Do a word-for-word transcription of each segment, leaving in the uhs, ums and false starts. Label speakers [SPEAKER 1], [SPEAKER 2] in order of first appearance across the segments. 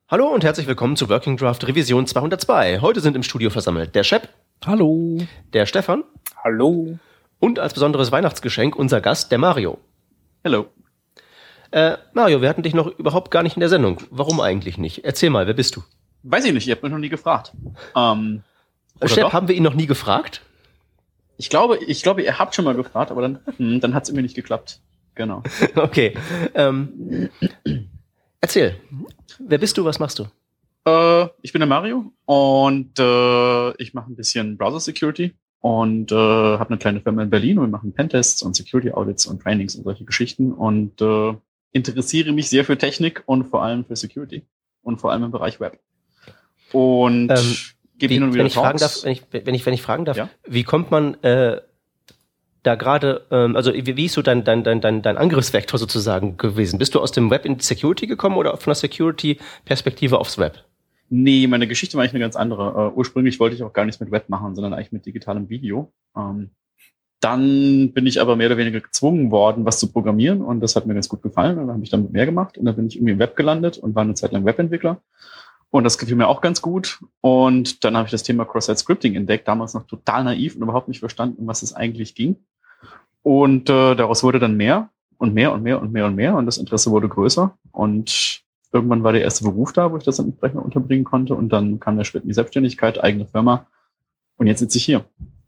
[SPEAKER 1] Hallo und herzlich willkommen zu Working Draft Revision zweihundertzwei. Heute sind im Studio versammelt der Shep.
[SPEAKER 2] Hallo.
[SPEAKER 1] Der Stefan.
[SPEAKER 3] Hallo.
[SPEAKER 1] Und als besonderes Weihnachtsgeschenk unser Gast, der Mario.
[SPEAKER 3] Hallo.
[SPEAKER 1] Äh, Mario, wir hatten dich noch überhaupt gar nicht in der Sendung. Warum eigentlich nicht? Erzähl mal, wer bist du?
[SPEAKER 3] Weiß ich nicht, ihr habt mich noch nie gefragt. Ähm,
[SPEAKER 1] Shep,
[SPEAKER 3] doch?
[SPEAKER 1] haben wir ihn noch nie gefragt?
[SPEAKER 3] Ich glaube, ich glaube, ihr habt schon mal gefragt, aber dann, hm, dann hat es irgendwie nicht geklappt. Genau.
[SPEAKER 1] Okay. Ähm, erzähl. Wer bist du, was machst du?
[SPEAKER 3] Äh, ich bin der Mario und äh, ich mache ein bisschen Browser Security und äh, habe eine kleine Firma in Berlin und wir machen Pentests und Security Audits und Trainings und solche Geschichten und äh, interessiere mich sehr für Technik und vor allem für Security und vor allem im Bereich Web. Und
[SPEAKER 1] Ähm,
[SPEAKER 3] gebe
[SPEAKER 1] wie,
[SPEAKER 3] hin und wieder
[SPEAKER 1] wenn ich fragen
[SPEAKER 3] Talks.
[SPEAKER 1] darf, wenn ich, wenn ich, wenn ich fragen darf,
[SPEAKER 3] Ja?
[SPEAKER 1] wie kommt man äh, da gerade, ähm, also wie, wie ist so dein, dein, dein, dein, dein Angriffsvektor sozusagen gewesen? Bist du aus dem Web in die Security gekommen oder von der Security-Perspektive aufs Web?
[SPEAKER 3] Nee, meine Geschichte war eigentlich eine ganz andere. Uh, ursprünglich wollte ich auch gar nichts mit Web machen, sondern eigentlich mit digitalem Video. Ähm, dann bin ich aber mehr oder weniger gezwungen worden, was zu programmieren und das hat mir ganz gut gefallen und dann habe ich damit mehr gemacht und dann bin ich irgendwie im Web gelandet und war eine Zeit lang Webentwickler und das gefiel mir auch ganz gut und dann habe ich das Thema Cross-Site-Scripting entdeckt, damals noch total naiv und überhaupt nicht verstanden, um was es eigentlich ging und äh, daraus wurde dann mehr und mehr und mehr und mehr und mehr und das Interesse wurde größer und irgendwann war der erste Beruf da, wo ich das dann entsprechend unterbringen konnte und dann kam der Schritt in die Selbstständigkeit, eigene Firma und jetzt sitze ich hier.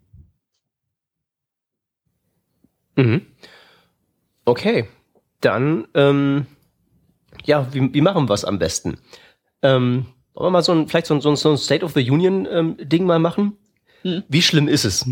[SPEAKER 1] Mhm. Okay, dann, ähm, ja, wie, wie machen wir es am besten? Ähm, wollen wir mal so ein, vielleicht so ein, so ein, so ein State of the Union ähm, Ding mal machen?
[SPEAKER 3] Hm.
[SPEAKER 1] Wie schlimm ist es?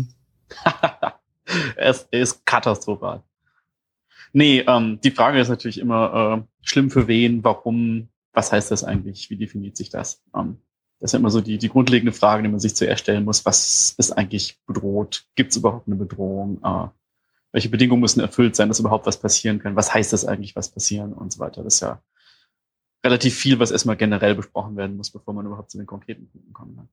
[SPEAKER 3] es ist katastrophal. Nee, ähm, die Frage ist natürlich immer, äh, schlimm für wen, warum, was heißt das eigentlich, wie definiert sich das? Ähm, das ist ja immer so die, die grundlegende Frage, die man sich zuerst stellen muss, was ist eigentlich bedroht? Gibt es überhaupt eine Bedrohung? Äh, welche Bedingungen müssen erfüllt sein, dass überhaupt was passieren kann? Was heißt das eigentlich, was passieren und so weiter? Das ist ja relativ viel, was erstmal generell besprochen werden muss, bevor man überhaupt zu den konkreten Punkten kommen kann.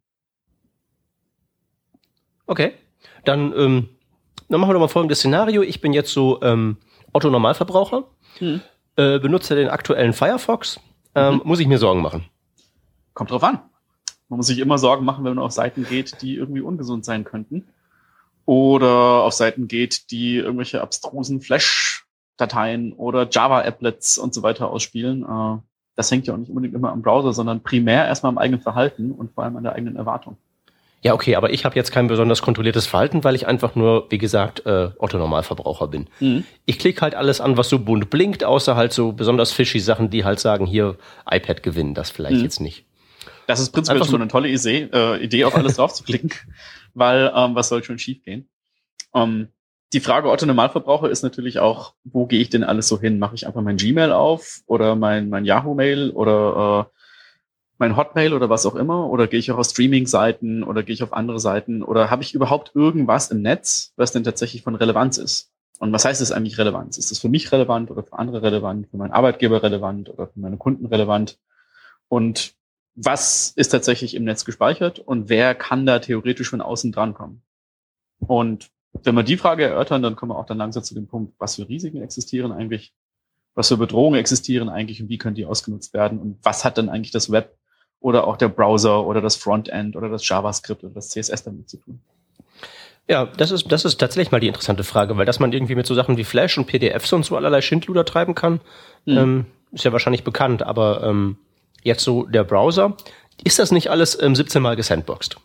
[SPEAKER 1] Okay, dann, ähm, dann machen wir doch mal folgendes Szenario. Ich bin jetzt so ähm, Otto-Normalverbraucher, hm. äh, benutze den aktuellen Firefox. Ähm, mhm. Muss ich mir Sorgen machen?
[SPEAKER 3] Kommt drauf an. Man muss sich immer Sorgen machen, wenn man auf Seiten geht, die irgendwie ungesund sein könnten. Oder auf Seiten geht, die irgendwelche abstrusen Flash-Dateien oder Java-Applets und so weiter ausspielen. Äh, das hängt ja auch nicht unbedingt immer am Browser, sondern primär erstmal am eigenen Verhalten und vor allem an der eigenen Erwartung.
[SPEAKER 1] Ja, okay, aber ich habe jetzt kein besonders kontrolliertes Verhalten, weil ich einfach nur, wie gesagt, äh, Otto-Normalverbraucher bin. Mhm. Ich klicke halt alles an, was so bunt blinkt, außer halt so besonders fishy Sachen, die halt sagen, hier iPad gewinnen, das vielleicht mhm. jetzt nicht.
[SPEAKER 3] Das ist prinzipiell schon so eine tolle Idee, äh, Idee auf alles drauf zu klicken, weil ähm, was soll schon schief gehen? Ähm, die Frage Otto-Normalverbraucher ist natürlich auch, wo gehe ich denn alles so hin? Mache ich einfach mein Gmail auf oder mein, mein Yahoo-Mail oder äh, mein Hotmail oder was auch immer? Oder gehe ich auch auf Streaming-Seiten oder gehe ich auf andere Seiten? Oder habe ich überhaupt irgendwas im Netz, was denn tatsächlich von Relevanz ist? Und was heißt das eigentlich Relevanz? Ist das für mich relevant oder für andere relevant, für meinen Arbeitgeber relevant oder für meine Kunden relevant? Und was ist tatsächlich im Netz gespeichert und wer kann da theoretisch von außen drankommen? Und wenn wir die Frage erörtern, dann kommen wir auch dann langsam zu dem Punkt, was für Risiken existieren eigentlich, was für Bedrohungen existieren eigentlich und wie können die ausgenutzt werden und was hat dann eigentlich das Web oder auch der Browser oder das Frontend oder das JavaScript oder das C S S damit zu tun?
[SPEAKER 1] Ja, das ist, das ist tatsächlich mal die interessante Frage, weil dass man irgendwie mit so Sachen wie Flash und P D Fs und so allerlei Schindluder treiben kann, hm. ähm, ist ja wahrscheinlich bekannt, aber ähm, jetzt so der Browser, ist das nicht alles ähm, siebzehn Mal gesandboxed?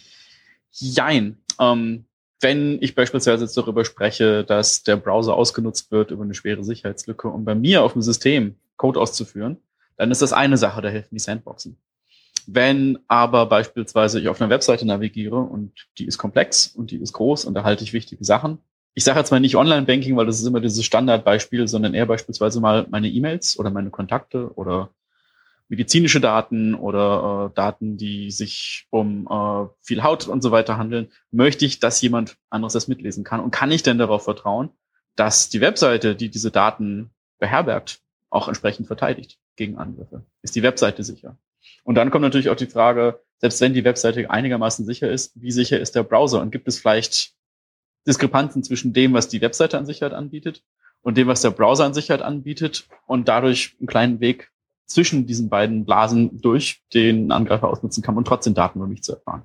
[SPEAKER 3] Jein. Ähm, wenn ich beispielsweise jetzt darüber spreche, dass der Browser ausgenutzt wird über eine schwere Sicherheitslücke, um bei mir auf dem System Code auszuführen, dann ist das eine Sache, da helfen die Sandboxen. Wenn aber beispielsweise ich auf einer Webseite navigiere und die ist komplex und die ist groß und da halte ich wichtige Sachen. Ich sage jetzt mal nicht Online-Banking, weil das ist immer dieses Standardbeispiel, sondern eher beispielsweise mal meine E-Mails oder meine Kontakte oder medizinische Daten oder äh, Daten, die sich um äh, viel Haut und so weiter handeln, möchte ich, dass jemand anderes das mitlesen kann. Und kann ich denn darauf vertrauen, dass die Webseite, die diese Daten beherbergt, auch entsprechend verteidigt gegen Angriffe? Ist die Webseite sicher? Und dann kommt natürlich auch die Frage, selbst wenn die Webseite einigermaßen sicher ist, wie sicher ist der Browser? Und gibt es vielleicht Diskrepanzen zwischen dem, was die Webseite an Sicherheit anbietet und dem, was der Browser an Sicherheit anbietet und dadurch einen kleinen Weg zwischen diesen beiden Blasen durch den Angreifer ausnutzen kann und trotzdem Daten über mich zu erfahren.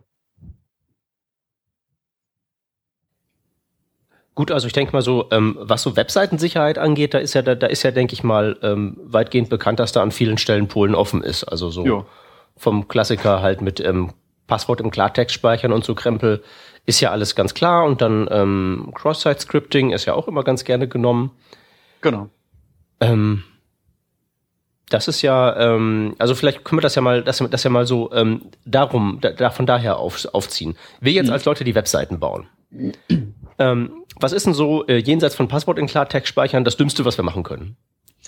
[SPEAKER 1] Gut, also ich denke mal so, ähm, was so Webseitensicherheit angeht, da ist ja, da, da ist ja, denke ich mal, ähm, weitgehend bekannt, dass da an vielen Stellen Polen offen ist. Also so jo. Vom Klassiker halt mit ähm, Passwort im Klartext speichern und so Krempel ist ja alles ganz klar. Und dann ähm, Cross-Site-Scripting ist ja auch immer ganz gerne genommen.
[SPEAKER 3] Genau.
[SPEAKER 1] Ähm, das ist ja, ähm, also vielleicht können wir das ja mal, das, das ja mal so ähm, darum, da, von daher auf, aufziehen. Wir jetzt hm. als Leute, die Webseiten bauen. Ähm, was ist denn so äh, jenseits von Passwort in Klartext speichern das Dümmste, was wir machen können?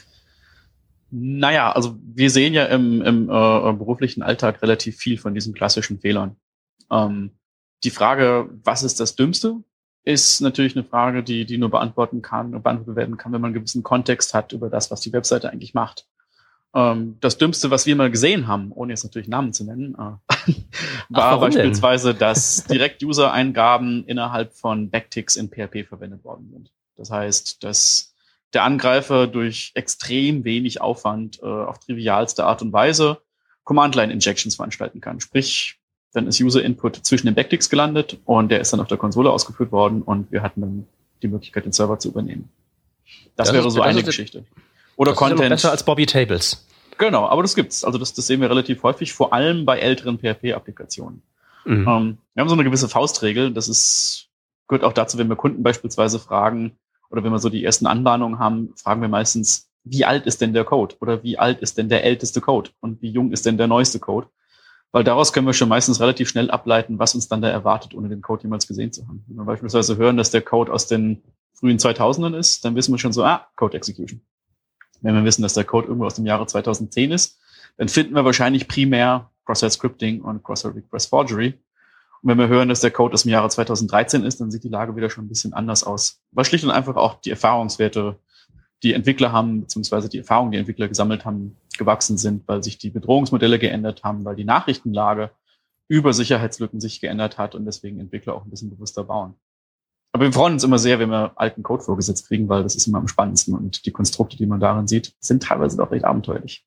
[SPEAKER 3] Naja, also wir sehen ja im, im äh, beruflichen Alltag relativ viel von diesen klassischen Fehlern. Ähm, die Frage, was ist das Dümmste, ist natürlich eine Frage, die, die nur beantworten kann, beantwortet werden kann, wenn man einen gewissen Kontext hat über das, was die Webseite eigentlich macht. Ähm, das Dümmste, was wir mal gesehen haben, ohne jetzt natürlich Namen zu nennen, äh, war Ach, beispielsweise, denn? dass Direkt-User-Eingaben innerhalb von Backticks in P H P verwendet worden sind. Das heißt, dass der Angreifer durch extrem wenig Aufwand äh, auf trivialste Art und Weise Command-Line-Injections veranstalten kann. Sprich, dann ist User-Input zwischen den Backticks gelandet und der ist dann auf der Konsole ausgeführt worden und wir hatten dann die Möglichkeit, den Server zu übernehmen. Das, das wäre ist, so das eine Geschichte. Oder
[SPEAKER 1] das
[SPEAKER 3] Content.
[SPEAKER 1] Ist ja besser als Bobby Tables.
[SPEAKER 3] Genau, aber das gibt's. Also das, das sehen wir relativ häufig, vor allem bei älteren P H P-Applikationen. Mhm. Ähm, wir haben so eine gewisse Faustregel. Das ist gehört auch dazu, wenn wir Kunden beispielsweise fragen oder wenn wir so die ersten Anbahnungen haben, fragen wir meistens, wie alt ist denn der Code? Oder wie alt ist denn der älteste Code? Und wie jung ist denn der neueste Code? Weil daraus können wir schon meistens relativ schnell ableiten, was uns dann da erwartet, ohne den Code jemals gesehen zu haben. Wenn wir beispielsweise hören, dass der Code aus den frühen zweitausendern ist, dann wissen wir schon so, ah, Code Execution. Wenn wir wissen, dass der Code irgendwo aus dem Jahre zweitausendzehn ist, dann finden wir wahrscheinlich primär Cross-Site-Scripting und Cross-Site-Request-Forgery. Und wenn wir hören, dass der Code aus dem Jahre zweitausenddreizehn ist, dann sieht die Lage wieder schon ein bisschen anders aus. Weil schlicht und einfach auch die Erfahrungswerte, die Entwickler haben, beziehungsweise die Erfahrungen, die Entwickler gesammelt haben, gewachsen sind, weil sich die Bedrohungsmodelle geändert haben, weil die Nachrichtenlage über Sicherheitslücken sich geändert hat und deswegen Entwickler auch ein bisschen bewusster bauen. Aber wir freuen uns immer sehr, wenn wir alten Code vorgesetzt kriegen, weil das ist immer am spannendsten und die Konstrukte, die man darin sieht, sind teilweise doch recht abenteuerlich.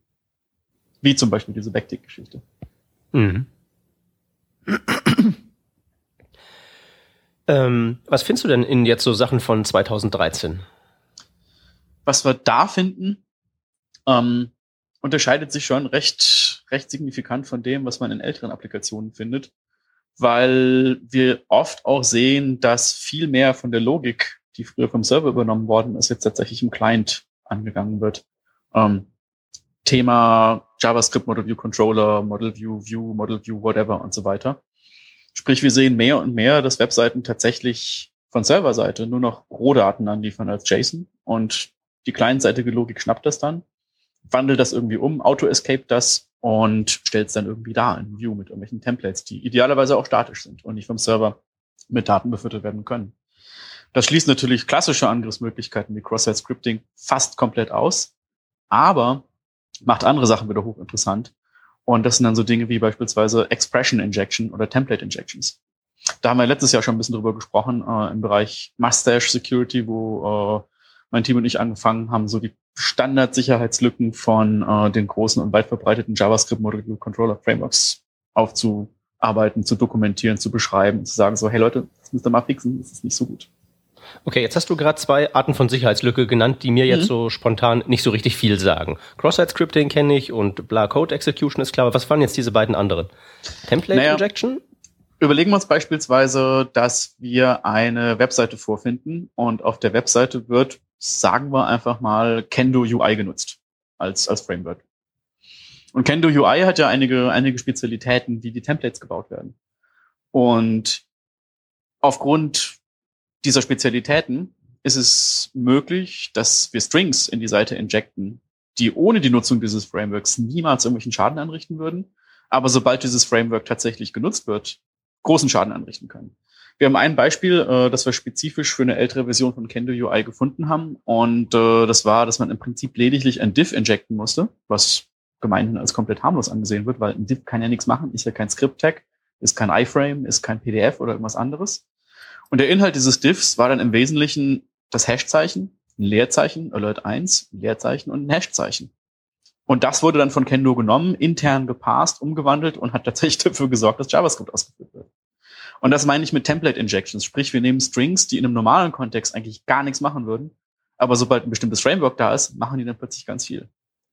[SPEAKER 3] Wie zum Beispiel diese Backtick-Geschichte.
[SPEAKER 1] Mhm. ähm, was findest du denn in jetzt so Sachen von zweitausenddreizehn?
[SPEAKER 3] Was wir da finden, ähm, unterscheidet sich schon recht, recht signifikant von dem, was man in älteren Applikationen findet, weil wir oft auch sehen, dass viel mehr von der Logik, die früher vom Server übernommen worden ist, jetzt tatsächlich im Client angegangen wird. Ähm, Thema JavaScript, Model View Controller, Model View, View, Model View, whatever und so weiter. Sprich, wir sehen mehr und mehr, dass Webseiten tatsächlich von Serverseite nur noch Rohdaten anliefern als JSON und die clientseitige Logik schnappt das dann, wandelt das irgendwie um, auto-escape das und stellt es dann irgendwie dar in View mit irgendwelchen Templates, die idealerweise auch statisch sind und nicht vom Server mit Daten befüttert werden können. Das schließt natürlich klassische Angriffsmöglichkeiten wie Cross-Site-Scripting fast komplett aus, aber macht andere Sachen wieder hochinteressant. Und das sind dann so Dinge wie beispielsweise Expression Injection oder Template Injections. Da haben wir letztes Jahr schon ein bisschen drüber gesprochen, äh, im Bereich Mustache Security, wo äh, mein Team und ich angefangen haben, so die Standardsicherheitslücken von äh, den großen und weit verbreiteten JavaScript Model View Controller Frameworks aufzuarbeiten, zu dokumentieren, zu beschreiben und zu sagen so, hey Leute, das müsst ihr mal fixen, das ist nicht so gut.
[SPEAKER 1] Okay, jetzt hast du gerade zwei Arten von Sicherheitslücke genannt, die mir mhm. jetzt so spontan nicht so richtig viel sagen. Cross-Site-Scripting kenne ich und bla Code Execution ist klar. Aber was waren jetzt diese beiden anderen? Template naja, Injection?
[SPEAKER 3] Überlegen wir uns beispielsweise, dass wir eine Webseite vorfinden und auf der Webseite wird, sagen wir einfach mal, Kendo U I genutzt als, als Framework. Und Kendo U I hat ja einige, einige Spezialitäten, wie die Templates gebaut werden. Und aufgrund dieser Spezialitäten ist es möglich, dass wir Strings in die Seite injecten, die ohne die Nutzung dieses Frameworks niemals irgendwelchen Schaden anrichten würden, aber sobald dieses Framework tatsächlich genutzt wird, großen Schaden anrichten können. Wir haben ein Beispiel, äh, das wir spezifisch für eine ältere Version von Kendo U I gefunden haben, und äh, das war, dass man im Prinzip lediglich ein Div injecten musste, was gemeinhin als komplett harmlos angesehen wird, weil ein Div kann ja nichts machen, ist ja kein Script-Tag, ist kein iframe, ist kein P D F oder irgendwas anderes. Und der Inhalt dieses Divs war dann im Wesentlichen das Hashzeichen, ein Leerzeichen, Alert eins, ein Leerzeichen und ein Hashzeichen. Und das wurde dann von Kendo genommen, intern gepasst, umgewandelt und hat tatsächlich dafür gesorgt, dass JavaScript ausgeführt wird. Und das meine ich mit Template Injections. Sprich, wir nehmen Strings, die in einem normalen Kontext eigentlich gar nichts machen würden, aber sobald ein bestimmtes Framework da ist, machen die dann plötzlich ganz viel.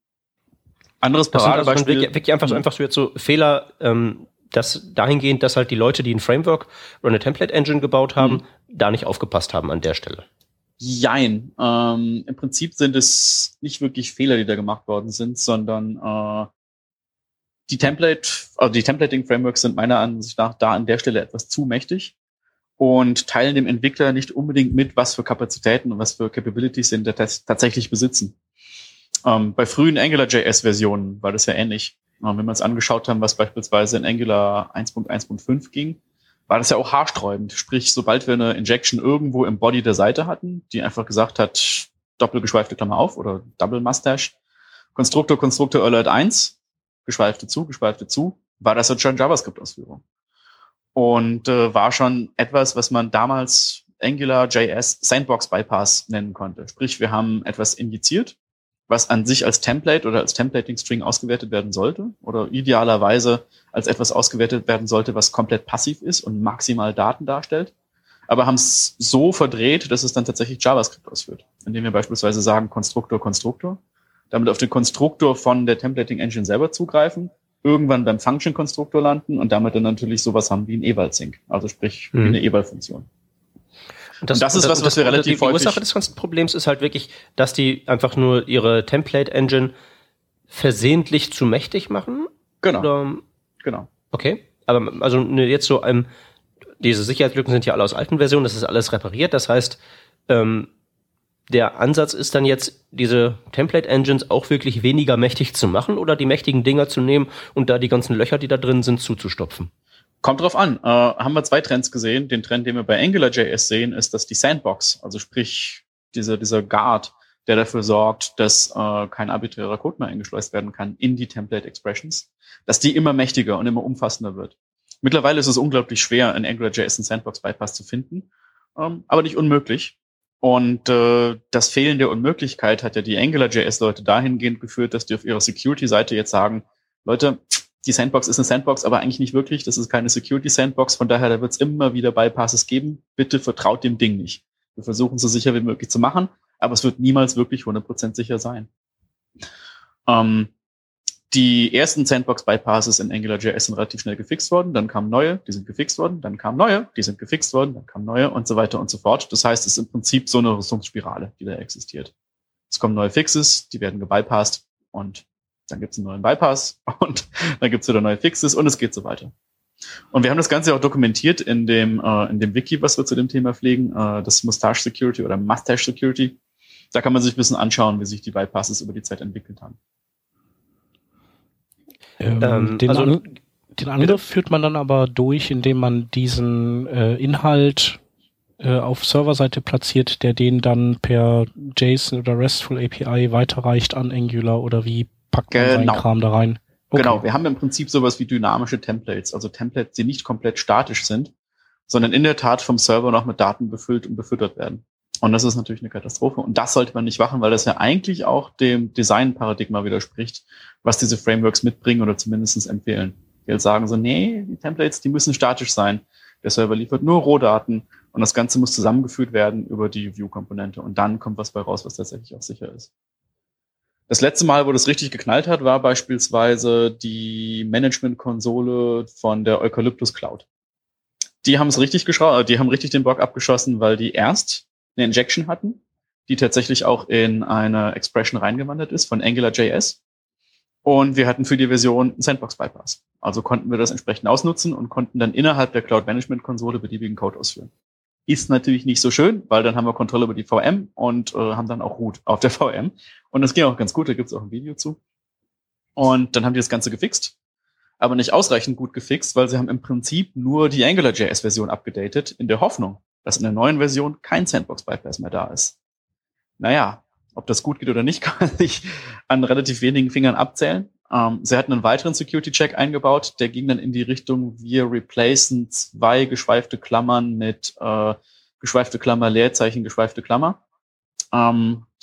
[SPEAKER 3] Anderes Paradebeispiel.
[SPEAKER 1] Also wirklich, wirklich einfach so, einfach so jetzt so Fehler, ähm, das dahingehend, dass halt die Leute, die ein Framework oder eine Template Engine gebaut haben, mhm. da nicht aufgepasst haben an der Stelle.
[SPEAKER 3] Jein. Ähm, Im Prinzip sind es nicht wirklich Fehler, die da gemacht worden sind, sondern äh, die Template, also die Templating-Frameworks sind meiner Ansicht nach da an der Stelle etwas zu mächtig und teilen dem Entwickler nicht unbedingt mit, was für Kapazitäten und was für Capabilities sie tatsächlich besitzen. Ähm, bei frühen AngularJS-Versionen war das ja ähnlich. Ähm, wenn wir uns angeschaut haben, was beispielsweise in Angular eins Punkt eins Punkt fünf ging, war das ja auch haarsträubend. Sprich, sobald wir eine Injection irgendwo im Body der Seite hatten, die einfach gesagt hat, doppelgeschweifte Klammer auf oder Double Mustache, Konstruktor, Konstruktor Alert eins, geschweifte zu, geschweifte zu, war das dann schon JavaScript-Ausführung. Und äh, war schon etwas, was man damals AngularJS Sandbox Bypass nennen konnte. Sprich, wir haben etwas injiziert, was an sich als Template oder als Templating-String ausgewertet werden sollte oder idealerweise als etwas ausgewertet werden sollte, was komplett passiv ist und maximal Daten darstellt. Aber haben es so verdreht, dass es dann tatsächlich JavaScript ausführt, indem wir beispielsweise sagen Konstruktor, Konstruktor, damit auf den Konstruktor von der Templating Engine selber zugreifen, irgendwann beim Function-Konstruktor landen und damit dann natürlich sowas haben wie ein Eval-Sync, also sprich mhm. wie eine Eval-Funktion.
[SPEAKER 1] Und das, und das ist und das, was, was wir relativ häufig... Die Ursache des ganzen Problems ist halt wirklich, dass die einfach nur ihre Template-Engine versehentlich zu mächtig machen?
[SPEAKER 3] Genau.
[SPEAKER 1] Oder?
[SPEAKER 3] Genau.
[SPEAKER 1] Okay. Aber also jetzt so, ähm, diese Sicherheitslücken sind ja alle aus alten Versionen, das ist alles repariert. Das heißt, ähm, der Ansatz ist dann jetzt, diese Template-Engines auch wirklich weniger mächtig zu machen oder die mächtigen Dinger zu nehmen und da die ganzen Löcher, die da drin sind, zuzustopfen?
[SPEAKER 3] Kommt drauf an. Äh, haben wir zwei Trends gesehen. Den Trend, den wir bei AngularJS sehen, ist, dass die Sandbox, also sprich dieser dieser Guard, der dafür sorgt, dass äh, kein arbiträrer Code mehr eingeschleust werden kann in die Template Expressions, dass die immer mächtiger und immer umfassender wird. Mittlerweile ist es unglaublich schwer, in AngularJS einen Sandbox-Bypass zu finden, ähm, aber nicht unmöglich. Und äh, das Fehlen der Unmöglichkeit hat ja die AngularJS-Leute dahingehend geführt, dass die auf ihrer Security-Seite jetzt sagen, Leute, die Sandbox ist eine Sandbox, aber eigentlich nicht wirklich. Das ist keine Security-Sandbox. Von daher, da wird es immer wieder Bypasses geben. Bitte vertraut dem Ding nicht. Wir versuchen es so sicher wie möglich zu machen, aber es wird niemals wirklich hundert Prozent sicher sein. Ähm, die ersten Sandbox-Bypasses in AngularJS sind relativ schnell gefixt worden. Dann kamen neue, die sind gefixt worden. Dann kamen neue, die sind gefixt worden. Dann kamen neue und so weiter und so fort. Das heißt, es ist im Prinzip so eine Rüstungsspirale, die da existiert. Es kommen neue Fixes, die werden gebypasst und dann gibt es einen neuen Bypass und dann gibt es wieder neue Fixes und es geht so weiter. Und wir haben das Ganze auch dokumentiert in dem äh, in dem Wiki, was wir zu dem Thema pflegen, äh, das Mustache Security oder Mustache Security. Da kann man sich ein bisschen anschauen, wie sich die Bypasses über die Zeit entwickelt haben.
[SPEAKER 2] Ähm, ähm, den, also, an, den Angriff führt man dann aber durch, indem man diesen äh, Inhalt äh, auf Serverseite platziert, der den dann per JSON oder RESTful A P I weiterreicht an Angular oder wie packt man genau. seinen Kram da rein? Okay.
[SPEAKER 3] Genau, wir haben im Prinzip sowas wie dynamische Templates, also Templates, die nicht komplett statisch sind, sondern in der Tat vom Server noch mit Daten befüllt und befüttert werden. Und das ist natürlich eine Katastrophe. Und das sollte man nicht machen, weil das ja eigentlich auch dem Design-Paradigma widerspricht, was diese Frameworks mitbringen oder zumindest empfehlen. Die halt sagen so, nee, die Templates, die müssen statisch sein. Der Server liefert nur Rohdaten und das Ganze muss zusammengeführt werden über die View-Komponente. Und dann kommt was bei raus, was tatsächlich auch sicher ist. Das letzte Mal, wo das richtig geknallt hat, war beispielsweise die Management-Konsole von der Eucalyptus Cloud. Die haben es richtig geschraubt, die haben richtig den Bock abgeschossen, weil die erst eine Injection hatten, die tatsächlich auch in eine Expression reingewandert ist von AngularJS. Und wir hatten für die Version einen Sandbox-Bypass. Also konnten wir das entsprechend ausnutzen und konnten dann innerhalb der Cloud-Management-Konsole beliebigen Code ausführen. Ist natürlich nicht so schön, weil dann haben wir Kontrolle über die V M und äh, haben dann auch Root auf der V M. Und das ging auch ganz gut, da gibt's auch ein Video zu. Und dann haben die das Ganze gefixt, aber nicht ausreichend gut gefixt, weil sie haben im Prinzip nur die AngularJS-Version abgedatet, in der Hoffnung, dass in der neuen Version kein Sandbox-Bypass mehr da ist. Naja, ob das gut geht oder nicht, kann man sich an relativ wenigen Fingern abzählen. Ähm, sie hatten einen weiteren Security-Check eingebaut, der ging dann in die Richtung, wir replacen zwei geschweifte Klammern mit äh, geschweifte Klammer, Leerzeichen, geschweifte Klammer. Ähm,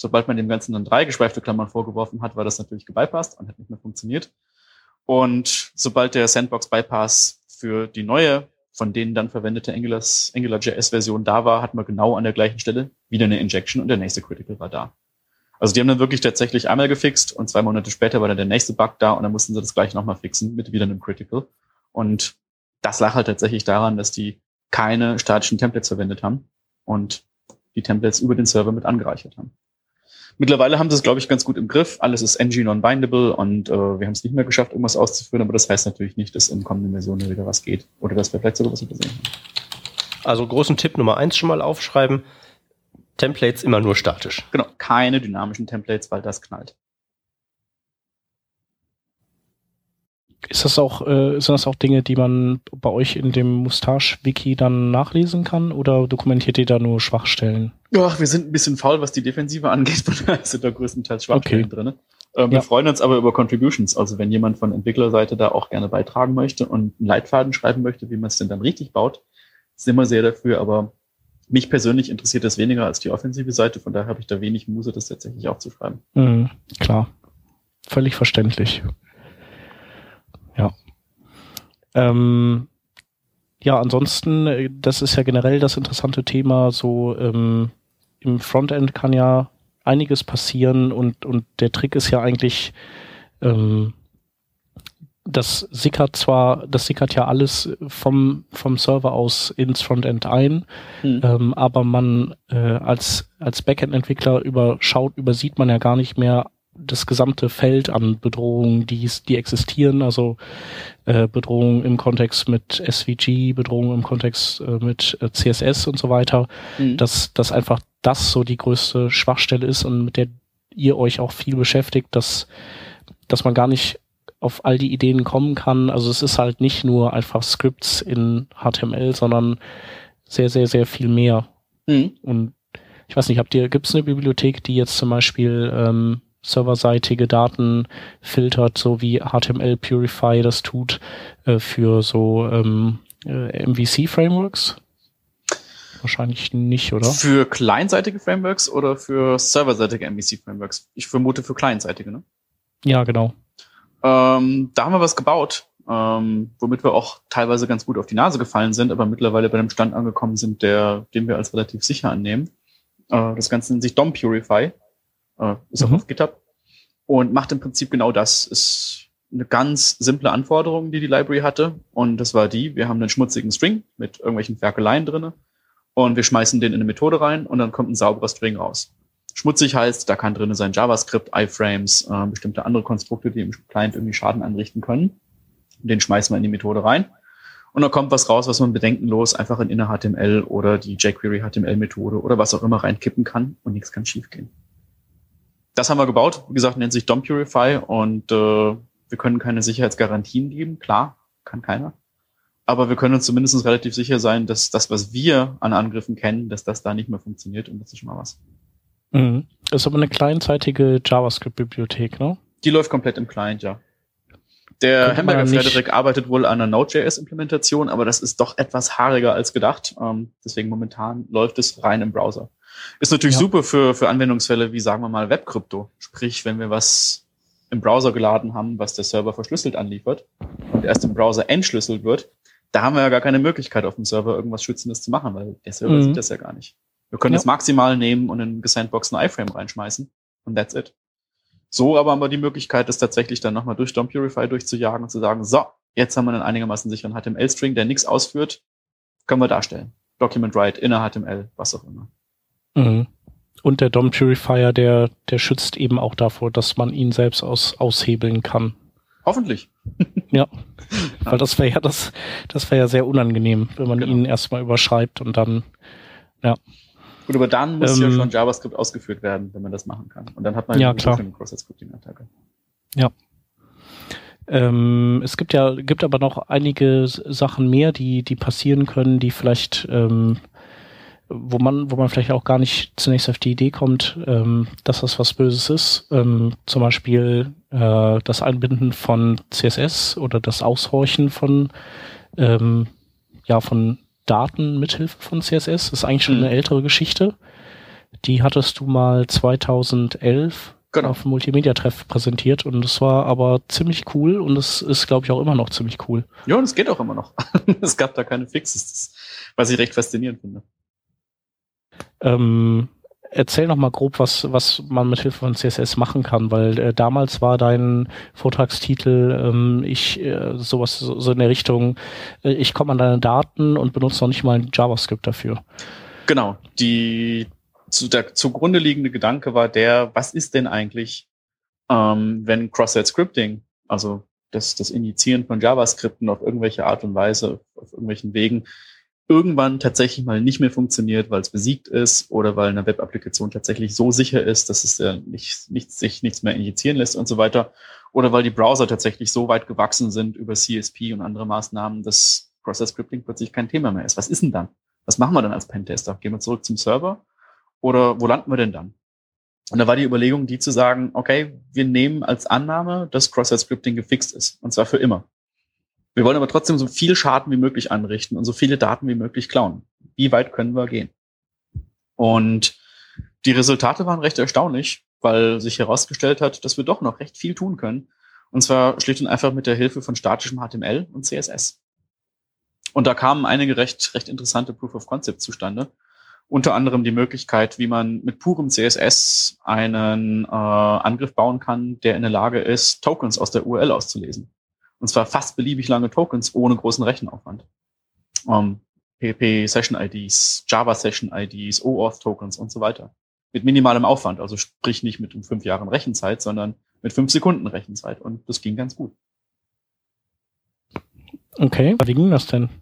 [SPEAKER 3] Sobald man dem Ganzen dann drei geschweifte Klammern vorgeworfen hat, war das natürlich gebypasst und hat nicht mehr funktioniert. Und sobald der Sandbox-Bypass für die neue, von denen dann verwendete Angulars, AngularJS-Version da war, hat man genau an der gleichen Stelle wieder eine Injection und der nächste Critical war da. Also die haben dann wirklich tatsächlich einmal gefixt und zwei Monate später war dann der nächste Bug da und dann mussten sie das gleich nochmal fixen mit wieder einem Critical. Und das lag halt tatsächlich daran, dass die keine statischen Templates verwendet haben und die Templates über den Server mit angereichert haben. Mittlerweile haben sie es, glaube ich, ganz gut im Griff. Alles ist N G non-bindable und äh, wir haben es nicht mehr geschafft, irgendwas auszuführen, aber das heißt natürlich nicht, dass in kommenden Versionen wieder was geht oder dass wir vielleicht sogar was übersehen haben.
[SPEAKER 1] Also großen Tipp Nummer eins schon mal aufschreiben. Templates immer nur statisch.
[SPEAKER 3] Genau, keine dynamischen Templates, weil das knallt.
[SPEAKER 2] Ist das auch, äh, sind das auch Dinge, die man bei euch in dem Mustache-Wiki dann nachlesen kann oder dokumentiert ihr da nur Schwachstellen?
[SPEAKER 3] Ach, wir sind ein bisschen faul, was die Defensive angeht, von daher sind da größtenteils Schwachstellen
[SPEAKER 2] okay.
[SPEAKER 3] drin. Ähm, ja. Wir freuen uns aber über Contributions, also wenn jemand von Entwicklerseite da auch gerne beitragen möchte und einen Leitfaden schreiben möchte, wie man es denn dann richtig baut, sind wir sehr dafür, aber mich persönlich interessiert das weniger als die offensive Seite, von daher habe ich da wenig Muße, das tatsächlich aufzuschreiben.
[SPEAKER 2] Mhm, klar, völlig verständlich. Ja. Ähm, ja, ansonsten, das ist ja generell das interessante Thema, so ähm, im Frontend kann ja einiges passieren und, und der Trick ist ja eigentlich, ähm, das sickert zwar, das sickert ja alles vom, vom Server aus ins Frontend ein, hm. ähm, aber man äh, als, als Backend-Entwickler überschaut, übersieht man ja gar nicht mehr das gesamte Feld an Bedrohungen, die, die existieren, also äh, Bedrohungen im Kontext mit S V G, Bedrohungen im Kontext äh, mit äh, C S S und so weiter, mhm. dass, dass einfach das so die größte Schwachstelle ist und mit der ihr euch auch viel beschäftigt, dass, dass man gar nicht auf all die Ideen kommen kann. Also es ist halt nicht nur einfach Scripts in H T M L, sondern sehr, sehr, sehr viel mehr. Mhm. Und ich weiß nicht, habt ihr, gibt es eine Bibliothek, die jetzt zum Beispiel ähm, serverseitige Daten filtert, so wie H T M L Purify das tut äh, für so ähm, äh, M V C-Frameworks? Wahrscheinlich nicht, oder?
[SPEAKER 3] Für clientseitige Frameworks oder für serverseitige M V C-Frameworks? Ich vermute für clientseitige, ne?
[SPEAKER 2] Ja, genau.
[SPEAKER 3] Ähm, da haben wir was gebaut, ähm, womit wir auch teilweise ganz gut auf die Nase gefallen sind, aber mittlerweile bei einem Stand angekommen sind, der, den wir als relativ sicher annehmen. Äh, das Ganze nennt sich D O M Purify. Uh, ist mhm. auch auf GitHub und macht im Prinzip genau das. Ist eine ganz simple Anforderung, die die Library hatte und das war die, wir haben einen schmutzigen String mit irgendwelchen Ferkeleien drinne und wir schmeißen den in eine Methode rein und dann kommt ein sauberer String raus. Schmutzig heißt, da kann drinne sein JavaScript, iframes, äh, bestimmte andere Konstrukte, die im Client irgendwie Schaden anrichten können. Den schmeißen wir in die Methode rein und dann kommt was raus, was man bedenkenlos einfach in inner H T M L oder die jQuery H T M L-Methode oder was auch immer reinkippen kann und nichts kann schiefgehen. Das haben wir gebaut, wie gesagt, nennt sich D O M Purify und äh, wir können keine Sicherheitsgarantien geben, klar, kann keiner. Aber wir können uns zumindest relativ sicher sein, dass das, was wir an Angriffen kennen, dass das da nicht mehr funktioniert und das ist schon mal was.
[SPEAKER 2] Mhm. Das ist aber eine clientseitige JavaScript-Bibliothek, ne?
[SPEAKER 3] Die läuft komplett im Client, ja. Der Hamburger Frederick arbeitet wohl an einer Node.js-Implementation, aber das ist doch etwas haariger als gedacht. Ähm, deswegen momentan läuft es rein im Browser. Ist natürlich ja. super für, für Anwendungsfälle wie, sagen wir mal, Webkrypto. Sprich, wenn wir was im Browser geladen haben, was der Server verschlüsselt anliefert und erst im Browser entschlüsselt wird, da haben wir ja gar keine Möglichkeit, auf dem Server irgendwas Schützendes zu machen, weil der Server mhm. sieht das ja gar nicht. Wir können ja. das maximal nehmen und in gesandboxen iframe reinschmeißen und that's it. So aber haben wir die Möglichkeit, das tatsächlich dann nochmal durch D O M Purify durchzujagen und zu sagen, so, jetzt haben wir einen einigermaßen sicheren H T M L-String, der nichts ausführt, können wir darstellen. Document write, inner H T M L, was auch immer.
[SPEAKER 2] Mhm. Und der D O M Purifier, der, der schützt eben auch davor, dass man ihn selbst aus, aushebeln kann.
[SPEAKER 3] Hoffentlich.
[SPEAKER 2] Ja, weil das wäre ja das, das wäre ja sehr unangenehm, wenn man genau. ihn erstmal überschreibt und dann, ja.
[SPEAKER 3] Gut, aber dann muss
[SPEAKER 2] ähm,
[SPEAKER 3] ja schon JavaScript ausgeführt werden, wenn man das machen kann. Und dann hat man
[SPEAKER 2] ja klar
[SPEAKER 3] eine Cross-Scripting-Attacke.
[SPEAKER 2] Ja. Ähm, es gibt ja, gibt aber noch einige Sachen mehr, die, die passieren können, die vielleicht, ähm, wo man, wo man vielleicht auch gar nicht zunächst auf die Idee kommt, ähm, dass das was Böses ist. Ähm, zum Beispiel äh, das Einbinden von C S S oder das Aushorchen von, ähm, ja, von Daten mithilfe von C S S. Das ist eigentlich schon mhm. eine ältere Geschichte. Die hattest du mal zweitausendelf
[SPEAKER 3] genau.
[SPEAKER 2] auf dem Multimedia-Treff präsentiert und das war aber ziemlich cool und es ist, glaube ich, auch immer noch ziemlich cool.
[SPEAKER 3] Ja, und es geht auch immer noch. Es gab da keine Fixes, was ich recht faszinierend finde.
[SPEAKER 2] Ähm, erzähl noch mal grob, was was man mit Hilfe von C S S machen kann, weil äh, damals war dein Vortragstitel ähm, ich äh, sowas so, so in der Richtung äh, ich komme an deine Daten und benutze noch nicht mal ein JavaScript dafür.
[SPEAKER 3] Genau, die zu der zugrunde liegende Gedanke war der, was ist denn eigentlich, ähm, wenn Cross-Site-Scripting, also das, das Injizieren von JavaScripten auf irgendwelche Art und Weise, auf irgendwelchen Wegen, irgendwann tatsächlich mal nicht mehr funktioniert, weil es besiegt ist oder weil eine Web-Applikation tatsächlich so sicher ist, dass es ja nicht, nicht, sich nichts mehr injizieren lässt und so weiter. Oder weil die Browser tatsächlich so weit gewachsen sind über C S P und andere Maßnahmen, dass Cross-Site-Scripting plötzlich kein Thema mehr ist. Was ist denn dann? Was machen wir dann als Pentester? Gehen wir zurück zum Server? Oder wo landen wir denn dann? Und da war die Überlegung, die zu sagen, okay, wir nehmen als Annahme, dass Cross-Site-Scripting gefixt ist. Und zwar für immer. Wir wollen aber trotzdem so viel Schaden wie möglich anrichten und so viele Daten wie möglich klauen. Wie weit können wir gehen? Und die Resultate waren recht erstaunlich, weil sich herausgestellt hat, dass wir doch noch recht viel tun können. Und zwar schlicht und einfach mit der Hilfe von statischem H T M L und C S S. Und da kamen einige recht, recht interessante Proof of Concept zustande. Unter anderem die Möglichkeit, wie man mit purem C S S einen äh, Angriff bauen kann, der in der Lage ist, Tokens aus der U R L auszulesen. Und zwar fast beliebig lange Tokens ohne großen Rechenaufwand. Um, P H P-Session-I Ds, Java-Session-I Ds, OAuth-Tokens und so weiter. Mit minimalem Aufwand, also sprich nicht mit um fünf Jahren Rechenzeit, sondern mit fünf Sekunden Rechenzeit. Und das ging ganz gut.
[SPEAKER 2] Okay, wie ging das denn?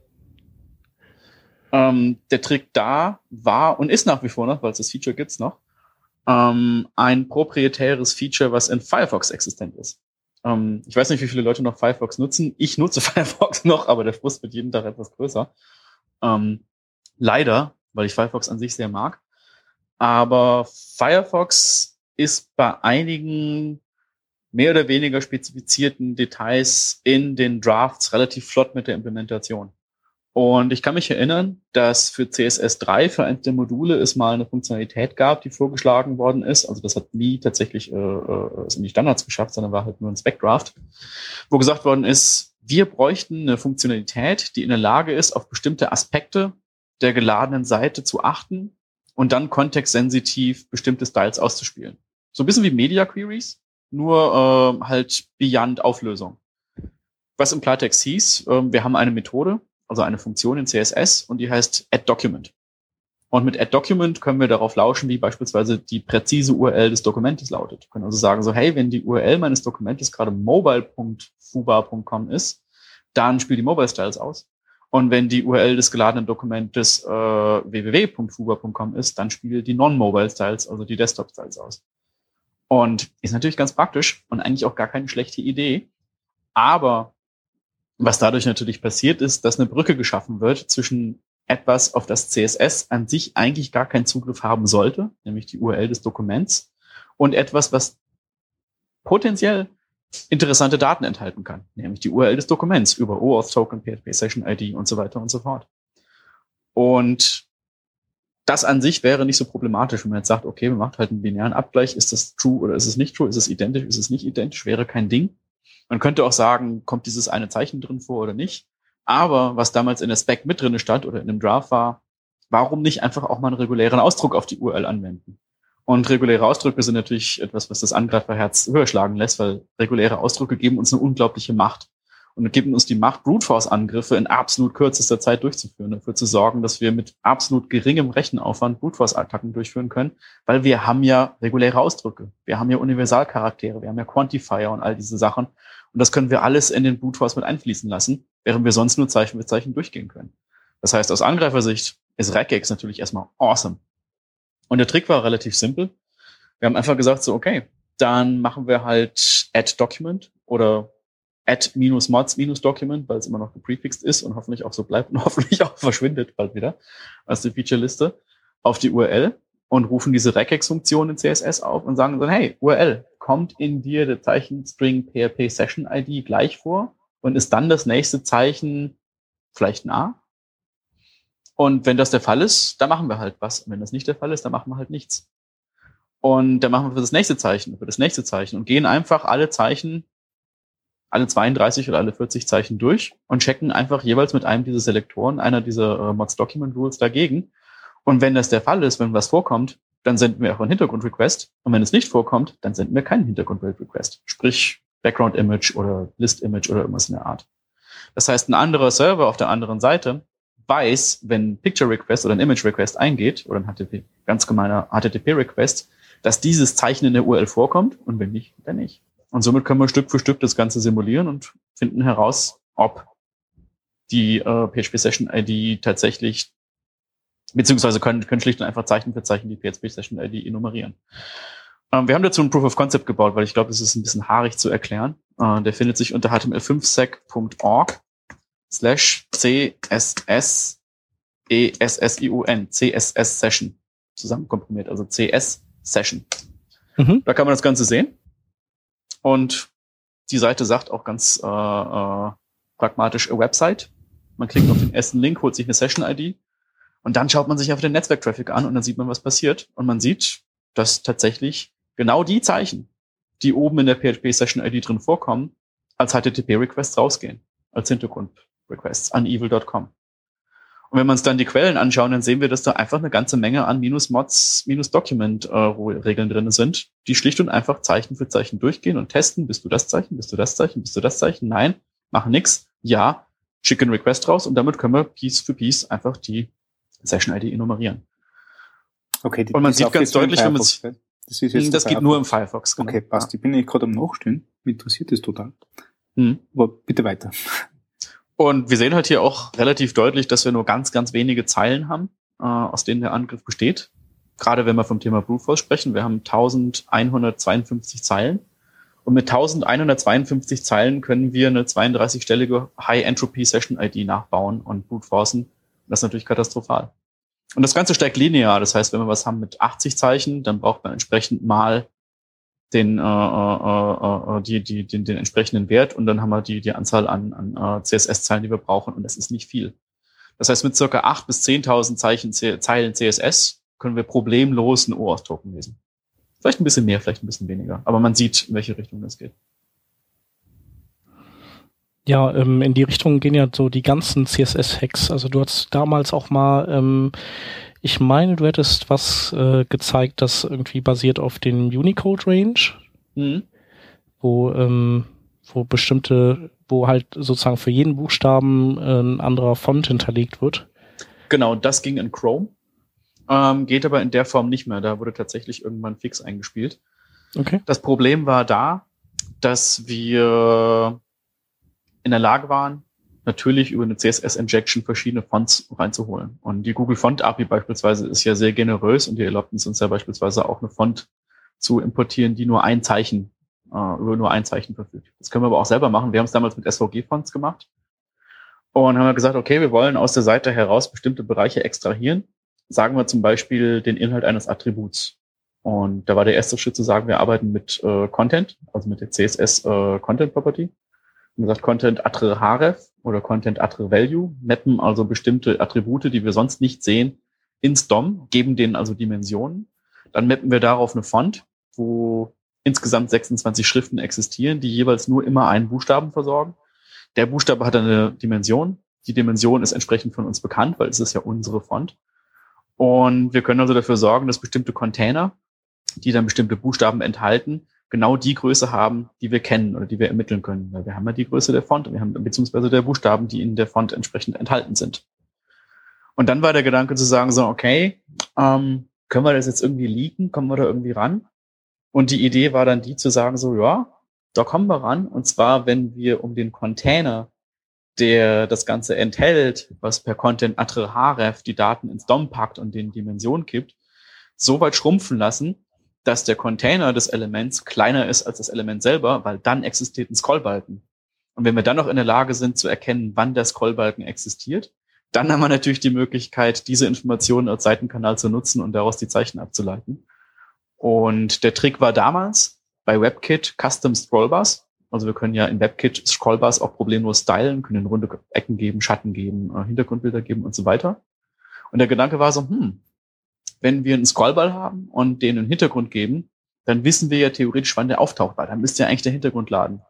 [SPEAKER 3] Ähm, der Trick da war und ist nach wie vor noch, weil es das Feature gibt's noch, ähm, ein proprietäres Feature, was in Firefox existent ist. Ähm, ich weiß nicht, wie viele Leute noch Firefox nutzen. Ich nutze Firefox noch, aber der Frust wird jeden Tag etwas größer. Ähm, leider, weil ich Firefox an sich sehr mag. Aber Firefox ist bei einigen mehr oder weniger spezifizierten Details in den Drafts relativ flott mit der Implementation. Und ich kann mich erinnern, dass für C S S drei, für eins der Module, es mal eine Funktionalität gab, die vorgeschlagen worden ist. Also das hat nie tatsächlich äh, es in die Standards geschafft, sondern war halt nur ein Spec-Draft, wo gesagt worden ist, wir bräuchten eine Funktionalität, die in der Lage ist, auf bestimmte Aspekte der geladenen Seite zu achten und dann kontextsensitiv bestimmte Styles auszuspielen. So ein bisschen wie Media Queries, nur äh, halt beyond Auflösung. Was im Klartext hieß, äh, wir haben eine Methode, also eine Funktion in C S S und die heißt addDocument. Und mit addDocument können wir darauf lauschen, wie beispielsweise die präzise U R L des Dokumentes lautet. Wir können also sagen so, hey, wenn die U R L meines Dokumentes gerade mobile punkt fuba punkt com ist, dann spiel die Mobile Styles aus. Und wenn die U R L des geladenen Dokumentes äh, w w w punkt fuba punkt com ist, dann spiel die Non-Mobile Styles, also die Desktop Styles aus. Und ist natürlich ganz praktisch und eigentlich auch gar keine schlechte Idee. Aber was dadurch natürlich passiert ist, dass eine Brücke geschaffen wird zwischen etwas, auf das C S S an sich eigentlich gar keinen Zugriff haben sollte, nämlich die U R L des Dokuments, und etwas, was potenziell interessante Daten enthalten kann, nämlich die U R L des Dokuments über OAuth-Token, P H P-Session-I D und so weiter und so fort. Und das an sich wäre nicht so problematisch, wenn man jetzt sagt, okay, man macht halt einen linearen Abgleich, ist das true oder ist es nicht true, ist es identisch, ist es nicht identisch, wäre kein Ding. Man könnte auch sagen, kommt dieses eine Zeichen drin vor oder nicht. Aber was damals in der Spec mit drin stand oder in dem Draft war, warum nicht einfach auch mal einen regulären Ausdruck auf die U R L anwenden? Und reguläre Ausdrücke sind natürlich etwas, was das Angreiferherz höher schlagen lässt, weil reguläre Ausdrücke geben uns eine unglaubliche Macht. Und geben uns die Macht, Brute Force Angriffe in absolut kürzester Zeit durchzuführen, dafür zu sorgen, dass wir mit absolut geringem Rechenaufwand Brute Force Attacken durchführen können, weil wir haben ja reguläre Ausdrücke. Wir haben ja Universalcharaktere, wir haben ja Quantifier und all diese Sachen. Und das können wir alles in den Brute Force mit einfließen lassen, während wir sonst nur Zeichen für Zeichen durchgehen können. Das heißt, aus Angreifersicht ist Regex natürlich erstmal awesome. Und der Trick war relativ simpel. Wir haben einfach gesagt so, okay, dann machen wir halt addDocument oder add-mods-document, weil es immer noch geprefixt ist und hoffentlich auch so bleibt und hoffentlich auch verschwindet bald wieder aus der Feature-Liste auf die U R L und rufen diese Regex-Funktion in C S S auf und sagen so, hey, U R L, kommt in dir der Zeichenstring P H P Session I D gleich vor und ist dann das nächste Zeichen vielleicht ein A? Und wenn das der Fall ist, dann machen wir halt was. Und wenn das nicht der Fall ist, dann machen wir halt nichts. Und dann machen wir für das nächste Zeichen, für das nächste Zeichen und gehen einfach alle Zeichen, alle zweiunddreißig oder alle vierzig Zeichen durch und checken einfach jeweils mit einem dieser Selektoren, einer dieser äh, Mods Document Rules dagegen. Und wenn das der Fall ist, wenn was vorkommt, dann senden wir auch einen Hintergrund-Request. Und wenn es nicht vorkommt, dann senden wir keinen Hintergrund-Request. Sprich Background-Image oder List-Image oder irgendwas in der Art. Das heißt, ein anderer Server auf der anderen Seite weiß, wenn ein Picture-Request oder ein Image-Request eingeht, oder ein H T T P, ganz gemeiner H T T P-Request, dass dieses Zeichen in der U R L vorkommt und wenn nicht, dann nicht. Und somit können wir Stück für Stück das Ganze simulieren und finden heraus, ob die äh, P H P-Session-I D tatsächlich, beziehungsweise können, können schlicht und einfach Zeichen für Zeichen die P H P-Session-I D enumerieren. Ähm, wir haben dazu ein Proof of Concept gebaut, weil ich glaube, es ist ein bisschen haarig zu erklären. Äh, der findet sich unter h t m l fünf sec punkt org slash c s s e s s i u n, C S S Session, zusammenkomprimiert, also C S Session. Mhm. Da kann man das Ganze sehen. Und die Seite sagt auch ganz äh, äh, pragmatisch a Website. Man klickt auf den ersten Link, holt sich eine Session-I D und dann schaut man sich einfach den Netzwerk-Traffic an und dann sieht man, was passiert. Und man sieht, dass tatsächlich genau die Zeichen, die oben in der P H P-Session-I D drin vorkommen, als H T T P-Requests rausgehen, als Hintergrund-Requests an evil punkt com. Und wenn wir uns dann die Quellen anschauen, dann sehen wir, dass da einfach eine ganze Menge an Minus-Mods, Minus-Document-Regeln drin sind, die schlicht und einfach Zeichen für Zeichen durchgehen und testen. Bist du das Zeichen? Bist du das Zeichen? Bist du das Zeichen? Nein, machen nix. Ja, schicken Request raus und damit können wir Piece für Piece einfach die Session-I D enumerieren.
[SPEAKER 4] Okay, die
[SPEAKER 3] und man sieht ganz deutlich, wenn man
[SPEAKER 4] das, ist jetzt
[SPEAKER 3] das geht nur im Firefox.
[SPEAKER 4] Genau. Okay, passt. Ich bin nämlich gerade am Nachstellen. Mich interessiert das total. Hm. Aber bitte weiter.
[SPEAKER 3] Und wir sehen halt hier auch relativ deutlich, dass wir nur ganz, ganz wenige Zeilen haben, äh, aus denen der Angriff besteht. Gerade wenn wir vom Thema Brute Force sprechen. Wir haben elfhundertzweiundfünfzig Zeilen. Und mit elfhundertzweiundfünfzig Zeilen können wir eine zweiunddreißig-stellige High-Entropy-Session-I D nachbauen und brute forcen. Das ist natürlich katastrophal. Und das Ganze steigt linear. Das heißt, wenn wir was haben mit achtzig Zeichen, dann braucht man entsprechend mal den, äh, äh, äh, die, die, den, den entsprechenden Wert und dann haben wir die, die Anzahl an, an äh, C S S-Zeilen, die wir brauchen und das ist nicht viel. Das heißt, mit circa acht bis zehntausend Zeichen, C- Zeilen C S S können wir problemlos ein O Auth-Token lesen. Vielleicht ein bisschen mehr, vielleicht ein bisschen weniger, aber man sieht, in welche Richtung das geht.
[SPEAKER 2] Ja, ähm, in die Richtung gehen ja so die ganzen C S S-Hacks. Also du hast damals auch mal, ähm, ich meine, du hättest was äh, gezeigt, das irgendwie basiert auf den Unicode-Range, mhm. wo, ähm, wo bestimmte, wo halt sozusagen für jeden Buchstaben äh, ein anderer Font hinterlegt wird.
[SPEAKER 3] Genau, das ging in Chrome, ähm, geht aber in der Form nicht mehr. Da wurde tatsächlich irgendwann fix eingespielt.
[SPEAKER 2] Okay.
[SPEAKER 3] Das Problem war da, dass wir in der Lage waren, natürlich über eine C S S-Injection verschiedene Fonts reinzuholen. Und die Google Font A P I beispielsweise ist ja sehr generös und die erlaubt uns ja beispielsweise auch eine Font zu importieren, die nur ein Zeichen, äh, über nur ein Zeichen verfügt. Das können wir aber auch selber machen. Wir haben es damals mit S V G-Fonts gemacht und haben gesagt, okay, wir wollen aus der Seite heraus bestimmte Bereiche extrahieren. Sagen wir zum Beispiel den Inhalt eines Attributs. Und da war der erste Schritt zu sagen, wir arbeiten mit äh, Content, also mit der C S S äh, Content Property. Wir haben gesagt, Content attre href oder Content attre value, mappen also bestimmte Attribute, die wir sonst nicht sehen, ins D O M, geben denen also Dimensionen. Dann mappen wir darauf eine Font, wo insgesamt sechsundzwanzig Schriften existieren, die jeweils nur immer einen Buchstaben versorgen. Der Buchstabe hat eine Dimension. Die Dimension ist entsprechend von uns bekannt, weil es ist ja unsere Font. Und wir können also dafür sorgen, dass bestimmte Container, die dann bestimmte Buchstaben enthalten, genau die Größe haben, die wir kennen oder die wir ermitteln können. Weil wir haben ja die Größe der Font und wir haben beziehungsweise der Buchstaben, die in der Font entsprechend enthalten sind. Und dann war der Gedanke zu sagen, so, okay, ähm, können wir das jetzt irgendwie leaken? Kommen wir da irgendwie ran? Und die Idee war dann die zu sagen, so, ja, da kommen wir ran. Und zwar, wenn wir um den Container, der das Ganze enthält, was per Content attre href die Daten ins D O M packt und den Dimension gibt, so weit schrumpfen lassen, dass der Container des Elements kleiner ist als das Element selber, weil dann existiert ein Scrollbalken. Und wenn wir dann noch in der Lage sind zu erkennen, wann der Scrollbalken existiert, dann haben wir natürlich die Möglichkeit, diese Informationen als Seitenkanal zu nutzen und daraus die Zeichen abzuleiten. Und der Trick war damals bei WebKit Custom Scrollbars. Also wir können ja in WebKit Scrollbars auch problemlos stylen, können runde Ecken geben, Schatten geben, Hintergrundbilder geben und so weiter. Und der Gedanke war so, hm, wenn wir einen Scrollball haben und denen einen Hintergrund geben, dann wissen wir ja theoretisch, wann der auftaucht, weil dann müsste ja eigentlich der Hintergrund laden.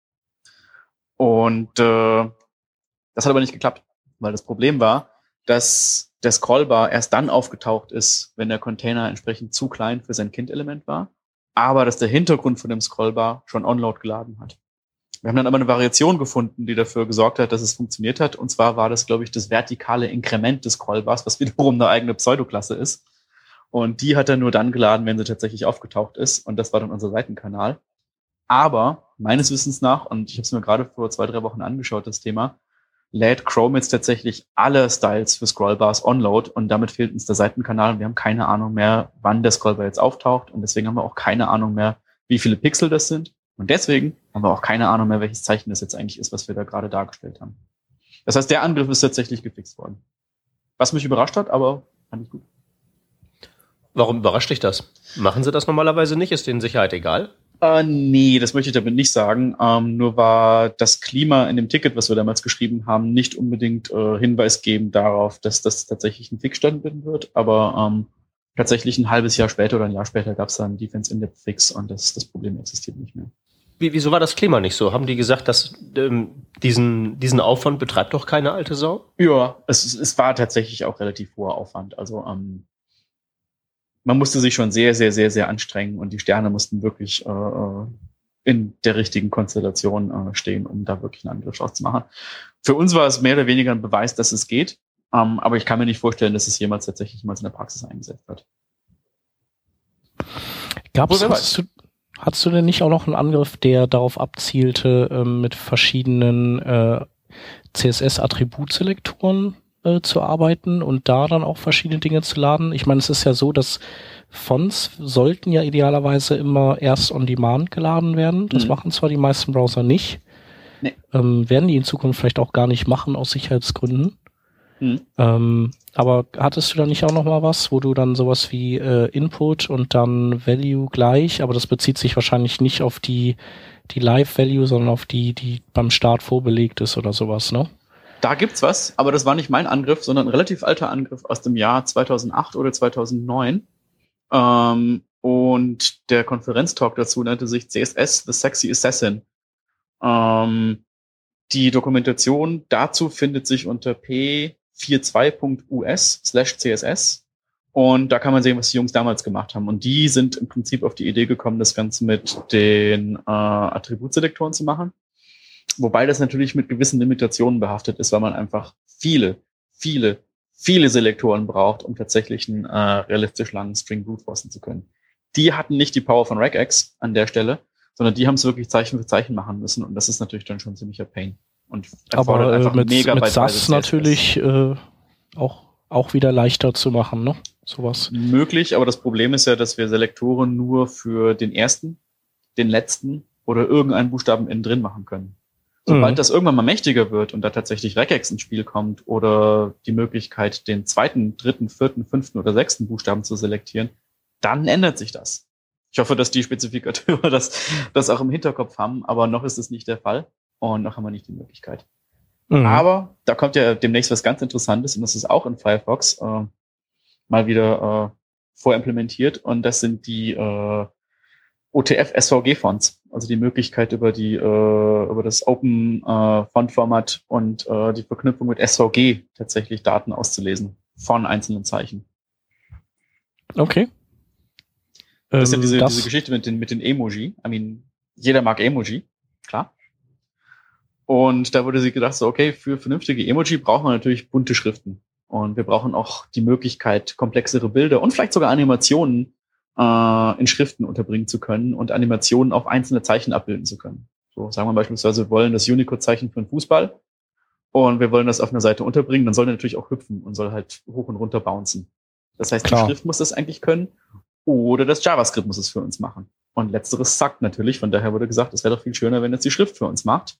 [SPEAKER 3] Und äh, das hat aber nicht geklappt, weil das Problem war, dass der Scrollbar erst dann aufgetaucht ist, wenn der Container entsprechend zu klein für sein Kind-Element war, aber dass der Hintergrund von dem Scrollbar schon onload geladen hat. Wir haben dann aber eine Variation gefunden, die dafür gesorgt hat, dass es funktioniert hat. Und zwar war das, glaube ich, das vertikale Inkrement des Scrollbars, was wiederum eine eigene Pseudoklasse ist. Und die hat er nur dann geladen, wenn sie tatsächlich aufgetaucht ist. Und das war dann unser Seitenkanal. Aber meines Wissens nach, und ich habe es mir gerade vor zwei, drei Wochen angeschaut, das Thema, lädt Chrome jetzt tatsächlich alle Styles für Scrollbars onload. Und damit fehlt uns der Seitenkanal. Und wir haben keine Ahnung mehr, wann der Scrollbar jetzt auftaucht. Und deswegen haben wir auch keine Ahnung mehr, wie viele Pixel das sind. Und deswegen haben wir auch keine Ahnung mehr, welches Zeichen das jetzt eigentlich ist, was wir da gerade dargestellt haben. Das heißt, der Angriff ist tatsächlich gefixt worden. Was mich überrascht hat, aber fand ich gut.
[SPEAKER 1] Warum überrascht dich das? Machen sie das normalerweise nicht? Ist denen Sicherheit egal?
[SPEAKER 3] Äh, nee, das möchte ich damit nicht sagen. Ähm, nur war das Klima in dem Ticket, was wir damals geschrieben haben, nicht unbedingt äh, hinweisgebend darauf, dass das tatsächlich ein Fix stattfinden wird. Aber ähm, tatsächlich ein halbes Jahr später oder ein Jahr später gab es dann einen Defense-In-Depth-Fix und das, das Problem existiert nicht mehr.
[SPEAKER 1] Wie, wieso war das Klima nicht so? Haben die gesagt, dass ähm, diesen, diesen Aufwand betreibt doch keine alte Sau?
[SPEAKER 3] Ja, es, es war tatsächlich auch relativ hoher Aufwand. Also ähm, man musste sich schon sehr, sehr, sehr, sehr anstrengen und die Sterne mussten wirklich äh, in der richtigen Konstellation äh, stehen, um da wirklich einen Angriff draus zu machen. Für uns war es mehr oder weniger ein Beweis, dass es geht. Ähm, aber ich kann mir nicht vorstellen, dass es jemals tatsächlich jemals in der Praxis eingesetzt hat.
[SPEAKER 2] Gab's, hast du, hast du denn nicht auch noch einen Angriff, der darauf abzielte, ähm, mit verschiedenen äh, C S S-Attributselektoren äh, zu arbeiten und da dann auch verschiedene Dinge zu laden? Ich meine, es ist ja so, dass Fonts sollten ja idealerweise immer erst on demand geladen werden. Das mhm. machen zwar die meisten Browser nicht. Nee. Ähm, werden die in Zukunft vielleicht auch gar nicht machen aus Sicherheitsgründen. Mhm. Ähm, aber hattest du da nicht auch noch mal was, wo du dann sowas wie äh, Input und dann Value gleich, aber das bezieht sich wahrscheinlich nicht auf die die Live-Value, sondern auf die, die beim Start vorbelegt ist oder sowas, ne?
[SPEAKER 3] Da gibt's was, aber das war nicht mein Angriff, sondern ein relativ alter Angriff aus dem Jahr zweitausendacht oder zweitausendneun. Ähm, und der Konferenztalk dazu nannte sich C S S The Sexy Assassin. Ähm, die Dokumentation dazu findet sich unter p vierundzwanzig Punkt U S slash C S S. Und da kann man sehen, was die Jungs damals gemacht haben. Und die sind im Prinzip auf die Idee gekommen, das Ganze mit den äh, Attributselektoren zu machen. Wobei das natürlich mit gewissen Limitationen behaftet ist, weil man einfach viele, viele, viele Selektoren braucht, um tatsächlich einen äh, realistisch langen String brute forcen zu können. Die hatten nicht die Power von regex an der Stelle, sondern die haben es wirklich Zeichen für Zeichen machen müssen. Und das ist natürlich dann schon ein ziemlicher Pain. Und
[SPEAKER 2] aber äh, mit, mit S A S natürlich äh, auch, auch wieder leichter zu machen, ne? Sowas.
[SPEAKER 3] Möglich, aber das Problem ist ja, dass wir Selektoren nur für den ersten, den letzten oder irgendeinen Buchstaben innen drin machen können. Sobald mhm. das irgendwann mal mächtiger wird und da tatsächlich regex ins Spiel kommt oder die Möglichkeit, den zweiten, dritten, vierten, fünften oder sechsten Buchstaben zu selektieren, dann ändert sich das. Ich hoffe, dass die Spezifikateure das, das auch im Hinterkopf haben, aber noch ist es nicht der Fall. Und noch haben wir nicht die Möglichkeit. Mhm. Aber da kommt ja demnächst was ganz Interessantes und das ist auch in Firefox äh, mal wieder äh, vorimplementiert und das sind die äh, O T F S V G-Fonts, also die Möglichkeit über die äh, über das Open äh, Font Format und äh, die Verknüpfung mit S V G tatsächlich Daten auszulesen von einzelnen Zeichen.
[SPEAKER 2] Okay.
[SPEAKER 3] Das ist ja diese, diese Geschichte mit den mit den Emoji. I mean, jeder mag Emoji, klar. Und da wurde sich gedacht, so, okay, für vernünftige Emoji brauchen wir natürlich bunte Schriften. Und wir brauchen auch die Möglichkeit, komplexere Bilder und vielleicht sogar Animationen äh, in Schriften unterbringen zu können und Animationen auf einzelne Zeichen abbilden zu können. So, sagen wir beispielsweise, wir wollen das Unicode-Zeichen für einen Fußball und wir wollen das auf einer Seite unterbringen, dann soll der natürlich auch hüpfen und soll halt hoch und runter bouncen. Das heißt, Klar. die Schrift muss das eigentlich können oder das JavaScript muss es für uns machen. Und letzteres sagt natürlich, von daher wurde gesagt, es wäre doch viel schöner, wenn es die Schrift für uns macht.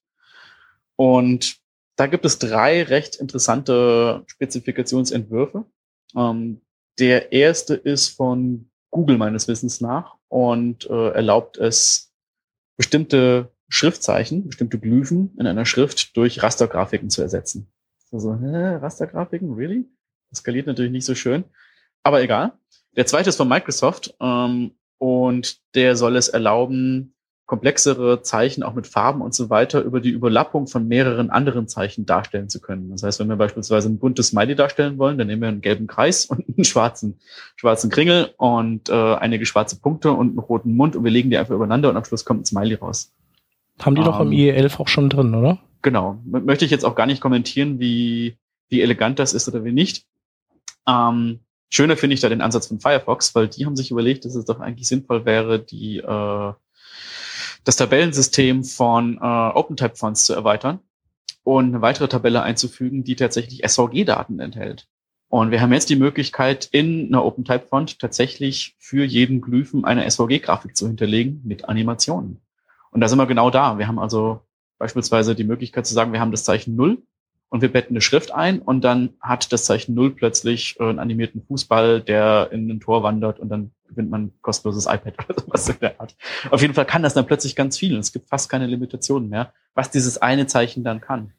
[SPEAKER 3] Und da gibt es drei recht interessante Spezifikationsentwürfe. Ähm, der erste ist von Google meines Wissens nach und äh, erlaubt es, bestimmte Schriftzeichen, bestimmte Glyphen in einer Schrift durch Rastergrafiken zu ersetzen. Also, hä, Rastergrafiken, really? Das skaliert natürlich nicht so schön, aber egal. Der zweite ist von Microsoft ähm, und der soll es erlauben, komplexere Zeichen auch mit Farben und so weiter über die Überlappung von mehreren anderen Zeichen darstellen zu können. Das heißt, wenn wir beispielsweise ein buntes Smiley darstellen wollen, dann nehmen wir einen gelben Kreis und einen schwarzen, schwarzen Kringel und äh, einige schwarze Punkte und einen roten Mund und wir legen die einfach übereinander und am Schluss kommt ein Smiley raus.
[SPEAKER 2] Haben die ähm, doch im I E elf auch schon drin, oder?
[SPEAKER 3] Genau. M- möchte ich jetzt auch gar nicht kommentieren, wie, wie elegant das ist oder wie nicht. Ähm, schöner finde ich da den Ansatz von Firefox, weil die haben sich überlegt, dass es doch eigentlich sinnvoll wäre, die äh, das Tabellensystem von äh, OpenType-Fonts zu erweitern und eine weitere Tabelle einzufügen, die tatsächlich S V G-Daten enthält. Und wir haben jetzt die Möglichkeit, in einer OpenType-Font tatsächlich für jeden Glyphen eine S V G-Grafik zu hinterlegen mit Animationen. Und da sind wir genau da. Wir haben also beispielsweise die Möglichkeit zu sagen, wir haben das Zeichen null und wir betten eine Schrift ein und dann hat das Zeichen null plötzlich äh, einen animierten Fußball, der in ein Tor wandert und dann gewinnt man ein kostenloses iPad oder sowas in der Art. Auf jeden Fall kann das dann plötzlich ganz viel und es gibt fast keine Limitationen mehr, was dieses eine Zeichen dann kann.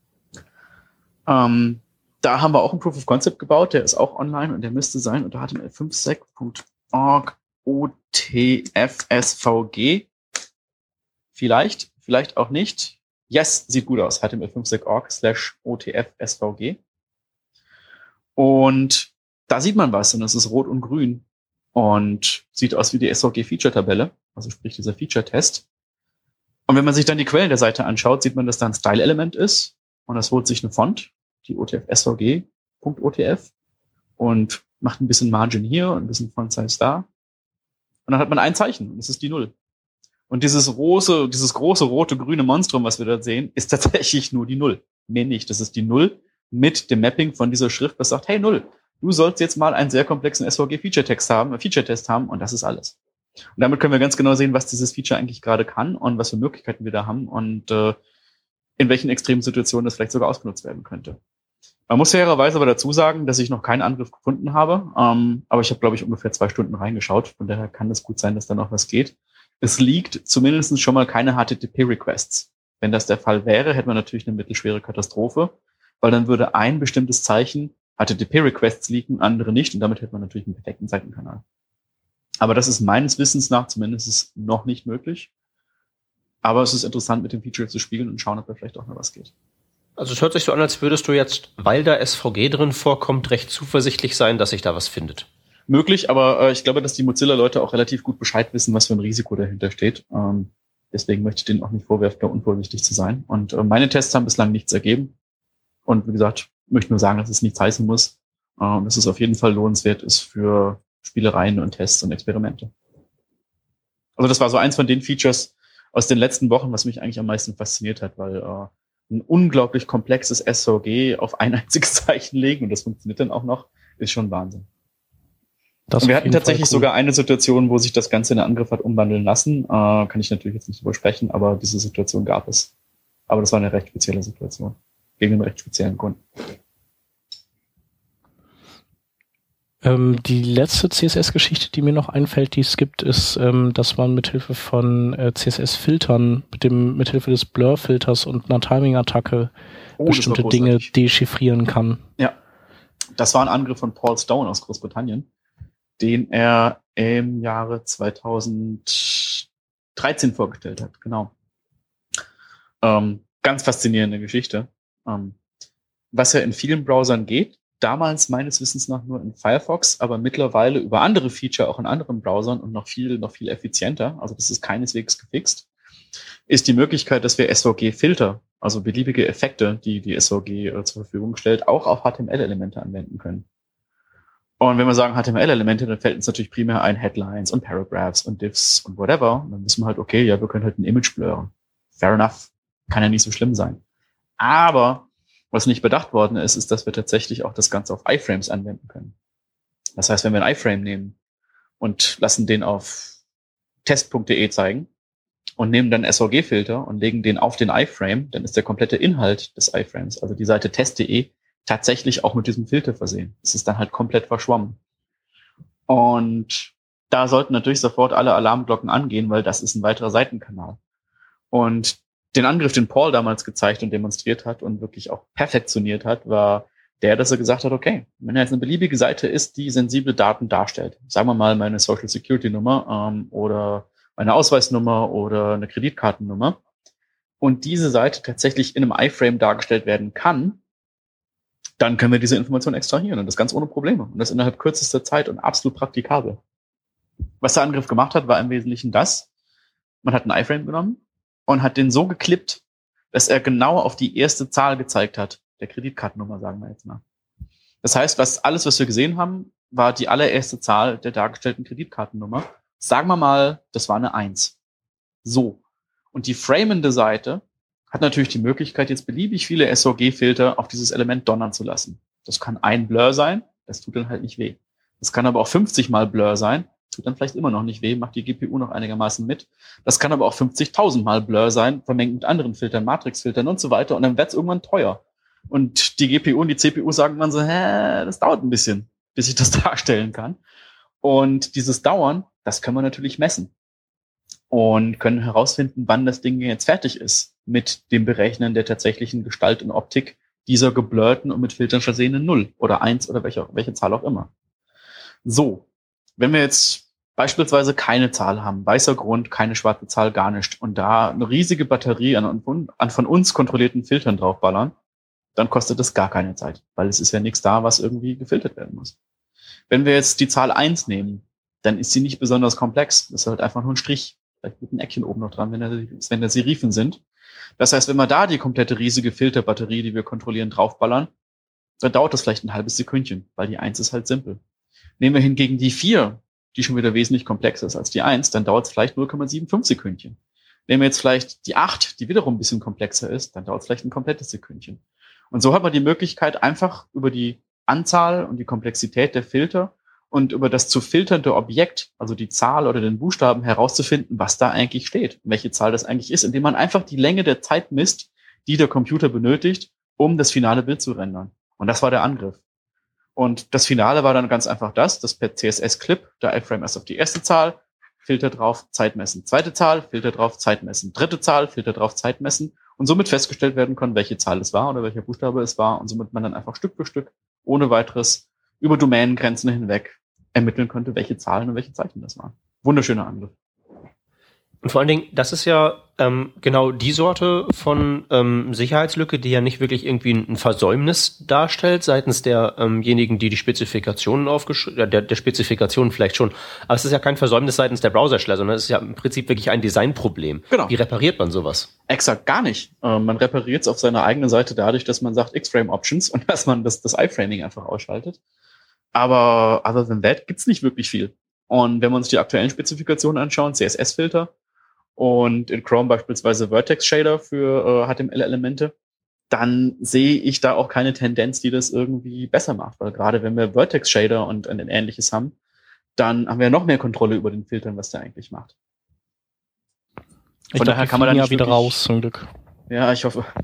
[SPEAKER 3] Ähm, da haben wir auch ein Proof of Concept gebaut, der ist auch online und der müsste sein unter h t m l fünf sec punkt org O T F S V G. Vielleicht, vielleicht auch nicht. Yes, sieht gut aus. h t m l fünf sec punkt org slash O T F S V G. Und da sieht man was und das ist rot und grün und sieht aus wie die S V G-Feature-Tabelle, also sprich dieser Feature-Test. Und wenn man sich dann die Quellen der Seite anschaut, sieht man, dass da ein Style-Element ist und das holt sich eine Font, die O T F S V G Punkt O T F und macht ein bisschen Margin hier und ein bisschen Font-Size da. Und dann hat man ein Zeichen und das ist die Null. Und dieses große, dieses große rote, grüne Monstrum, was wir da sehen, ist tatsächlich nur die Null. Nee, nicht. Das ist die Null mit dem Mapping von dieser Schrift, das sagt, hey Null, du sollst jetzt mal einen sehr komplexen S V G-Feature-Text haben, Feature-Test haben und das ist alles. Und damit können wir ganz genau sehen, was dieses Feature eigentlich gerade kann und was für Möglichkeiten wir da haben und äh, in welchen extremen Situationen das vielleicht sogar ausgenutzt werden könnte. Man muss fairerweise aber dazu sagen, dass ich noch keinen Angriff gefunden habe, ähm, aber ich habe, glaube ich, ungefähr zwei Stunden reingeschaut. Von daher kann es gut sein, dass da noch was geht. Es liegt zumindest schon mal keine H T T P-Requests. Wenn das der Fall wäre, hätte man natürlich eine mittelschwere Katastrophe, weil dann würde ein bestimmtes Zeichen H T T P-Requests leaken, andere nicht und damit hätte man natürlich einen perfekten Seitenkanal. Aber das ist meines Wissens nach zumindest noch nicht möglich. Aber es ist interessant, mit dem Feature zu spielen und schauen, ob da vielleicht auch noch was geht.
[SPEAKER 1] Also es hört sich so an, als würdest du jetzt, weil da S V G drin vorkommt, recht zuversichtlich sein, dass sich da was findet.
[SPEAKER 3] Möglich, aber äh, ich glaube, dass die Mozilla-Leute auch relativ gut Bescheid wissen, was für ein Risiko dahinter steht. Ähm, deswegen möchte ich denen auch nicht vorwerfen, da unvorsichtig zu sein. Und äh, meine Tests haben bislang nichts ergeben. Und wie gesagt, ich möchte nur sagen, dass es nichts heißen muss. Äh, und dass es auf jeden Fall lohnenswert ist für Spielereien und Tests und Experimente. Also das war so eins von den Features aus den letzten Wochen, was mich eigentlich am meisten fasziniert hat, weil äh, ein unglaublich komplexes S V G auf ein einziges Zeichen legen und das funktioniert dann auch noch, ist schon Wahnsinn. Und wir hatten tatsächlich cool. sogar eine Situation, wo sich das Ganze in einen Angriff hat umwandeln lassen. Äh, kann ich natürlich jetzt nicht drüber sprechen, aber diese Situation gab es. Aber das war eine recht spezielle Situation. Gegen einen recht speziellen Kunden.
[SPEAKER 2] Ähm, die letzte C S S-Geschichte, die mir noch einfällt, die es gibt, ist, ähm, dass man mithilfe von äh, C S S-Filtern, mit dem mithilfe des Blur-Filters und einer Timing-Attacke oh, bestimmte Dinge dechiffrieren kann.
[SPEAKER 3] Ja, das war ein Angriff von Paul Stone aus Großbritannien, den er im Jahre zweitausenddreizehn vorgestellt hat, genau. Ähm, ganz faszinierende Geschichte. Ähm, was ja in vielen Browsern geht, damals meines Wissens nach nur in Firefox, aber mittlerweile über andere Feature auch in anderen Browsern und noch viel, noch viel effizienter, also das ist keineswegs gefixt, ist die Möglichkeit, dass wir S V G-Filter, also beliebige Effekte, die die S V G äh, zur Verfügung stellt, auch auf H T M L-Elemente anwenden können. Und wenn wir sagen H T M L-Elemente, dann fällt uns natürlich primär ein Headlines und Paragraphs und Diffs und whatever. Und dann wissen wir halt, okay, ja, wir können halt ein Image blurren. Fair enough. Kann ja nicht so schlimm sein. Aber was nicht bedacht worden ist, ist, dass wir tatsächlich auch das Ganze auf iFrames anwenden können. Das heißt, wenn wir einen iFrame nehmen und lassen den auf test punkt de zeigen und nehmen dann S V G-Filter und legen den auf den iFrame, dann ist der komplette Inhalt des iFrames, also die Seite test punkt de, tatsächlich auch mit diesem Filter versehen. Es ist dann halt komplett verschwommen. Und da sollten natürlich sofort alle Alarmglocken angehen, weil das ist ein weiterer Seitenkanal. Und den Angriff, den Paul damals gezeigt und demonstriert hat und wirklich auch perfektioniert hat, war Der, dass er gesagt hat, okay, wenn jetzt eine beliebige Seite ist, die sensible Daten darstellt, sagen wir mal meine Social Security Nummer ähm, oder meine Ausweisnummer oder eine Kreditkartennummer, und diese Seite tatsächlich in einem iFrame dargestellt werden kann, dann können wir diese Information extrahieren und das ganz ohne Probleme und das innerhalb kürzester Zeit und absolut praktikabel. Was der Angriff gemacht hat, war im Wesentlichen das: Man hat einen iFrame genommen und hat den so geklippt, dass er genau auf die erste Zahl gezeigt hat, der Kreditkartennummer, sagen wir jetzt mal. Das heißt, was alles, was wir gesehen haben, war die allererste Zahl der dargestellten Kreditkartennummer. Sagen wir mal, das war eine eins. So. Und die framende Seite hat natürlich die Möglichkeit, jetzt beliebig viele S V G-Filter auf dieses Element donnern zu lassen. Das kann ein Blur sein, das tut dann halt nicht weh. Das kann aber auch fünfzig mal Blur sein, tut dann vielleicht immer noch nicht weh, macht die G P U noch einigermaßen mit. Das kann aber auch fünfzigtausend mal Blur sein, vermengt mit anderen Filtern, Matrixfiltern und so weiter. Und dann wird es irgendwann teuer. Und die G P U und die C P U sagen dann so, hä, das dauert ein bisschen, bis ich das darstellen kann. Und dieses Dauern, das können wir natürlich messen. Und können herausfinden, wann das Ding jetzt fertig ist mit dem Berechnen der tatsächlichen Gestalt und Optik dieser geblurrten und mit Filtern versehenen Null oder eins oder welche, welche Zahl auch immer. So, wenn wir jetzt beispielsweise keine Zahl haben, weißer Grund, keine schwarze Zahl, gar nicht, und da eine riesige Batterie an, an von uns kontrollierten Filtern draufballern, dann kostet das gar keine Zeit, weil es ist ja nichts da, was irgendwie gefiltert werden muss. Wenn wir jetzt die Zahl eins nehmen, dann ist sie nicht besonders komplex. Das ist halt einfach nur ein Strich. Vielleicht mit einem Eckchen oben noch dran, wenn da, wenn da Serifen sind. Das heißt, wenn wir da die komplette riesige Filterbatterie, die wir kontrollieren, draufballern, dann dauert das vielleicht ein halbes Sekündchen, weil die eins ist halt simpel. Nehmen wir hingegen die vier, die schon wieder wesentlich komplexer ist als die eins, dann dauert es vielleicht null Komma fünfundsiebzig Sekündchen. Nehmen wir jetzt vielleicht die acht, die wiederum ein bisschen komplexer ist, dann dauert es vielleicht ein komplettes Sekündchen. Und so hat man die Möglichkeit, einfach über die Anzahl und die Komplexität der Filter und über das zu filternde Objekt, also die Zahl oder den Buchstaben, herauszufinden, was da eigentlich steht, welche Zahl das eigentlich ist, indem man einfach die Länge der Zeit misst, die der Computer benötigt, um das finale Bild zu rendern. Und das war der Angriff. Und das Finale war dann ganz einfach das, dass per C S S-Clip der iFrame erst auf die erste Zahl, Filter drauf, Zeit messen. Zweite Zahl, Filter drauf, Zeit messen. Dritte Zahl, Filter drauf, Zeit messen. Und somit festgestellt werden kann, welche Zahl es war oder welcher Buchstabe es war. Und somit man dann einfach Stück für Stück, ohne weiteres, über Domänengrenzen hinweg ermitteln konnte, welche Zahlen und welche Zeichen das waren. Wunderschöner Angriff.
[SPEAKER 1] Und vor allen Dingen, das ist ja ähm, genau die Sorte von ähm, Sicherheitslücke, die ja nicht wirklich irgendwie ein Versäumnis darstellt seitens derjenigen, ähm die die Spezifikationen aufgeschrieben, der, der Spezifikationen vielleicht schon. Aber es ist ja kein Versäumnis seitens der Browsersteller, sondern es ist ja im Prinzip wirklich ein Designproblem.
[SPEAKER 3] Genau.
[SPEAKER 1] Wie repariert man sowas?
[SPEAKER 3] Exakt, gar nicht. Ähm, man repariert es auf seiner eigenen Seite dadurch, dass man sagt X-Frame Options und dass man das, das iFraming einfach ausschaltet. Aber other than that gibt's nicht wirklich viel. Und wenn wir uns die aktuellen Spezifikationen anschauen, C S S-Filter und in Chrome beispielsweise Vertex-Shader für äh, H T M L-Elemente, dann sehe ich da auch keine Tendenz, die das irgendwie besser macht. Weil gerade wenn wir Vertex-Shader und ein Ähnliches haben, dann haben wir noch mehr Kontrolle über den Filtern, was der eigentlich macht.
[SPEAKER 2] Von ich daher glaub, kann man da ja wieder raus, zum Glück.
[SPEAKER 3] Ja, ich hoffe.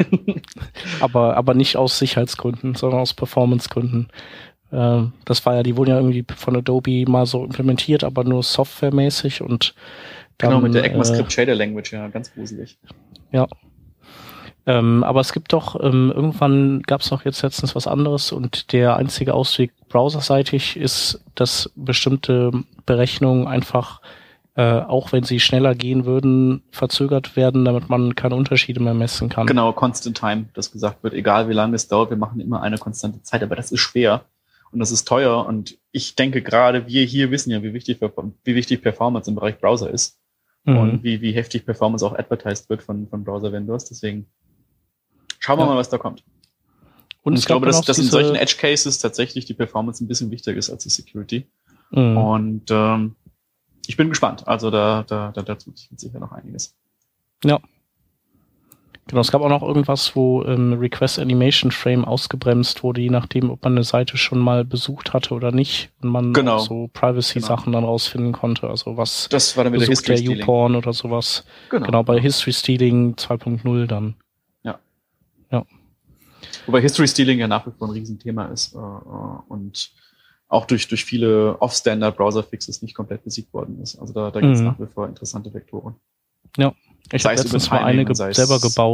[SPEAKER 2] aber, aber nicht aus Sicherheitsgründen, sondern aus Performancegründen. Das war ja, die wurden ja irgendwie von Adobe mal so implementiert, aber nur softwaremäßig und dann,
[SPEAKER 3] genau, mit der ECMAScript Shader Language, ja, ganz gruselig.
[SPEAKER 2] Ja. Ähm, aber es gibt doch, ähm, irgendwann gab es noch jetzt letztens was anderes und der einzige Ausweg browserseitig ist, dass bestimmte Berechnungen einfach, äh, auch wenn sie schneller gehen würden, verzögert werden, damit man keine Unterschiede mehr messen kann.
[SPEAKER 3] Genau, Constant Time, das gesagt wird, egal wie lange es dauert, wir machen immer eine konstante Zeit, aber das ist schwer. Und das ist teuer. Und ich denke gerade, wir hier wissen ja, wie wichtig, wie wichtig Performance im Bereich Browser ist. Mhm. Und wie, wie heftig Performance auch advertised wird von, von Browser-Vendors. Deswegen schauen wir ja. mal, was da kommt. Und, Und ich glaube, dass, dass in solchen Edge-Cases tatsächlich die Performance ein bisschen wichtiger ist als die Security. Mhm. Und ähm, ich bin gespannt. Also da, da, da, da tut sich sicher noch einiges.
[SPEAKER 2] Ja. Genau, es gab auch noch irgendwas, wo ähm, Request Animation Frame ausgebremst wurde, je nachdem, ob man eine Seite schon mal besucht hatte oder nicht. Und man
[SPEAKER 3] genau.
[SPEAKER 2] auch so Privacy-Sachen genau. dann rausfinden konnte. Also was
[SPEAKER 3] das war dann wieder
[SPEAKER 2] besucht der YouPorn oder sowas. Genau, genau bei History Stealing zwei Punkt null dann.
[SPEAKER 3] Ja.
[SPEAKER 2] Ja.
[SPEAKER 3] Wobei History Stealing ja nach wie vor ein Riesenthema ist äh, und auch durch durch viele Off-Standard-Browser-Fixes nicht komplett besiegt worden ist. Also da, da gibt es mhm. nach wie vor interessante Vektoren.
[SPEAKER 2] Ja. Ich habe letztens mal eine ge- selber gebaut,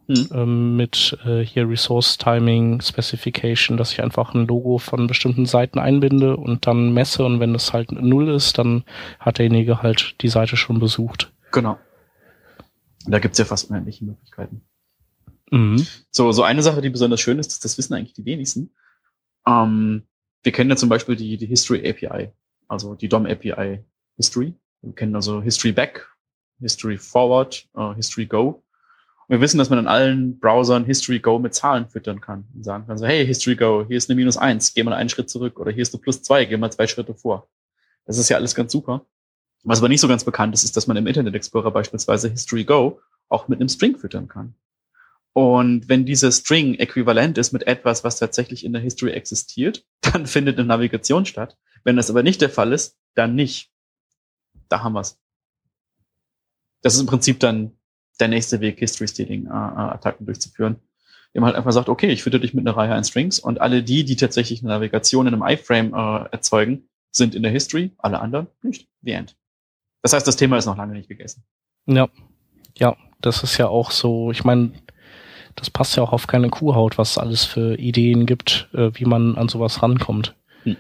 [SPEAKER 2] hm. ähm, mit äh, hier Resource Timing Specification, dass ich einfach ein Logo von bestimmten Seiten einbinde und dann messe und wenn das halt null ist, dann hat derjenige halt die Seite schon besucht.
[SPEAKER 3] Genau. Da gibt's ja fast unendliche Möglichkeiten.
[SPEAKER 2] Mhm.
[SPEAKER 3] So, so eine Sache, die besonders schön ist, das, das wissen eigentlich die wenigsten. Ähm, wir kennen ja zum Beispiel die, die History A P I, also die D O M A P I History. Wir kennen also History Back, History Forward, uh, History Go. Und wir wissen, dass man in allen Browsern History Go mit Zahlen füttern kann und sagen kann so, hey, History Go, hier ist eine minus eins, geh mal einen Schritt zurück, oder hier ist eine plus zwei, geh mal zwei Schritte vor. Das ist ja alles ganz super. Was aber nicht so ganz bekannt ist, ist, dass man im Internet Explorer beispielsweise History Go auch mit einem String füttern kann. Und wenn dieser String äquivalent ist mit etwas, was tatsächlich in der History existiert, dann findet eine Navigation statt. Wenn das aber nicht der Fall ist, dann nicht. Da haben wir's. Das ist im Prinzip dann der nächste Weg, History-Stealing-Attacken durchzuführen. Indem man halt einfach sagt, okay, ich fütter dich mit einer Reihe an Strings und alle die, die tatsächlich eine Navigation in einem iframe äh, erzeugen, sind in der History, alle anderen nicht. The end. Das heißt, das Thema ist noch lange nicht gegessen.
[SPEAKER 2] Ja, ja, das ist ja auch so, ich meine, das passt ja auch auf keine Kuhhaut, was es alles für Ideen gibt, äh, wie man an sowas rankommt. Hm.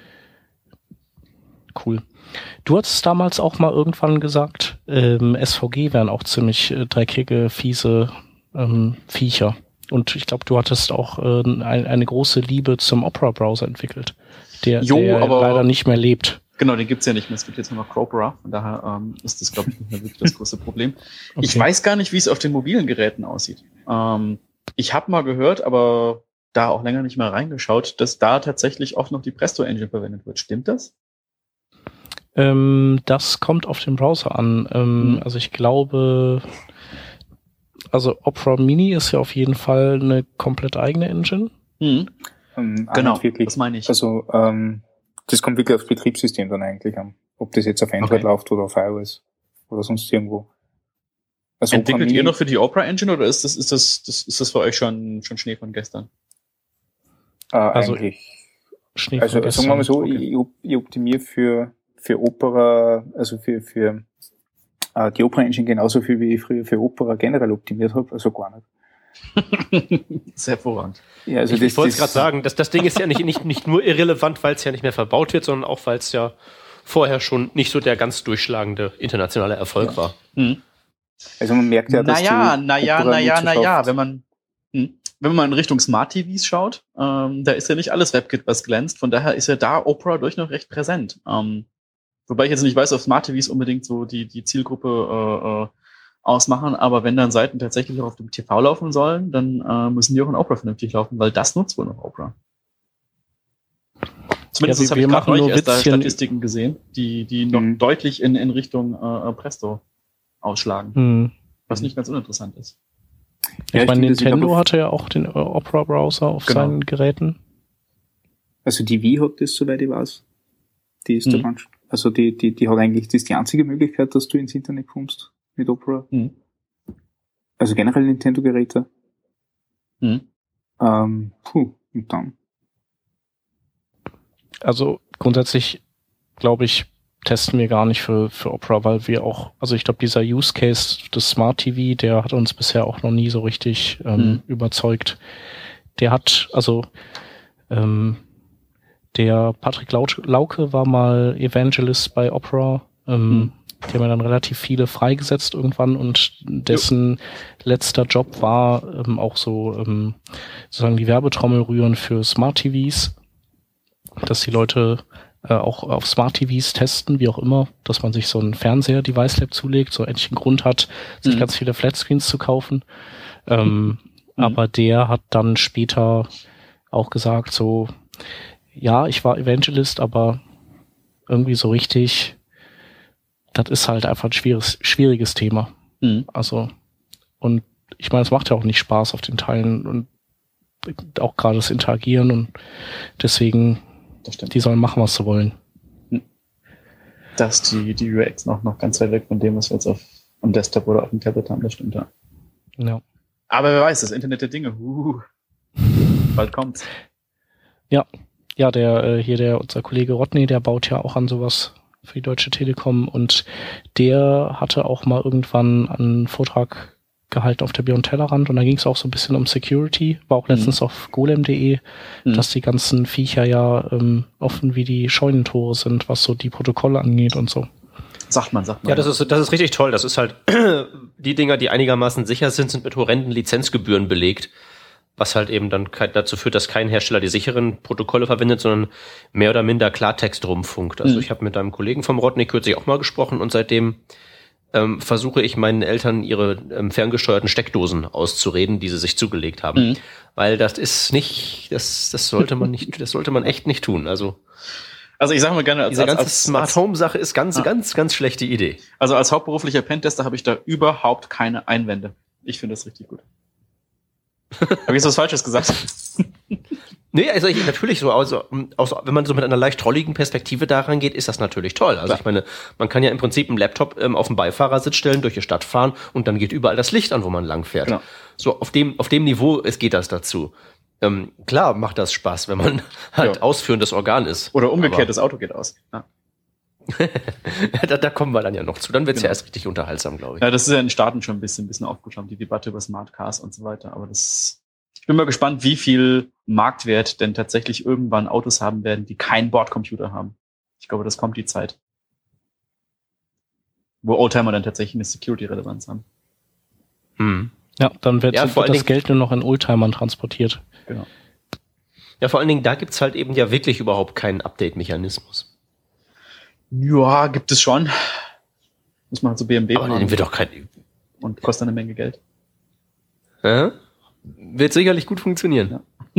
[SPEAKER 2] Cool. Du hattest damals auch mal irgendwann gesagt, ähm, S V G wären auch ziemlich äh, dreckige, fiese ähm, Viecher. Und ich glaube, du hattest auch äh, ein, eine große Liebe zum Opera-Browser entwickelt, der,
[SPEAKER 3] jo,
[SPEAKER 2] der
[SPEAKER 3] aber
[SPEAKER 2] leider nicht mehr lebt.
[SPEAKER 3] Genau, den gibt's ja nicht mehr. Es gibt jetzt nur noch Cropera. Von daher ähm, ist das, glaube ich, nicht mehr wirklich das große Problem. Okay. Ich weiß gar nicht, wie es auf den mobilen Geräten aussieht. Ähm, ich habe mal gehört, aber da auch länger nicht mehr reingeschaut, dass da tatsächlich oft noch die Presto-Engine verwendet wird. Stimmt das?
[SPEAKER 2] Ähm, das kommt auf den Browser an. Ähm, mhm. Also ich glaube, also Opera Mini ist ja auf jeden Fall eine komplett eigene Engine.
[SPEAKER 3] Mhm.
[SPEAKER 4] Ähm,
[SPEAKER 3] genau,
[SPEAKER 4] wirklich.
[SPEAKER 3] das meine ich.
[SPEAKER 4] Also ähm, das kommt wirklich aufs Betriebssystem dann eigentlich an. Ob das jetzt auf Android okay. läuft oder auf iOS oder sonst irgendwo.
[SPEAKER 3] Also entwickelt ihr noch für die Opera Engine oder ist das, ist das, das, ist das für euch schon, schon Schnee von gestern?
[SPEAKER 4] Äh, also eigentlich. Schnee also, von sagen wir mal so, okay. ich, ich optimiere für, für Opera, also für, für äh, die Opera Engine genauso viel, wie ich früher für Opera generell optimiert habe, also gar nicht.
[SPEAKER 3] Sehr hervorragend.
[SPEAKER 1] Ja, also ich ich wollte es gerade sagen, dass das Ding ist ja nicht, nicht, nicht nur irrelevant, weil es ja nicht mehr verbaut wird, sondern auch, weil es ja vorher schon nicht so der ganz durchschlagende internationale Erfolg ja. war.
[SPEAKER 3] Hm.
[SPEAKER 4] Also man merkt ja, dass
[SPEAKER 3] naja, naja, naja, naja, wenn man hm, wenn man mal in Richtung Smart T Vs schaut, ähm, da ist ja nicht alles WebKit, was glänzt. Von daher ist ja da Opera durch noch recht präsent. Ähm, wobei ich jetzt nicht weiß, ob Smart T Vs unbedingt so die die Zielgruppe äh, äh, ausmachen, aber wenn dann Seiten tatsächlich auch auf dem T V laufen sollen, dann äh, müssen die auch in Opera vernünftig laufen, weil das nutzt wohl noch Opera. Zumindest ja, habe ich gerade neulich erst da Statistiken gesehen, die die noch mhm. deutlich in in Richtung äh, Presto ausschlagen.
[SPEAKER 2] Mhm.
[SPEAKER 3] Was nicht ganz uninteressant ist.
[SPEAKER 2] Ja, ich meine, Nintendo hatte ja auch den Opera-Browser auf genau. seinen Geräten.
[SPEAKER 4] Also die Wii hat das, soweit ich weiß. Die ist mhm. da ganz, also die, die, die hat eigentlich, das ist die einzige Möglichkeit, dass du ins Internet kommst mit Opera.
[SPEAKER 3] Mhm.
[SPEAKER 4] Also generell Nintendo-Geräte.
[SPEAKER 3] Mhm.
[SPEAKER 4] Ähm, puh, und dann.
[SPEAKER 2] Also grundsätzlich, glaube ich, testen wir gar nicht für, für Opera, weil wir auch, also ich glaube, dieser Use Case des Smart T V, der hat uns bisher auch noch nie so richtig ähm, mhm. überzeugt. Der hat, also ähm, der Patrick Lauke war mal Evangelist bei Opera, ähm, mhm. die haben ja dann relativ viele freigesetzt irgendwann und dessen jo. letzter Job war ähm, auch so ähm, sozusagen die Werbetrommel rühren für Smart T Vs, dass die Leute äh, auch auf Smart T Vs testen, wie auch immer, dass man sich so einen Fernseher-Device Lab zulegt, so endlich einen Grund hat, sich mhm. ganz viele Flatscreens zu kaufen. Ähm, mhm. Aber der hat dann später auch gesagt, so, ja, ich war Evangelist, aber irgendwie so richtig, das ist halt einfach ein schwieriges, schwieriges Thema.
[SPEAKER 3] Mhm.
[SPEAKER 2] Also, und ich meine, es macht ja auch nicht Spaß auf den Teilen und auch gerade das Interagieren und deswegen, die sollen machen, was sie wollen.
[SPEAKER 3] Da ist die, die U X noch, noch ganz weit weg von dem, was wir jetzt auf dem Desktop oder auf dem Tablet haben, das stimmt, ja.
[SPEAKER 2] Ja.
[SPEAKER 3] Aber wer weiß, das Internet der Dinge, uh, bald kommt's.
[SPEAKER 2] Ja, ja, der, äh, hier der, unser Kollege Rodney, der baut ja auch an sowas für die Deutsche Telekom und der hatte auch mal irgendwann einen Vortrag gehalten auf der Beyond Tellerrand und da ging es auch so ein bisschen um Security, war auch letztens mhm. auf golem punkt de, mhm. dass die ganzen Viecher ja ähm, offen wie die Scheunentore sind, was so die Protokolle angeht und so.
[SPEAKER 3] Sagt man, sagt man.
[SPEAKER 1] Ja, das ist, das ist richtig toll. Das ist halt, die Dinger, die einigermaßen sicher sind, sind mit horrenden Lizenzgebühren belegt. Was halt eben dann dazu führt, dass kein Hersteller die sicheren Protokolle verwendet, sondern mehr oder minder Klartext rumfunkt. Also mhm. ich habe mit einem Kollegen vom Rodney kürzlich auch mal gesprochen und seitdem ähm, versuche ich meinen Eltern ihre ähm, ferngesteuerten Steckdosen auszureden, die sie sich zugelegt haben. Mhm. Weil das ist nicht, das, das sollte man nicht, das sollte man echt nicht tun. Also
[SPEAKER 3] Also ich sage mal gerne, als,
[SPEAKER 1] diese ganze
[SPEAKER 3] als,
[SPEAKER 1] Smart
[SPEAKER 3] als,
[SPEAKER 1] Home Sache ist ganz, ah. ganz, ganz schlechte Idee.
[SPEAKER 3] Also als hauptberuflicher Pentester habe ich da überhaupt keine Einwände. Ich finde das richtig gut. Habe ich jetzt was Falsches gesagt?
[SPEAKER 1] Nee, also ich, natürlich so, also, also wenn man so mit einer leicht trolligen Perspektive daran geht, ist das natürlich toll. Also Klar. ich meine, man kann ja im Prinzip einen Laptop ähm, auf den Beifahrersitz stellen, durch die Stadt fahren und dann geht überall das Licht an, wo man lang fährt. Genau. So auf dem auf dem Niveau es geht das dazu. Ähm, klar macht das Spaß, wenn man halt ja. ausführendes Organ ist.
[SPEAKER 3] Oder umgekehrt, Aber das Auto geht aus. Ja.
[SPEAKER 1] da, da kommen wir dann ja noch zu. Dann wird's genau. ja erst richtig unterhaltsam, glaube ich.
[SPEAKER 3] Ja, das ist ja in den Staaten schon ein bisschen, ein bisschen aufgeschäumt, die Debatte über Smart Cars und so weiter. Aber das, ich bin mal gespannt, wie viel Marktwert denn tatsächlich irgendwann Autos haben werden, die keinen Bordcomputer haben. Ich glaube, das kommt die Zeit. Wo Oldtimer dann tatsächlich eine Security-Relevanz haben.
[SPEAKER 2] Hm. Ja, dann wird, ja, wird das Geld nur noch in Oldtimern transportiert.
[SPEAKER 3] Genau.
[SPEAKER 1] Ja, vor allen Dingen, da gibt's halt eben ja wirklich überhaupt keinen Update-Mechanismus.
[SPEAKER 3] Ja, gibt es schon. Muss man halt so B M W
[SPEAKER 1] Aber nehmen wir doch kein...
[SPEAKER 3] Und kostet eine Menge Geld.
[SPEAKER 1] Ja? Wird sicherlich gut funktionieren.
[SPEAKER 2] Ja.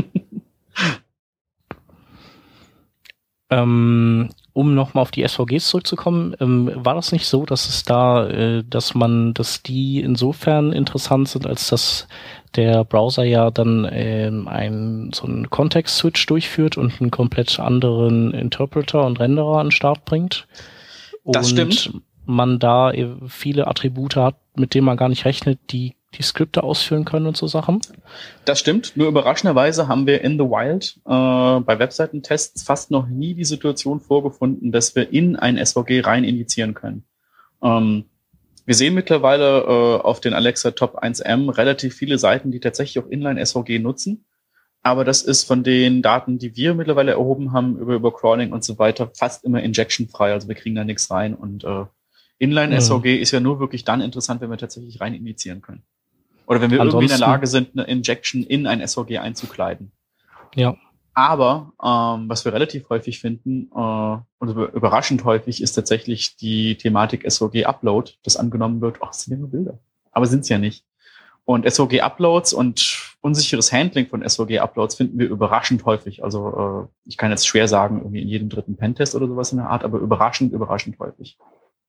[SPEAKER 2] ähm, um nochmal auf die S V Gs zurückzukommen, ähm, war das nicht so, dass es da, äh, dass man, dass die insofern interessant sind, als dass der Browser ja dann ähm, einen so einen Kontext-Switch durchführt und einen komplett anderen Interpreter und Renderer an den Start bringt.
[SPEAKER 3] Das
[SPEAKER 2] und
[SPEAKER 3] stimmt.
[SPEAKER 2] Man da viele Attribute hat, mit denen man gar nicht rechnet, die die Skripte ausführen können und so Sachen.
[SPEAKER 3] Das stimmt. Nur überraschenderweise haben wir in the Wild äh, bei Webseitentests fast noch nie die Situation vorgefunden, dass wir in ein S V G rein injizieren können. Ähm, Wir sehen mittlerweile äh, auf den Alexa Top eins M relativ viele Seiten, die tatsächlich auch Inline-S V G nutzen. Aber das ist von den Daten, die wir mittlerweile erhoben haben, über, über Crawling und so weiter, fast immer injection-frei. Also wir kriegen da nichts rein. Und äh, Inline-S V G mhm. ist ja nur wirklich dann interessant, wenn wir tatsächlich rein injizieren können. Oder wenn wir Ansonsten, irgendwie in der Lage sind, eine Injection in ein S V G einzukleiden.
[SPEAKER 2] Ja.
[SPEAKER 3] Aber ähm, was wir relativ häufig finden, äh, und überraschend häufig, ist tatsächlich die Thematik S V G-Upload, das angenommen wird, ach, das sind ja nur Bilder. Aber sind es ja nicht. Und S V G-Uploads und unsicheres Handling von S V G-Uploads finden wir überraschend häufig. Also äh, ich kann jetzt schwer sagen, irgendwie in jedem dritten Pentest oder sowas in der Art, aber überraschend, überraschend häufig.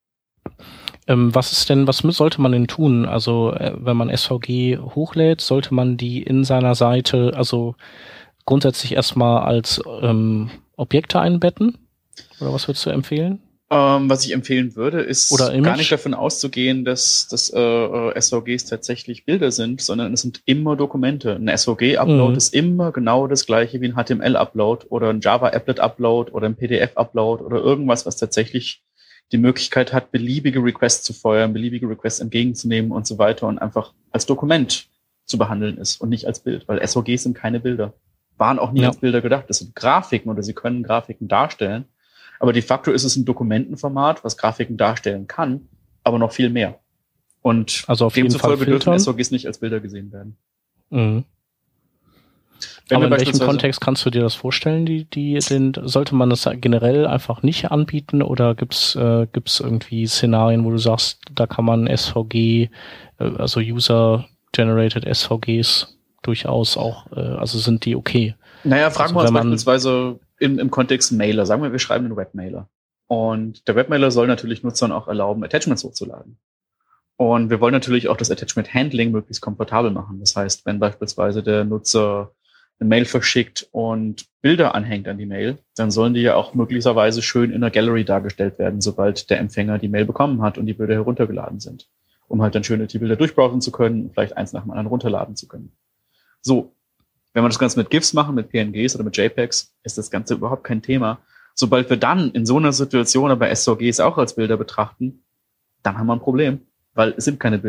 [SPEAKER 2] Ähm, was ist denn, was sollte man denn tun? Also äh, wenn man S V G hochlädt, sollte man die in seiner Seite, also grundsätzlich erstmal als ähm, Objekte einbetten? Oder was würdest du empfehlen?
[SPEAKER 3] Ähm, was ich empfehlen würde, ist
[SPEAKER 2] Oder
[SPEAKER 3] gar nicht davon auszugehen, dass, dass äh, S V Gs tatsächlich Bilder sind, sondern es sind immer Dokumente. Ein S V G-Upload mhm. ist immer genau das gleiche wie ein H T M L-Upload oder ein Java-Applet-Upload oder ein P D F-Upload oder irgendwas, was tatsächlich die Möglichkeit hat, beliebige Requests zu feuern, beliebige Requests entgegenzunehmen und so weiter und einfach als Dokument zu behandeln ist und nicht als Bild, weil S V Gs sind keine Bilder. Waren auch nie ja. als Bilder gedacht. Das sind Grafiken oder sie können Grafiken darstellen. Aber de facto ist es ein Dokumentenformat, was Grafiken darstellen kann, aber noch viel mehr. Und
[SPEAKER 2] also auf jeden Fall
[SPEAKER 3] dürfen S V Gs nicht als Bilder gesehen werden.
[SPEAKER 2] Mhm. Wenn aber in welchem Kontext kannst du dir das vorstellen? Die, die, den, sollte man das generell einfach nicht anbieten oder gibt's äh, gibt's irgendwie Szenarien, wo du sagst, da kann man S V G, äh, also User-Generated S V Gs durchaus auch, äh, also sind die okay?
[SPEAKER 3] Naja, fragen also, wir uns beispielsweise im, im Kontext Mailer. Sagen wir, wir schreiben einen Webmailer. Und der Webmailer soll natürlich Nutzern auch erlauben, Attachments hochzuladen. Und wir wollen natürlich auch das Attachment Handling möglichst komfortabel machen. Das heißt, wenn beispielsweise der Nutzer eine Mail verschickt und Bilder anhängt an die Mail, dann sollen die ja auch möglicherweise schön in der Gallery dargestellt werden, sobald der Empfänger die Mail bekommen hat und die Bilder heruntergeladen sind. Um halt dann schön die Bilder durchbrowsen zu können und vielleicht eins nach dem anderen runterladen zu können. So, wenn wir das Ganze mit GIFs machen, mit P N Gs oder mit JPEGs, ist das Ganze überhaupt kein Thema. Sobald wir dann in so einer Situation aber S V Gs auch als Bilder betrachten, dann haben wir ein Problem, weil es sind keine Bilder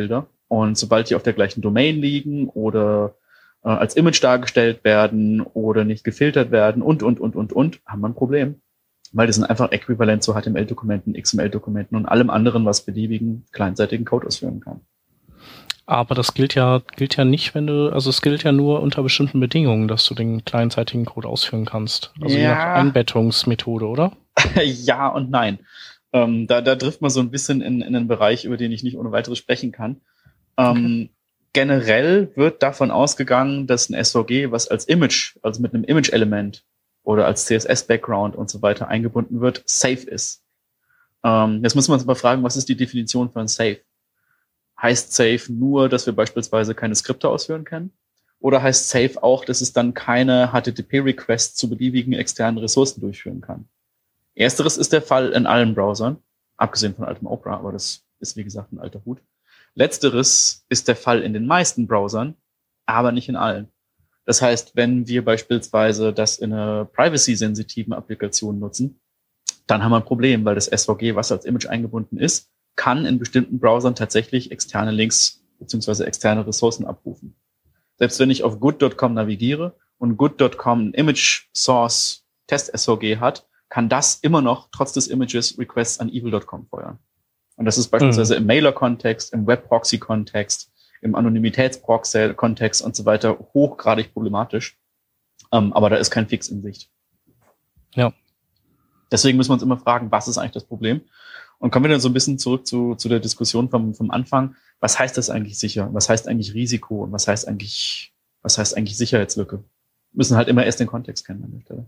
[SPEAKER 3] Und sobald die auf der gleichen Domain liegen oder äh, als Image dargestellt werden oder nicht gefiltert werden und, und, und, und, und, haben wir ein Problem. Weil das sind einfach äquivalent zu H T M L-Dokumenten, X M L-Dokumenten und allem anderen, was beliebigen kleinseitigen Code ausführen kann.
[SPEAKER 2] Aber das gilt ja, gilt ja nicht, wenn du, also es gilt ja nur unter bestimmten Bedingungen, dass du den kleinseitigen Code ausführen kannst. Also
[SPEAKER 3] ja.
[SPEAKER 2] je nach Einbettungsmethode, oder?
[SPEAKER 3] Ja und nein. Ähm, da, da trifft man so ein bisschen in, in einen Bereich, über den ich nicht ohne weiteres sprechen kann. Ähm, okay. Generell wird davon ausgegangen, dass ein S V G, was als Image, also mit einem Image-Element oder als C S S-Background und so weiter eingebunden wird, safe ist. Ähm, jetzt muss man uns mal fragen, was ist die Definition von safe? Heißt safe nur, dass wir beispielsweise keine Skripte ausführen können? Oder heißt safe auch, dass es dann keine H T T P-Requests zu beliebigen externen Ressourcen durchführen kann? Ersteres ist der Fall in allen Browsern, abgesehen von altem Opera, aber das ist wie gesagt ein alter Hut. Letzteres ist der Fall in den meisten Browsern, aber nicht in allen. Das heißt, wenn wir beispielsweise das in einer privacy-sensitiven Applikation nutzen, dann haben wir ein Problem, weil das S V G, was als Image eingebunden ist, kann in bestimmten Browsern tatsächlich externe Links bzw. externe Ressourcen abrufen. Selbst wenn ich auf good Punkt com navigiere und good Punkt com ein Image Source Test S V G hat, kann das immer noch trotz des Images Requests an evil Punkt com feuern. Und das ist beispielsweise mhm. im Mailer-Kontext, im Web-Proxy-Kontext, im Anonymitäts-Proxy-Kontext und so weiter hochgradig problematisch. Ähm, aber da ist kein Fix in Sicht.
[SPEAKER 2] Ja.
[SPEAKER 3] Deswegen müssen wir uns immer fragen, was ist eigentlich das Problem? Und kommen wir dann so ein bisschen zurück zu, zu der Diskussion vom, vom Anfang. Was heißt das eigentlich sicher? Was heißt eigentlich Risiko? Und was heißt eigentlich, was heißt eigentlich Sicherheitslücke? Wir müssen halt immer erst den Kontext kennen an der Stelle.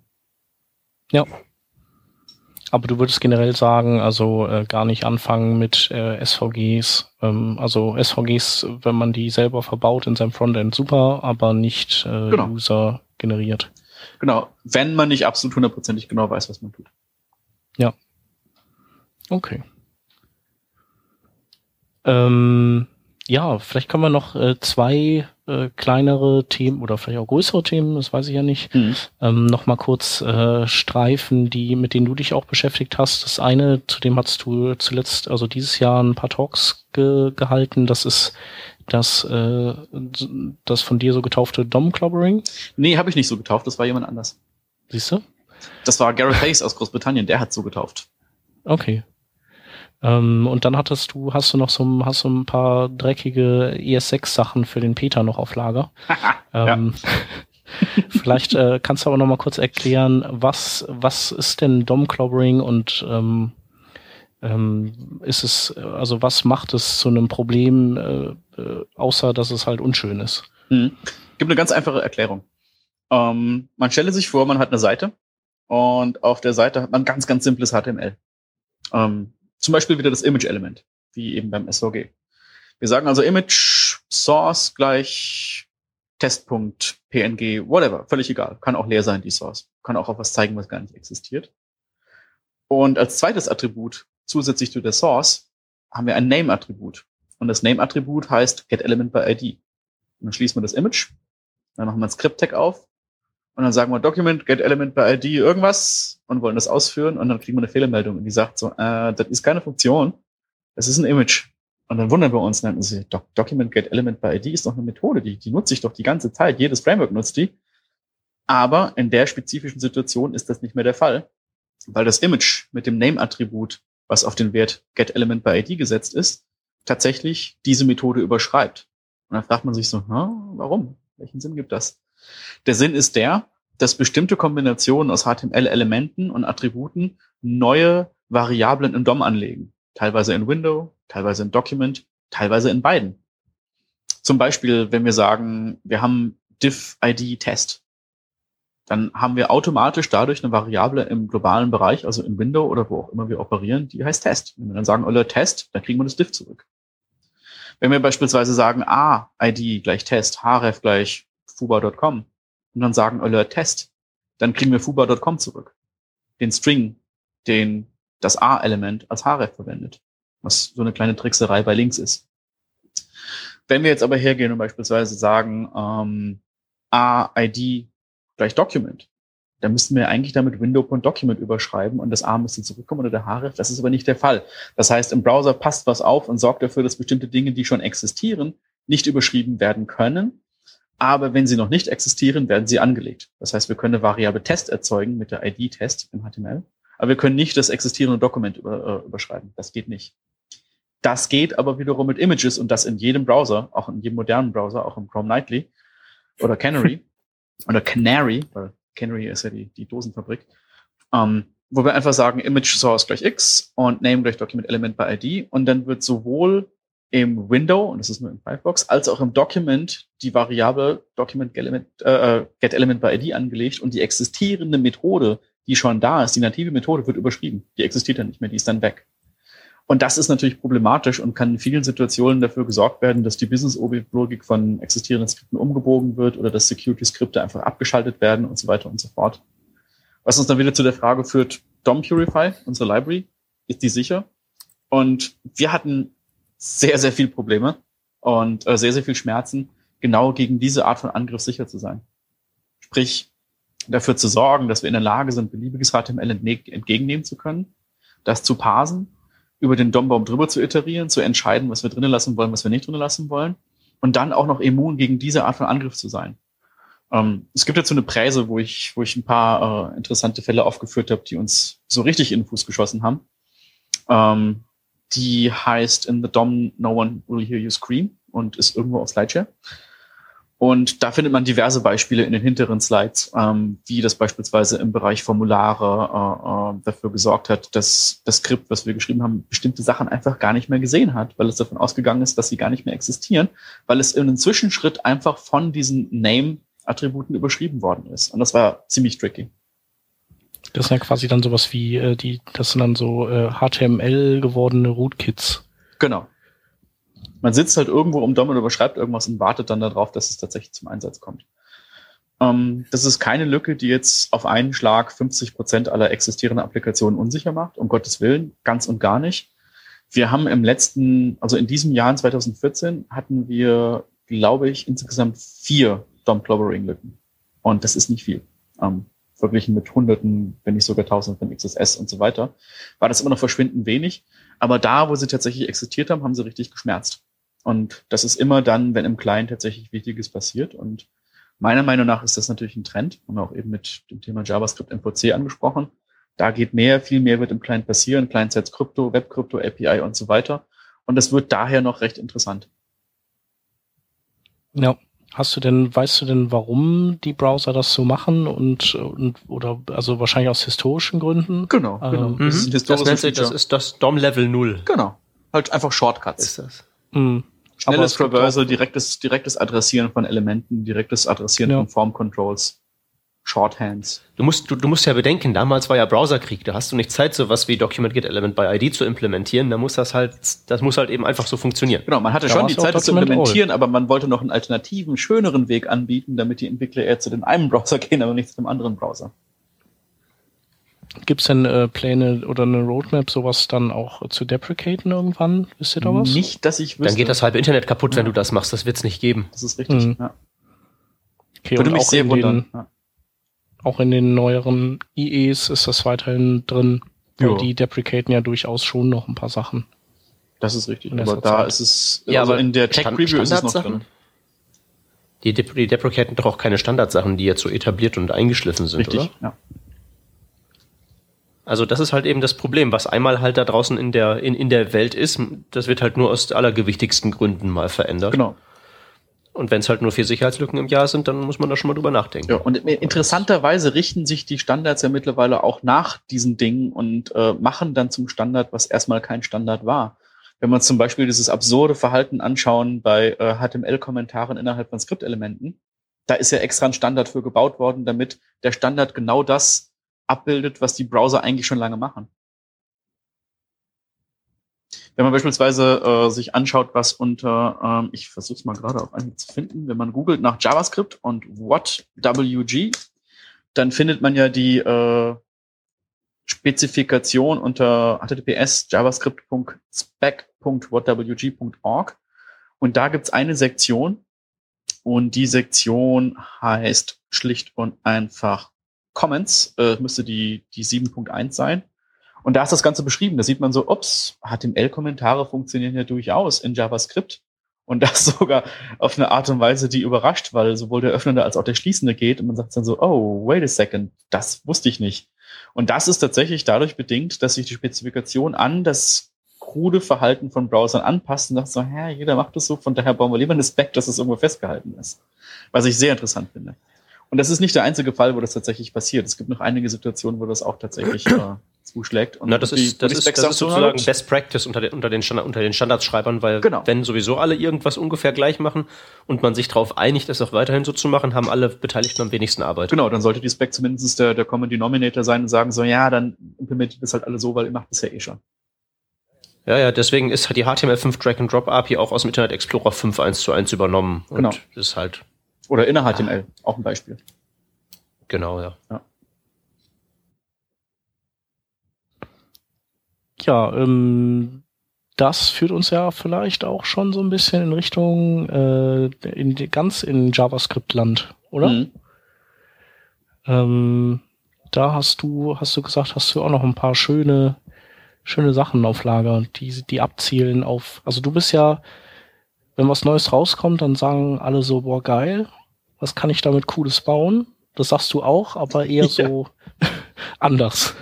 [SPEAKER 2] Ja. Aber du würdest generell sagen, also äh, gar nicht anfangen mit äh, S V Gs. Ähm, also S V Gs, wenn man die selber verbaut in seinem Frontend, super, aber nicht äh, genau. User generiert.
[SPEAKER 3] Genau, wenn man nicht absolut hundertprozentig genau weiß, was man tut.
[SPEAKER 2] Ja. Okay. Ähm, ja, vielleicht können wir noch äh, zwei äh, kleinere Themen oder vielleicht auch größere Themen, das weiß ich ja nicht, mhm. ähm, noch mal kurz äh, streifen, die mit denen du dich auch beschäftigt hast. Das eine, zu dem hast du zuletzt, also dieses Jahr ein paar Talks ge- gehalten. Das ist das, äh, das von dir so getaufte D O M-Clobbering.
[SPEAKER 3] Nee, habe ich nicht so getauft. Das war jemand anders.
[SPEAKER 2] Siehst du?
[SPEAKER 3] Das war Gareth Hayes aus Großbritannien. Der hat so getauft.
[SPEAKER 2] Okay. Ähm, und dann hattest du, hast du noch so, hast du ein paar dreckige E S sechs Sachen für den Peter noch auf Lager. ähm, vielleicht äh, kannst du aber noch mal kurz erklären, was, was ist denn D O M-Clobbering und ähm, ähm, ist es, also was macht es zu einem Problem, äh, äh, außer dass es halt unschön ist?
[SPEAKER 3] Hm. Gibt eine ganz einfache Erklärung. Ähm, man stelle sich vor, man hat eine Seite und auf der Seite hat man ganz, ganz simples H T M L. Ähm, Zum Beispiel wieder das Image-Element, wie eben beim S V G. Wir sagen also Image Source gleich Test.png, whatever, völlig egal. Kann auch leer sein, die Source. Kann auch auf was zeigen, was gar nicht existiert. Und als zweites Attribut, zusätzlich zu der Source, haben wir ein Name-Attribut. Und das Name-Attribut heißt getElementById. Und dann schließen wir das Image, dann machen wir ein Script-Tag auf und dann sagen wir Document, getElementById irgendwas und wollen das ausführen und dann kriegen wir eine Fehlermeldung und die sagt so, äh, das ist keine Funktion, das ist ein Image. Und dann wundern wir uns, dann sie, Doc, Document getElementById ist doch eine Methode, die, die nutze ich doch die ganze Zeit, jedes Framework nutzt die. Aber in der spezifischen Situation ist das nicht mehr der Fall, weil das Image mit dem Name-Attribut, was auf den Wert getElementById gesetzt ist, tatsächlich diese Methode überschreibt. Und dann fragt man sich so, hm, warum? Welchen Sinn gibt das? Der Sinn ist der, dass bestimmte Kombinationen aus H T M L-Elementen und Attributen neue Variablen in D O M anlegen. Teilweise in Window, teilweise in Document, teilweise in beiden. Zum Beispiel, wenn wir sagen, wir haben diff-id Test, dann haben wir automatisch dadurch eine Variable im globalen Bereich, also in Window oder wo auch immer wir operieren, die heißt Test. Wenn wir dann sagen, alert Test, dann kriegen wir das diff zurück. Wenn wir beispielsweise sagen, a, id gleich Test, href gleich fuba Punkt com und dann sagen alert Test, dann kriegen wir fuba Punkt com zurück. Den String, den das A-Element als href verwendet, was so eine kleine Trickserei bei Links ist. Wenn wir jetzt aber hergehen und beispielsweise sagen, ähm, a, id gleich Document, dann müssten wir eigentlich damit Window.document überschreiben und das A müsste zurückkommen oder der href. Das ist aber nicht der Fall. Das heißt, im Browser passt was auf und sorgt dafür, dass bestimmte Dinge, die schon existieren, nicht überschrieben werden können. Aber wenn sie noch nicht existieren, werden sie angelegt. Das heißt, wir können eine Variable Test erzeugen mit der I D-Test im H T M L. Aber wir können nicht das existierende Dokument über, äh, überschreiben. Das geht nicht. Das geht aber wiederum mit Images und das in jedem Browser, auch in jedem modernen Browser, auch im Chrome Nightly oder Canary oder Canary, weil Canary ist ja die, die Dosenfabrik, ähm, wo wir einfach sagen, Image Source gleich X und Name gleich Document Element by I D und dann wird sowohl im Window, und das ist nur in Firefox, als auch im Document die Variable Document Element, äh, Get Element by I D angelegt und die existierende Methode, die schon da ist, die native Methode wird überschrieben. Die existiert dann nicht mehr, die ist dann weg. Und das ist natürlich problematisch und kann in vielen Situationen dafür gesorgt werden, dass die Business-Logik von existierenden Skripten umgebogen wird oder dass Security-Skripte einfach abgeschaltet werden und so weiter und so fort. Was uns dann wieder zu der Frage führt, D O M Purify, unsere Library, ist die sicher? Und wir hatten sehr, sehr viel Probleme und äh, sehr, sehr viel Schmerzen, genau gegen diese Art von Angriff sicher zu sein. Sprich, dafür zu sorgen, dass wir in der Lage sind, beliebiges H T M L entne- entgegennehmen zu können, das zu parsen, über den D O M-Baum drüber zu iterieren, zu entscheiden, was wir drinnen lassen wollen, was wir nicht drinnen lassen wollen und dann auch noch immun gegen diese Art von Angriff zu sein. Ähm, es gibt jetzt so eine Präse, wo ich wo ich ein paar äh, interessante Fälle aufgeführt habe, die uns so richtig in den Fuß geschossen haben. Ähm, die heißt In the D O M No One Will Hear You Scream und ist irgendwo auf Slideshare. Und da findet man diverse Beispiele in den hinteren Slides, ähm, wie das beispielsweise im Bereich Formulare äh, äh, dafür gesorgt hat, dass das Skript, was wir geschrieben haben, bestimmte Sachen einfach gar nicht mehr gesehen hat, weil es davon ausgegangen ist, dass sie gar nicht mehr existieren, weil es in einem Zwischenschritt einfach von diesen Name-Attributen überschrieben worden ist. Und das war ziemlich tricky.
[SPEAKER 2] Das ist ja quasi dann sowas wie, äh, die, das sind dann so äh, H T M L gewordene Rootkits.
[SPEAKER 3] Genau. Man sitzt halt irgendwo um D O M und überschreibt irgendwas und wartet dann darauf, dass es tatsächlich zum Einsatz kommt. Ähm, das ist keine Lücke, die jetzt auf einen Schlag fünfzig Prozent aller existierenden Applikationen unsicher macht, um Gottes Willen, ganz und gar nicht. Wir haben im letzten, also in diesem Jahr, in zwanzig vierzehn, hatten wir, glaube ich, insgesamt vier D O M-Clobbering-Lücken. Und das ist nicht viel. Ähm, verglichen mit Hunderten, wenn nicht sogar Tausenden von X S S und so weiter, war das immer noch verschwindend wenig. Aber da, wo sie tatsächlich existiert haben, haben sie richtig geschmerzt. Und das ist immer dann, wenn im Client tatsächlich Wichtiges passiert. Und meiner Meinung nach ist das natürlich ein Trend. Haben wir auch eben mit dem Thema JavaScript M V C angesprochen. Da geht mehr, viel mehr wird im Client passieren. Client-Sites Krypto, Web-Krypto, A P I und so weiter. Und das wird daher noch recht interessant.
[SPEAKER 2] Ja. Hast du denn, weißt du denn, warum die Browser das so machen und, und oder also wahrscheinlich aus historischen Gründen?
[SPEAKER 3] Genau,
[SPEAKER 2] ähm,
[SPEAKER 3] genau.
[SPEAKER 1] Mhm. Das, ist das, nennt sich, das ist das D O M Level null.
[SPEAKER 3] Genau. Halt einfach Shortcuts.
[SPEAKER 1] Ist das.
[SPEAKER 2] Mhm.
[SPEAKER 3] Schnelles Traversal, direktes, direktes Adressieren von Elementen, direktes Adressieren ja. von Form Controls. Shorthands.
[SPEAKER 1] Du musst, du, du musst ja bedenken, damals war ja Browserkrieg, da hast du nicht Zeit, sowas wie Document Get Element by I D zu implementieren, da muss das halt, das muss halt eben einfach so funktionieren.
[SPEAKER 3] Genau, man hatte da schon die Zeit, das zu implementieren, aber man wollte noch einen alternativen, schöneren Weg anbieten, damit die Entwickler eher zu dem einen Browser gehen, aber nicht zu dem anderen Browser.
[SPEAKER 2] Gibt es denn äh, Pläne oder eine Roadmap, sowas dann auch zu deprecaten irgendwann? Wisst ihr da was?
[SPEAKER 3] Nicht, dass ich wüsste.
[SPEAKER 1] Dann geht das halbe Internet kaputt,
[SPEAKER 3] ja.
[SPEAKER 1] wenn du das machst, das wird's nicht geben.
[SPEAKER 3] Das ist richtig,
[SPEAKER 2] mhm.
[SPEAKER 3] ja.
[SPEAKER 2] Okay,
[SPEAKER 3] würde
[SPEAKER 2] und
[SPEAKER 3] mich
[SPEAKER 2] auch
[SPEAKER 3] sehr
[SPEAKER 2] in
[SPEAKER 3] wundern.
[SPEAKER 2] Den,
[SPEAKER 3] ja.
[SPEAKER 2] Auch in den neueren I Es ist das weiterhin drin, weil
[SPEAKER 3] Jo.
[SPEAKER 2] die deprecaten ja durchaus schon noch ein paar Sachen.
[SPEAKER 3] Das ist richtig,
[SPEAKER 2] In
[SPEAKER 3] aber
[SPEAKER 2] letzter
[SPEAKER 3] da
[SPEAKER 2] Zeit.
[SPEAKER 3] ist es,
[SPEAKER 1] Ja,
[SPEAKER 3] also
[SPEAKER 1] aber
[SPEAKER 3] in der
[SPEAKER 1] Stand-
[SPEAKER 3] Tech-Preview ist es noch
[SPEAKER 1] Standardsachen?
[SPEAKER 3] drin.
[SPEAKER 1] Die, Dep- die deprecaten doch auch keine Standardsachen, die jetzt so etabliert und eingeschliffen sind,
[SPEAKER 3] Richtig,
[SPEAKER 1] oder?
[SPEAKER 3] ja.
[SPEAKER 1] Also das ist halt eben das Problem, was einmal halt da draußen in der, in, in der Welt ist, das wird halt nur aus allergewichtigsten Gründen mal verändert.
[SPEAKER 3] Genau.
[SPEAKER 1] Und wenn es halt nur vier Sicherheitslücken im Jahr sind, dann muss man da schon mal drüber nachdenken.
[SPEAKER 3] Ja, und interessanterweise richten sich die Standards ja mittlerweile auch nach diesen Dingen und äh, machen dann zum Standard, was erstmal kein Standard war. Wenn wir uns zum Beispiel dieses absurde Verhalten anschauen bei äh, H T M L-Kommentaren innerhalb von Skriptelementen, da ist ja extra ein Standard für gebaut worden, damit der Standard genau das abbildet, was die Browser eigentlich schon lange machen. Wenn man beispielsweise äh, sich anschaut, was unter, ähm, ich versuche es mal gerade auf Anhieb zu finden, wenn man googelt nach JavaScript und what W G, dann findet man ja die äh, Spezifikation unter h t t p s javascript punkt spec punkt what w g punkt org und da gibt's eine Sektion und die Sektion heißt schlicht und einfach Comments, äh, müsste die, die sieben Punkt eins sein. Und da ist das Ganze beschrieben. Da sieht man so, ups, H T M L-Kommentare funktionieren ja durchaus in JavaScript. Und das sogar auf eine Art und Weise, die überrascht, weil sowohl der Öffnende als auch der Schließende geht. Und man sagt dann so, oh, wait a second, das wusste ich nicht. Und das ist tatsächlich dadurch bedingt, dass sich die Spezifikation an das krude Verhalten von Browsern anpasst und sagt so, hä, jeder macht das so, von daher bauen wir lieber einen Spec, dass es irgendwo festgehalten ist. Was ich sehr interessant finde. Und das ist nicht der einzige Fall, wo das tatsächlich passiert. Es gibt noch einige Situationen, wo das auch tatsächlich äh, zuschlägt. Und
[SPEAKER 1] Na, das
[SPEAKER 3] die,
[SPEAKER 1] ist, das ist, das ist sozusagen Best Practice unter den, unter den, Standard, unter den Standardschreibern, weil
[SPEAKER 3] genau.
[SPEAKER 1] wenn sowieso alle irgendwas ungefähr ggleich machen und man sich darauf einigt, das auch weiterhin so zu machen, haben alle Beteiligten am wenigsten Arbeit.
[SPEAKER 3] Genau, dann sollte die Spec zumindest der, der Common Denominator sein und sagen so, ja, dann implementiert das halt alle so, weil ihr macht das ja eh schon.
[SPEAKER 1] Ja, ja, deswegen ist die H T M L fünf Drag-and-Drop-A P I auch aus dem Internet Explorer fünf eins zu eins übernommen. Und
[SPEAKER 3] genau.
[SPEAKER 1] ist halt
[SPEAKER 3] Oder inner H T M L, auch ein Beispiel.
[SPEAKER 1] Genau, ja.
[SPEAKER 3] Ja,
[SPEAKER 2] ja ähm, das führt uns ja vielleicht auch schon so ein bisschen in Richtung äh, in die, ganz in JavaScript-Land, oder? Mhm. Ähm, da hast du, hast du gesagt, hast du auch noch ein paar schöne, schöne Sachen auf Lager, die, die abzielen auf, also du bist ja, wenn was Neues rauskommt, dann sagen alle so, boah, geil, was kann ich damit Cooles bauen? Das sagst du auch, aber eher ja. so anders.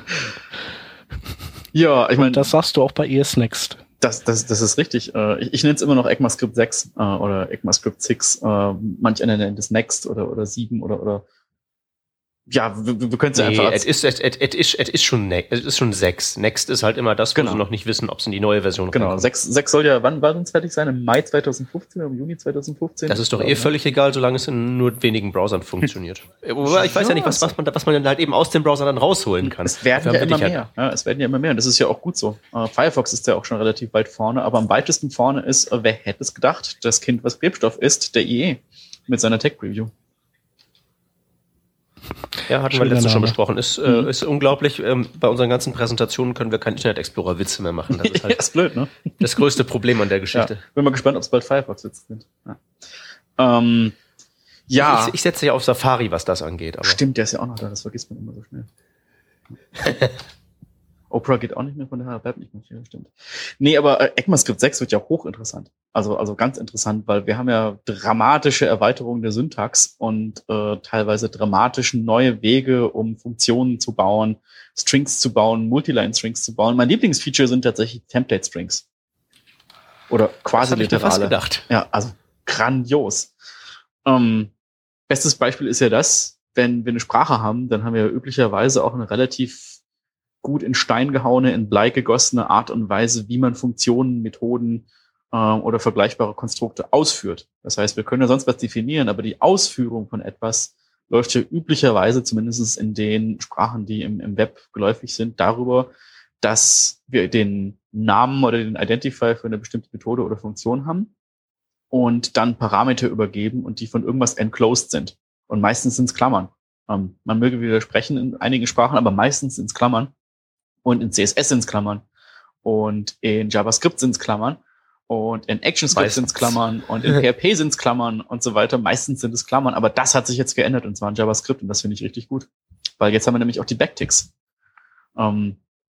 [SPEAKER 3] Ja, ich meine,
[SPEAKER 2] das sagst du auch bei E S Next.
[SPEAKER 3] Das, das, das ist richtig. Ich, ich nenne es immer noch ECMAScript sechs äh, oder ECMAScript sechs. Äh, manch einer nennt es Next oder oder sieben oder oder ja, wir, wir können es
[SPEAKER 1] nee,
[SPEAKER 3] einfach.
[SPEAKER 1] Es ist, es, es, es ist, es ist schon, es ist schon sechs. Next ist halt immer das, wo genau. sie noch nicht wissen, ob es in die neue Version
[SPEAKER 3] Genau. Reinkommt. sechs, sechs soll ja, wann war uns fertig sein? Im Mai zweitausendfünfzehn oder im Juni zweitausendfünfzehn?
[SPEAKER 1] Das ist doch eh völlig egal, solange es in nur wenigen Browsern funktioniert. Wobei ich weiß ja, ja nicht, was, was man, was man dann halt eben aus den Browsern dann rausholen kann.
[SPEAKER 3] Es werden ja immer mehr. Ja, es werden ja immer mehr. Und das ist ja auch gut so. Uh, Firefox ist ja auch schon relativ weit vorne, aber am weitesten vorne ist, uh, wer hätte es gedacht, das Kind, was Klebstoff ist, der I E mit seiner Tech-Preview.
[SPEAKER 1] Ja, hatten wir letztens schon besprochen. Ist, mhm. äh, ist unglaublich. Ähm, bei unseren ganzen Präsentationen können wir keinen Internet Explorer Witze mehr machen. Das ist halt
[SPEAKER 3] ja, ist blöd, ne?
[SPEAKER 1] Das größte Problem an der Geschichte.
[SPEAKER 3] Ja. Bin mal gespannt, ob es bald Firefox Witze sind. Ja. Ähm, ja.
[SPEAKER 1] Ich, ich setze ja auf Safari, was das angeht. Aber
[SPEAKER 3] stimmt, der ist ja auch noch da. Das vergisst man immer so schnell. Opera geht auch nicht mehr, von daher bleibt nicht mehr viel, stimmt. Nee, aber äh, ECMAScript sechs wird ja hochinteressant. Also, also ganz interessant, weil wir haben ja dramatische Erweiterungen der Syntax und äh, teilweise dramatische neue Wege, um Funktionen zu bauen, Strings zu bauen, Multiline-Strings zu bauen. Mein Lieblingsfeature sind tatsächlich Template-Strings. Oder quasi literale.
[SPEAKER 1] Ich mir fast gedacht.
[SPEAKER 3] Ja, also grandios. Ähm, bestes Beispiel ist ja das, wenn wir eine Sprache haben, dann haben wir ja üblicherweise auch eine relativ gut in Stein gehauene, in Blei gegossene Art und Weise, wie man Funktionen, Methoden äh, oder vergleichbare Konstrukte ausführt. Das heißt, wir können ja sonst was definieren, aber die Ausführung von etwas läuft ja üblicherweise, zumindest in den Sprachen, die im, im Web geläufig sind, darüber, dass wir den Namen oder den Identifier für eine bestimmte Methode oder Funktion haben und dann Parameter übergeben und die von irgendwas enclosed sind. Und meistens sind es Klammern. Ähm, man möge widersprechen in einigen Sprachen, aber meistens sind es Klammern. Und in C S S sind es Klammern. Und in JavaScript sind es Klammern. Und in ActionScript sind es Klammern. Und in P H P sind es Klammern und so weiter. Meistens sind es Klammern. Aber das hat sich jetzt geändert, und zwar in JavaScript. Und das finde ich richtig gut. Weil jetzt haben wir nämlich auch die Backticks. Ähm,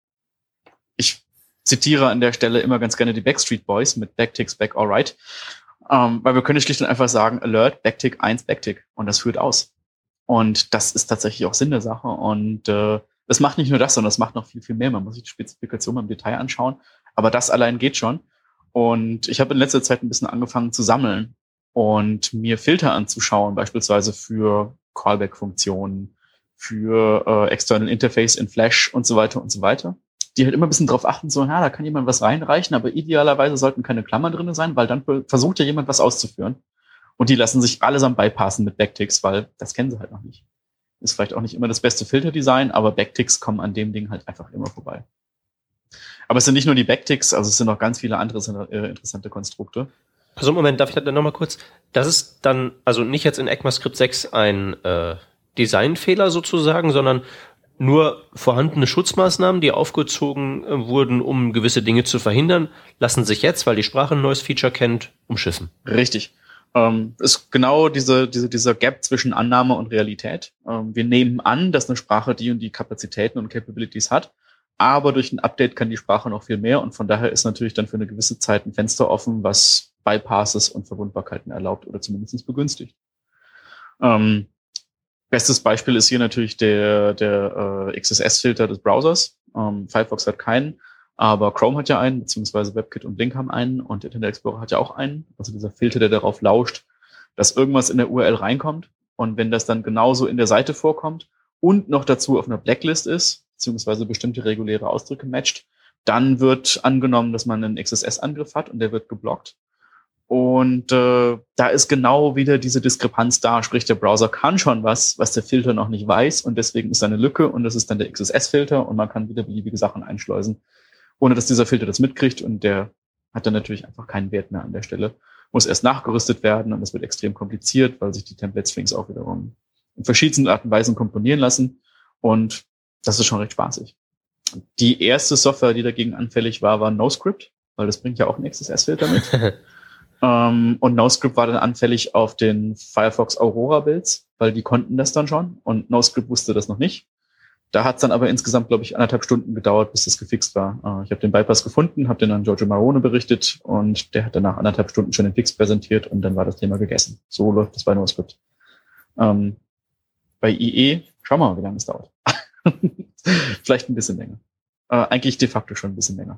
[SPEAKER 3] ich zitiere an der Stelle immer ganz gerne die Backstreet Boys mit Backticks, back alright. Ähm, weil wir können schlicht und einfach sagen, Alert, Backtick eins, Backtick. Und das führt aus. Und das ist tatsächlich auch Sinn der Sache. Und äh, das macht nicht nur das, sondern das macht noch viel, viel mehr. Man muss sich die Spezifikation mal im Detail anschauen. Aber das allein geht schon. Und ich habe in letzter Zeit ein bisschen angefangen zu sammeln und mir Filter anzuschauen, beispielsweise für Callback-Funktionen, für äh, External Interface in Flash und so weiter und so weiter. Die halt immer ein bisschen drauf achten, so, ja, da kann jemand was reinreichen, aber idealerweise sollten keine Klammern drin sein, weil dann versucht ja jemand was auszuführen. Und die lassen sich allesamt bypassen mit Backticks, weil das kennen sie halt noch nicht. Ist vielleicht auch nicht immer das beste Filterdesign, aber Backticks kommen an dem Ding halt einfach immer vorbei. Aber es sind nicht nur die Backticks, also es sind noch ganz viele andere äh, interessante Konstrukte.
[SPEAKER 1] Also Moment, darf ich da noch mal kurz? Das ist dann, also nicht jetzt in ECMAScript sechs ein äh, Designfehler sozusagen, sondern nur vorhandene Schutzmaßnahmen, die aufgezogen äh, wurden, um gewisse Dinge zu verhindern, lassen sich jetzt, weil die Sprache ein neues Feature kennt, umschiffen.
[SPEAKER 3] Richtig. Ähm, ist genau diese, diese, dieser Gap zwischen Annahme und Realität. Ähm, wir nehmen an, dass eine Sprache die und die Kapazitäten und Capabilities hat, aber durch ein Update kann die Sprache noch viel mehr und von daher ist natürlich dann für eine gewisse Zeit ein Fenster offen, was Bypasses und Verwundbarkeiten erlaubt oder zumindest begünstigt. Ähm, bestes Beispiel ist hier natürlich der, der äh, X S S-Filter des Browsers. Ähm, Firefox hat keinen, aber Chrome hat ja einen, beziehungsweise WebKit und Blink haben einen und Internet Explorer hat ja auch einen. Also dieser Filter, der darauf lauscht, dass irgendwas in der U R L reinkommt und wenn das dann genauso in der Seite vorkommt und noch dazu auf einer Blacklist ist, beziehungsweise bestimmte reguläre Ausdrücke matcht, dann wird angenommen, dass man einen X S S-Angriff hat und der wird geblockt. Und äh, da ist genau wieder diese Diskrepanz da, sprich der Browser kann schon was, was der Filter noch nicht weiß und deswegen ist da eine Lücke und das ist dann der X S S-Filter und man kann wieder beliebige Sachen einschleusen, ohne dass dieser Filter das mitkriegt und der hat dann natürlich einfach keinen Wert mehr an der Stelle. Muss erst nachgerüstet werden und das wird extrem kompliziert, weil sich die Template-Strings auch wiederum in verschiedensten Arten und Weisen komponieren lassen und das ist schon recht spaßig. Die erste Software, die dagegen anfällig war, war NoScript, weil das bringt ja auch einen X S S-Filter mit. Um, und NoScript war dann anfällig auf den Firefox Aurora-Builds, weil die konnten das dann schon und NoScript wusste das noch nicht. Da hat es dann aber insgesamt, glaube ich, anderthalb Stunden gedauert, bis das gefixt war. Uh, ich habe den Bypass gefunden, habe den an Giorgio Marone berichtet und der hat danach anderthalb Stunden schon den Fix präsentiert und dann war das Thema gegessen. So läuft das bei NoScript. Um, bei I E, schauen wir mal, wie lange es dauert. Vielleicht ein bisschen länger. Uh, eigentlich de facto schon ein bisschen länger.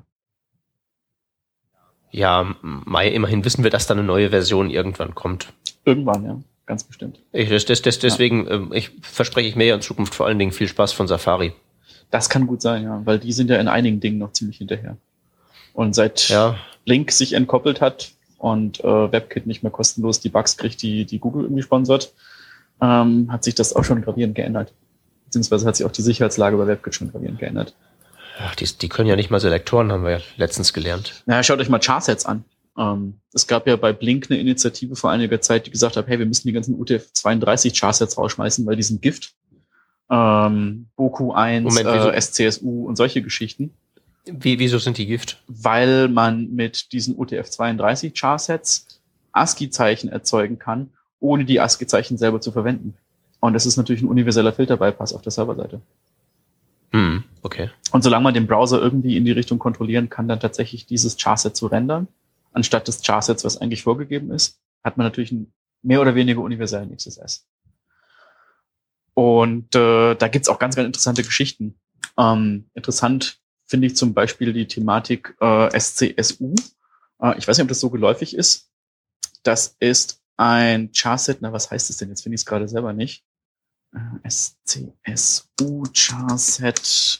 [SPEAKER 1] Ja, Mai, immerhin wissen wir, dass da eine neue Version irgendwann kommt.
[SPEAKER 3] Irgendwann, ja, ganz bestimmt.
[SPEAKER 1] Ich, das, das, das, deswegen ja. ich, verspreche ich mir ja in Zukunft vor allen Dingen viel Spaß von Safari.
[SPEAKER 3] Das kann gut sein, ja, weil die sind ja in einigen Dingen noch ziemlich hinterher. Und seit
[SPEAKER 1] ja.
[SPEAKER 3] Blink sich entkoppelt hat und äh, WebKit nicht mehr kostenlos die Bugs kriegt, die, die Google irgendwie sponsert, ähm, hat sich das auch schon gravierend geändert. Beziehungsweise hat sich auch die Sicherheitslage bei WebKit schon gravierend geändert.
[SPEAKER 1] Ach, die, die können ja nicht mal Selektoren, haben wir ja letztens gelernt.
[SPEAKER 3] Na, schaut euch mal Charsets an. Ähm, es gab ja bei Blink eine Initiative vor einiger Zeit, die gesagt hat, hey, wir müssen die ganzen U T F zweiunddreißig Charsets rausschmeißen, weil die sind Gift. Ähm, Boku eins, Moment, äh, S C S U und solche Geschichten.
[SPEAKER 1] Wie, wieso sind die Gift?
[SPEAKER 3] Weil man mit diesen U T F zweiunddreißig Charsets ASCII-Zeichen erzeugen kann, ohne die ASCII-Zeichen selber zu verwenden. Und das ist natürlich ein universeller Filter-Bypass auf der Serverseite.
[SPEAKER 1] Hm, okay.
[SPEAKER 3] Und solange man den Browser irgendwie in die Richtung kontrollieren kann, dann tatsächlich dieses Charset zu rendern, anstatt des Charsets, was eigentlich vorgegeben ist, hat man natürlich einen mehr oder weniger universellen X S S. Und äh, da gibt's auch ganz, ganz interessante Geschichten. Ähm, interessant finde ich zum Beispiel die Thematik äh, S C S U. Äh, ich weiß nicht, ob das so geläufig ist. Das ist ein Charset, na, was heißt es denn? Jetzt finde ich es gerade selber nicht. S C S U Charset.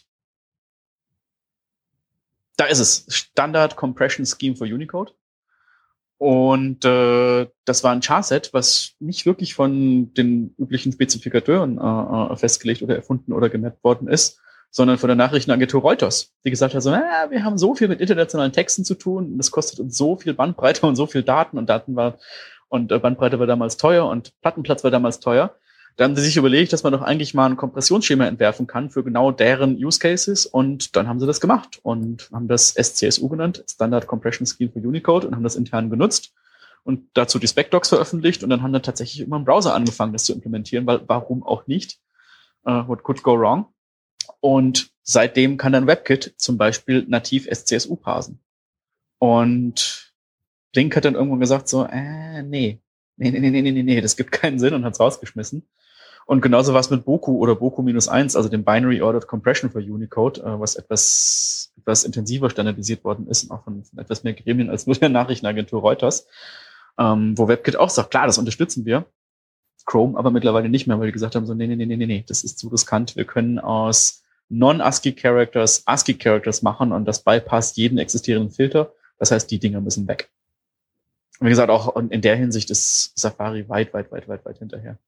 [SPEAKER 3] Da ist es. Standard Compression Scheme for Unicode. Und äh, das war ein Charset, was nicht wirklich von den üblichen Spezifikateuren äh, festgelegt oder erfunden oder gemappt worden ist, sondern von der Nachrichtenagentur Reuters, die gesagt hat, so, äh, wir haben so viel mit internationalen Texten zu tun und das kostet uns so viel Bandbreite und so viel Daten und Daten war und äh, Bandbreite war damals teuer und Plattenplatz war damals teuer. Da haben sie sich überlegt, dass man doch eigentlich mal ein Kompressionsschema entwerfen kann für genau deren Use Cases und dann haben sie das gemacht und haben das S C S U genannt, Standard Compression Scheme for Unicode, und haben das intern genutzt und dazu die Spec-Docs veröffentlicht und dann haben dann tatsächlich immer im Browser angefangen, das zu implementieren, weil warum auch nicht? Uh, what could go wrong? Und seitdem kann dann WebKit zum Beispiel nativ S C S U parsen. Und Blink hat dann irgendwann gesagt so, äh, nee, nee, nee, nee, nee, nee, nee, das gibt keinen Sinn und hat's rausgeschmissen. Und genauso war es mit Boku oder Boku minus eins, also dem Binary Ordered Compression for Unicode, äh, was etwas etwas intensiver standardisiert worden ist und auch von, von etwas mehr Gremien als nur der Nachrichtenagentur Reuters, ähm, wo WebKit auch sagt, klar, das unterstützen wir. Chrome aber mittlerweile nicht mehr, weil die gesagt haben so, nee, nee, nee, nee, nee, das ist zu riskant. Wir können aus Non-ASCII-Characters ASCII-Characters machen und das bypasst jeden existierenden Filter. Das heißt, die Dinger müssen weg. Und wie gesagt, auch in der Hinsicht ist Safari weit, weit, weit, weit, weit hinterher.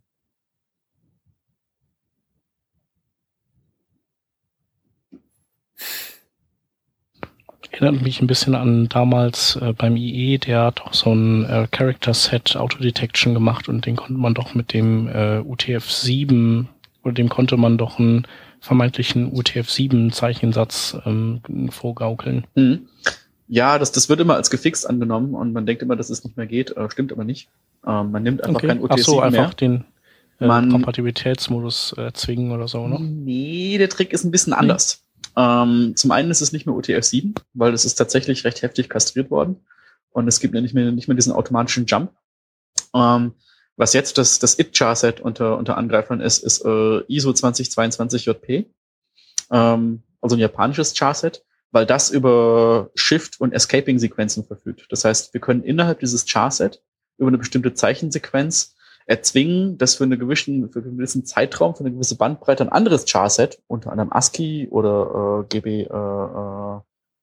[SPEAKER 2] Erinnert mich ein bisschen an damals äh, beim I E, der hat auch so ein äh, Character-Set Autodetection gemacht und den konnte man doch mit dem äh, U T F sieben oder dem konnte man doch einen vermeintlichen U T F sieben Zeichensatz ähm, vorgaukeln.
[SPEAKER 3] Mhm. Ja, das, das wird immer als gefixt angenommen und man denkt immer, dass es nicht mehr geht. Äh, stimmt aber nicht. Äh, man nimmt einfach
[SPEAKER 2] okay.
[SPEAKER 3] kein O T S sieben
[SPEAKER 2] mehr. Ach so, einfach
[SPEAKER 3] mehr.
[SPEAKER 2] den äh,
[SPEAKER 3] man,
[SPEAKER 2] Kompatibilitätsmodus äh, zwingen oder so, ne?
[SPEAKER 3] Nee, der Trick ist ein bisschen anders. Nee. Ähm, zum einen ist es nicht mehr O T F sieben, weil das ist tatsächlich recht heftig kastriert worden. Und es gibt ja nicht mehr, nicht mehr diesen automatischen Jump. Ähm, was jetzt das, das I T-Charset unter, unter Angreifern ist, ist äh, I S O zwanzig zweiundzwanzig J P. Ähm, also ein japanisches Charset, weil das über Shift- und Escaping-Sequenzen verfügt. Das heißt, wir können innerhalb dieses Charset über eine bestimmte Zeichensequenz erzwingen, dass für, eine gewissen, für einen gewissen Zeitraum, für eine gewisse Bandbreite ein anderes Charset, unter anderem ASCII oder äh, G B äh,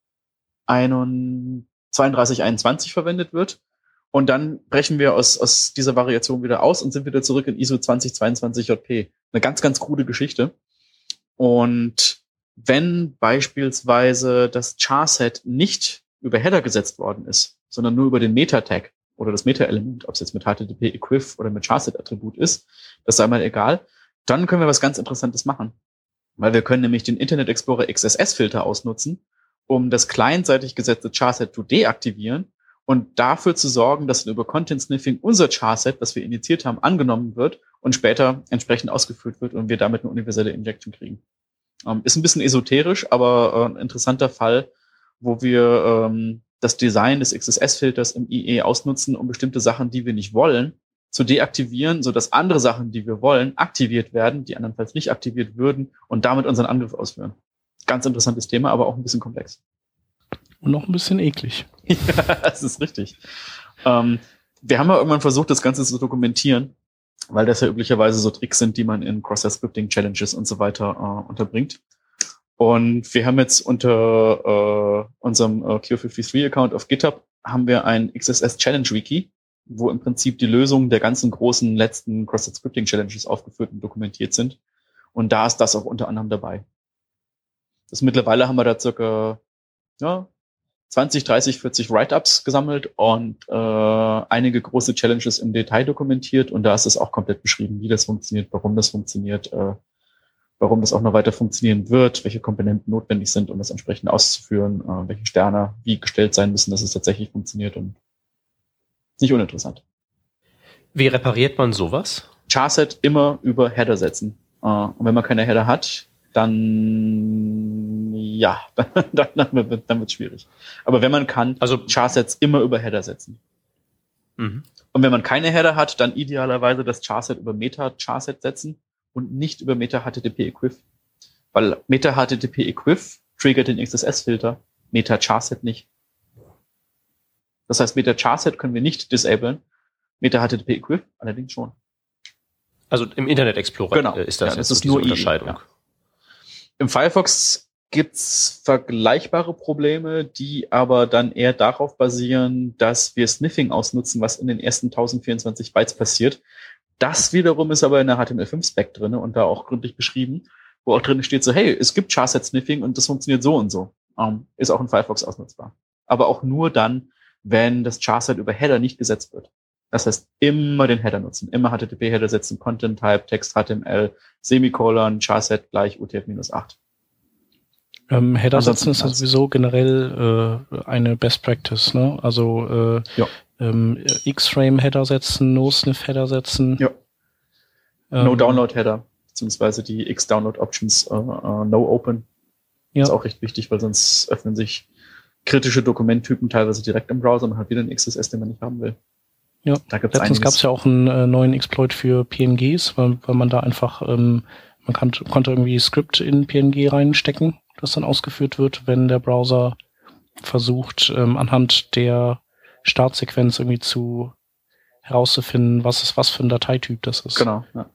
[SPEAKER 3] äh, zweiunddreißig einundzwanzig verwendet wird. Und dann brechen wir aus, aus dieser Variation wieder aus und sind wieder zurück in I S O zwanzig zweiundzwanzig J P. Eine ganz, ganz krude Geschichte. Und wenn beispielsweise das Charset nicht über Header gesetzt worden ist, sondern nur über den Meta-Tag oder das Meta-Element, ob es jetzt mit H T T P-Equiv oder mit Charset-Attribut ist, das sei mal egal, dann können wir was ganz Interessantes machen. Weil wir können nämlich den Internet Explorer X S S-Filter ausnutzen, um das clientseitig gesetzte Charset zu deaktivieren und dafür zu sorgen, dass über Content Sniffing unser Charset, das wir initiiert haben, angenommen wird und später entsprechend ausgeführt wird und wir damit eine universelle Injection kriegen. Ähm, ist ein bisschen esoterisch, aber äh, ein interessanter Fall, wo wir ähm, das Design des X S S-Filters im I E ausnutzen, um bestimmte Sachen, die wir nicht wollen, zu deaktivieren, sodass andere Sachen, die wir wollen, aktiviert werden, die andernfalls nicht aktiviert würden und damit unseren Angriff ausführen. Ganz interessantes Thema, aber auch ein bisschen komplex.
[SPEAKER 2] Und noch ein bisschen eklig.
[SPEAKER 3] Ja, das ist richtig. Ähm, wir haben ja irgendwann versucht, das Ganze zu dokumentieren, weil das ja üblicherweise so Tricks sind, die man in Cross-Site-Scripting-Challenges und so weiter äh, unterbringt. Und wir haben jetzt unter äh, unserem äh, Q fünfundfünfzig-Account auf GitHub haben wir ein X S S-Challenge-Wiki, wo im Prinzip die Lösungen der ganzen großen letzten Cross-Site-Scripting-Challenges aufgeführt und dokumentiert sind. Und da ist das auch unter anderem dabei. Das mittlerweile haben wir da circa ja, zwanzig, dreißig, vierzig Write-ups gesammelt und äh, einige große Challenges im Detail dokumentiert. Und da ist es auch komplett beschrieben, wie das funktioniert, warum das funktioniert, äh, warum das auch noch weiter funktionieren wird, welche Komponenten notwendig sind, um das entsprechend auszuführen, äh, welche Sterne wie gestellt sein müssen, dass es tatsächlich funktioniert. Und nicht uninteressant.
[SPEAKER 1] Wie repariert man sowas?
[SPEAKER 3] Charset immer über Header setzen. Äh, und wenn man keine Header hat, dann ja, dann, dann wird dann wird's schwierig. Aber wenn man kann, also Charsets immer über Header setzen. Mhm. Und wenn man keine Header hat, dann idealerweise das Charset über Meta-Charset setzen und nicht über Meta-H T T P-Equiv. Weil Meta-H T T P-Equiv triggert den X S S-Filter, Meta-Charset nicht. Das heißt, Meta-Charset können wir nicht disablen, Meta-H T T P-Equiv allerdings schon.
[SPEAKER 1] Also im Internet Explorer
[SPEAKER 3] genau.
[SPEAKER 1] ist das,
[SPEAKER 3] ja, das
[SPEAKER 1] jetzt
[SPEAKER 3] ist nur
[SPEAKER 1] Unterscheidung.
[SPEAKER 3] I E, ja. Im Firefox gibt's vergleichbare Probleme, die aber dann eher darauf basieren, dass wir Sniffing ausnutzen, was in den ersten tausendvierundzwanzig Bytes passiert. Das wiederum ist aber in der H T M L fünf Spec drin und da auch gründlich beschrieben, wo auch drin steht so, hey, es gibt Charset-Sniffing und das funktioniert so und so. Um, ist auch in Firefox ausnutzbar. Aber auch nur dann, wenn das Charset über Header nicht gesetzt wird. Das heißt, immer den Header nutzen, immer H T T P-Header setzen, Content-Type, Text, H T M L, Semikolon, Charset gleich U T F minus acht.
[SPEAKER 2] Ähm, Header setzen ist sowieso generell äh, eine Best Practice, ne? Also äh,
[SPEAKER 3] ja.
[SPEAKER 2] ähm, X-Frame-Header setzen, No-Sniff-Header setzen.
[SPEAKER 3] Ja. Ähm, No-Download-Header, beziehungsweise die X-Download-Options äh, uh, No-Open. Ja. Ist auch recht wichtig, weil sonst öffnen sich kritische Dokumenttypen teilweise direkt im Browser. Man hat wieder einen X S S, den man nicht haben will.
[SPEAKER 2] Ja, da gibt's letztens gab es ja auch einen äh, neuen Exploit für P N Gs, weil, weil man da einfach, ähm, man kann, konnte irgendwie Skript in P N G reinstecken, das dann ausgeführt wird, wenn der Browser versucht, ähm, anhand der Startsequenz irgendwie zu herauszufinden, was ist was für ein Dateityp das ist.
[SPEAKER 3] Genau, ja.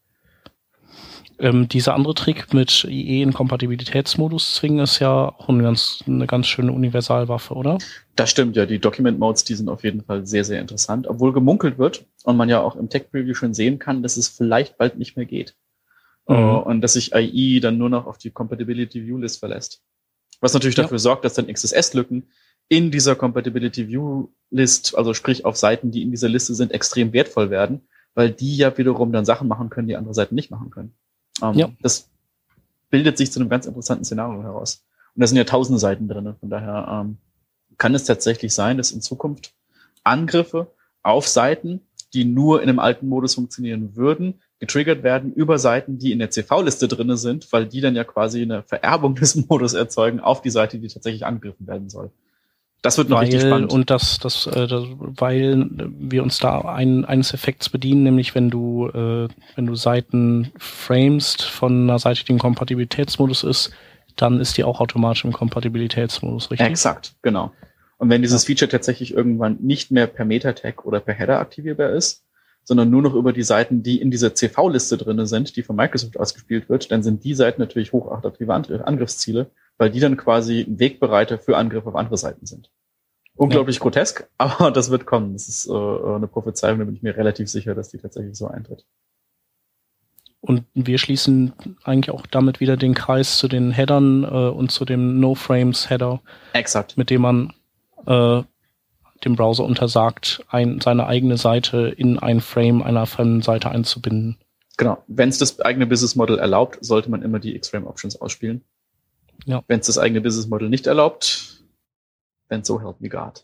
[SPEAKER 2] Ähm, dieser andere Trick mit I E in Kompatibilitätsmodus zwingen ist ja auch eine ganz, eine ganz schöne Universalwaffe, oder? Das
[SPEAKER 3] stimmt, ja. Die Document Modes, die sind auf jeden Fall sehr, sehr interessant. Obwohl gemunkelt wird und man ja auch im Tech Preview schon sehen kann, dass es vielleicht bald nicht mehr geht. Mhm. Uh, und dass sich I E dann nur noch auf die Compatibility View List verlässt. Was natürlich ja. dafür sorgt, dass dann X S S-Lücken in dieser Compatibility View List, also sprich auf Seiten, die in dieser Liste sind, extrem wertvoll werden, weil die ja wiederum dann Sachen machen können, die andere Seiten nicht machen können. Um, ja. Das bildet sich zu einem ganz interessanten Szenario heraus. Und da sind ja tausende Seiten drin. Von daher um, kann es tatsächlich sein, dass in Zukunft Angriffe auf Seiten, die nur in einem alten Modus funktionieren würden, getriggert werden über Seiten, die in der C V-Liste drinne sind, weil die dann ja quasi eine Vererbung des Modus erzeugen auf die Seite, die tatsächlich angegriffen werden soll. Das wird noch
[SPEAKER 2] weil,
[SPEAKER 3] richtig spannend.
[SPEAKER 2] Und das, das, äh, das, weil wir uns da ein, eines Effekts bedienen, nämlich wenn du, äh, wenn du Seiten framest von einer Seite, die im Kompatibilitätsmodus ist, dann ist die auch automatisch im Kompatibilitätsmodus, richtig?
[SPEAKER 3] Exakt, genau. Und wenn dieses ja. Feature tatsächlich irgendwann nicht mehr per Meta-Tag oder per Header aktivierbar ist, sondern nur noch über die Seiten, die in dieser C V-Liste drinne sind, die von Microsoft ausgespielt wird, dann sind die Seiten natürlich hochattraktive Angriffsziele, weil die dann quasi ein Wegbereiter für Angriffe auf andere Seiten sind. Unglaublich ja. grotesk, aber das wird kommen. Das ist äh, eine Prophezeiung, da bin ich mir relativ sicher, dass die tatsächlich so eintritt.
[SPEAKER 2] Und wir schließen eigentlich auch damit wieder den Kreis zu den Headern äh, und zu dem No-Frames-Header.
[SPEAKER 3] Exakt.
[SPEAKER 2] Mit dem man äh, dem Browser untersagt, ein, seine eigene Seite in ein Frame einer fremden Seite einzubinden.
[SPEAKER 3] Genau. Wenn es das eigene Business Model erlaubt, sollte man immer die X-Frame Options ausspielen.
[SPEAKER 2] Ja.
[SPEAKER 3] Wenn es das eigene Business Model nicht erlaubt, then so help me God.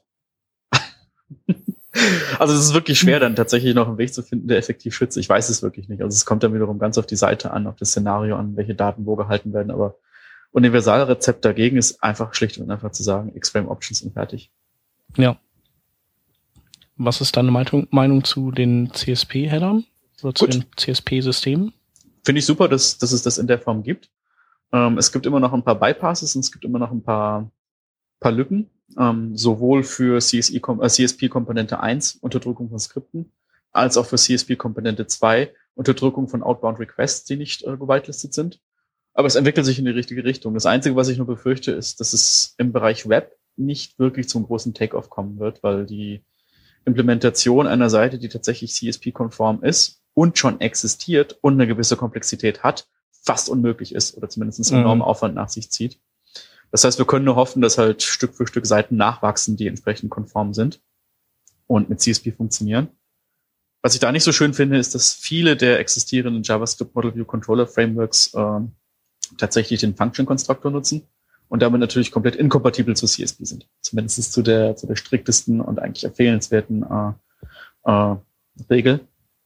[SPEAKER 3] Also es ist wirklich schwer, dann tatsächlich noch einen Weg zu finden, der effektiv schützt. Ich weiß es wirklich nicht. Also es kommt dann wiederum ganz auf die Seite an, auf das Szenario an, welche Daten wo gehalten werden. Aber Universalrezept dagegen ist einfach schlicht und einfach zu sagen, X-Frame Options und fertig.
[SPEAKER 2] Ja. Was ist deine Meinung, Meinung zu den C S P-Headern oder zu Gut. den C S P-Systemen?
[SPEAKER 3] Finde ich super, dass, dass es das in der Form gibt. Ähm, es gibt immer noch ein paar Bypasses und es gibt immer noch ein paar, paar Lücken, ähm, sowohl für C S I, äh, C S P-Komponente eins, Unterdrückung von Skripten, als auch für C S P-Komponente zwei, Unterdrückung von Outbound Requests, die nicht äh, gewitelistet sind. Aber es entwickelt sich in die richtige Richtung. Das Einzige, was ich nur befürchte, ist, dass es im Bereich Web nicht wirklich zum großen Take-Off kommen wird, weil die Implementation einer Seite, die tatsächlich C S P-konform ist und schon existiert und eine gewisse Komplexität hat, fast unmöglich ist oder zumindest einen enormen mhm. Aufwand nach sich zieht. Das heißt, wir können nur hoffen, dass halt Stück für Stück Seiten nachwachsen, die entsprechend konform sind und mit C S P funktionieren. Was ich da nicht so schön finde, ist, dass viele der existierenden JavaScript Model View Controller Frameworks äh, tatsächlich den Function Constructor nutzen und damit natürlich komplett inkompatibel zu C S P sind. Zumindest zu der, zu der striktesten und eigentlich empfehlenswerten äh, äh, Regel.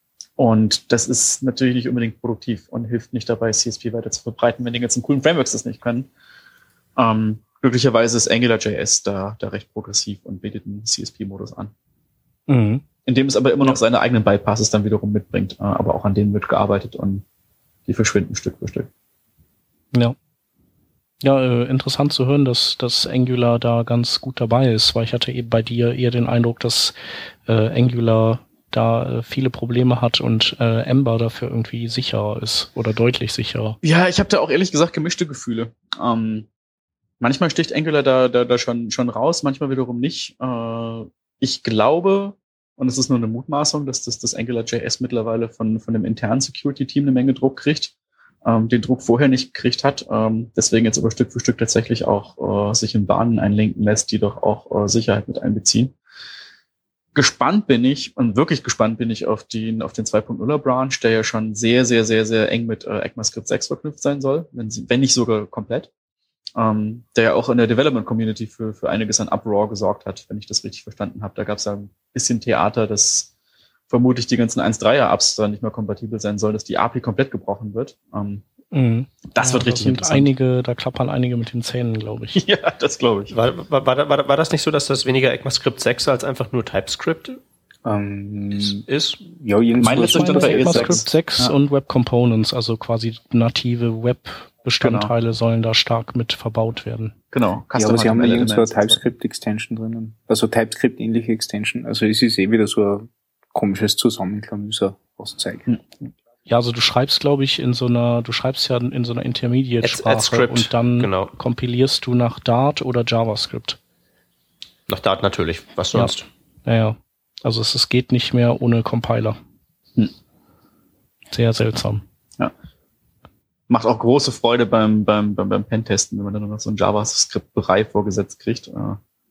[SPEAKER 3] Und das ist natürlich nicht unbedingt produktiv und hilft nicht dabei, C S P weiter zu verbreiten, wenn die ganzen coolen Frameworks das nicht können. Ähm, glücklicherweise ist AngularJS da, da recht progressiv und bietet einen C S P-Modus an. Mhm. Indem es aber immer noch seine eigenen Bypasses dann wiederum mitbringt, äh, aber auch an denen wird gearbeitet und die verschwinden Stück für Stück.
[SPEAKER 2] Ja. Ja, äh, interessant zu hören, dass, dass Angular da ganz gut dabei ist, weil ich hatte eben bei dir eher den Eindruck, dass äh, Angular da äh, viele Probleme hat und äh, Ember dafür irgendwie sicher ist oder deutlich sicherer.
[SPEAKER 3] Ja, ich habe da auch ehrlich gesagt gemischte Gefühle. Ähm, manchmal sticht Angular da, da, da schon, schon raus, manchmal wiederum nicht. Äh, ich glaube, und es ist nur eine Mutmaßung, dass das, das AngularJS mittlerweile von, von dem internen Security-Team eine Menge Druck kriegt, ähm, den Druck vorher nicht gekriegt hat, ähm, deswegen jetzt aber Stück für Stück tatsächlich auch äh, sich in Bahnen einlenken lässt, die doch auch äh, Sicherheit mit einbeziehen. Gespannt bin ich, und wirklich gespannt bin ich auf den, auf den zwei Punkt nuller Branch, der ja schon sehr, sehr, sehr, sehr eng mit äh, ECMAScript sechs verknüpft sein soll, wenn, sie, wenn nicht sogar komplett. Ähm, der ja auch in der Development Community für, für einiges an Uproar gesorgt hat, wenn ich das richtig verstanden habe. Da gab es ja ein bisschen Theater, dass vermutlich die ganzen eins Punkt dreier Apps da nicht mehr kompatibel sein sollen, dass die A P I komplett gebrochen wird. Ähm, mhm. Das ja, wird richtig
[SPEAKER 2] sind interessant. Einige, da klappern einige mit den Zähnen, glaube ich.
[SPEAKER 3] Ja, das glaube ich.
[SPEAKER 1] War, war, war, war, war das nicht so, dass das weniger ECMAScript sechs als einfach nur TypeScript ähm, ist?
[SPEAKER 2] Ja, mein letztes Stand bei ECMAScript sechs ja. und Web Components, also quasi native Web Bestandteile genau. sollen da stark mit verbaut werden.
[SPEAKER 3] Genau.
[SPEAKER 4] Ja, aber sie haben ja irgend so eine TypeScript-Extension drinnen. Also TypeScript-ähnliche Extension. Also es ist eh wieder so ein komisches Zusammenklamüser auszeigen.
[SPEAKER 2] Hm. Ja, also du schreibst, glaube ich, in so einer, du schreibst ja in so einer Intermediate-Sprache und dann genau. kompilierst du nach Dart oder JavaScript.
[SPEAKER 1] Nach Dart natürlich, was sonst?
[SPEAKER 2] Ja, ja. Also es, es geht nicht mehr ohne Compiler. Hm. Sehr seltsam.
[SPEAKER 3] Ja. Macht auch große Freude beim, beim, beim, beim Pentesten, wenn man dann noch so ein JavaScript-Brei vorgesetzt kriegt. Äh,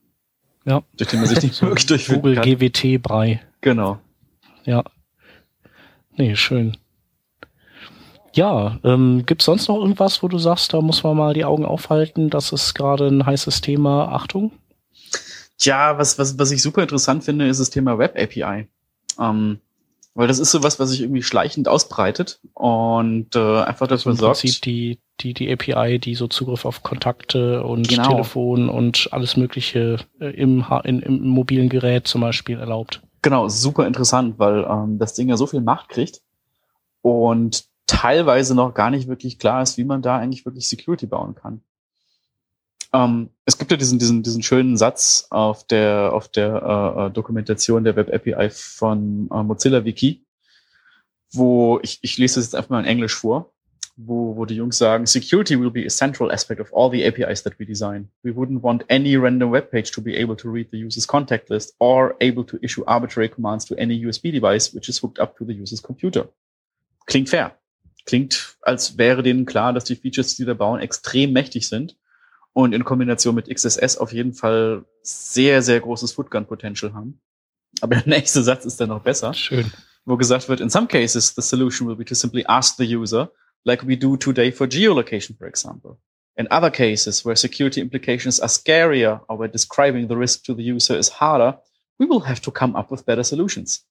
[SPEAKER 2] ja.
[SPEAKER 3] Durch den man sich nicht wirklich durchführen
[SPEAKER 2] kann. Google G W T-Brei.
[SPEAKER 3] Genau.
[SPEAKER 2] Ja. Nee, schön. Ja, ähm, gibt's sonst noch irgendwas, wo du sagst, da muss man mal die Augen aufhalten, das ist gerade ein heißes Thema, Achtung?
[SPEAKER 3] Ja, was, was, was ich super interessant finde, ist das Thema Web A P I. Ähm, weil das ist sowas, was sich irgendwie schleichend ausbreitet und äh, einfach dafür
[SPEAKER 2] also im
[SPEAKER 3] sorgt.
[SPEAKER 2] Prinzip die, die, die A P I, die so Zugriff auf Kontakte und
[SPEAKER 3] genau.
[SPEAKER 2] Telefon und alles Mögliche äh, im, in, im mobilen Gerät zum Beispiel erlaubt.
[SPEAKER 3] Genau, super interessant, weil ähm, das Ding ja so viel Macht kriegt und teilweise noch gar nicht wirklich klar ist, wie man da eigentlich wirklich Security bauen kann. Ähm, es gibt ja diesen, diesen, diesen schönen Satz auf der, auf der äh, Dokumentation der Web A P I von äh, Mozilla Wiki, wo ich, ich lese das jetzt einfach mal in Englisch vor, wo, wo die Jungs sagen, Security will be a central aspect of all the A P Is that we design. We wouldn't want any random web page to be able to read the user's contact list or able to issue arbitrary commands to any U S B device which is hooked up to the user's computer. Klingt fair. Klingt, als wäre denen klar, dass die Features, die da bauen, extrem mächtig sind und in Kombination mit X S S auf jeden Fall sehr, sehr großes Footgun-Potential haben. Aber der nächste Satz ist dann noch besser.
[SPEAKER 2] Schön.
[SPEAKER 3] Wo gesagt wird, in some cases, the solution will be to simply ask the user, like we do today for geolocation, for example. In other cases, where security implications are scarier or where describing the risk to the user is harder, we will have to come up with better solutions.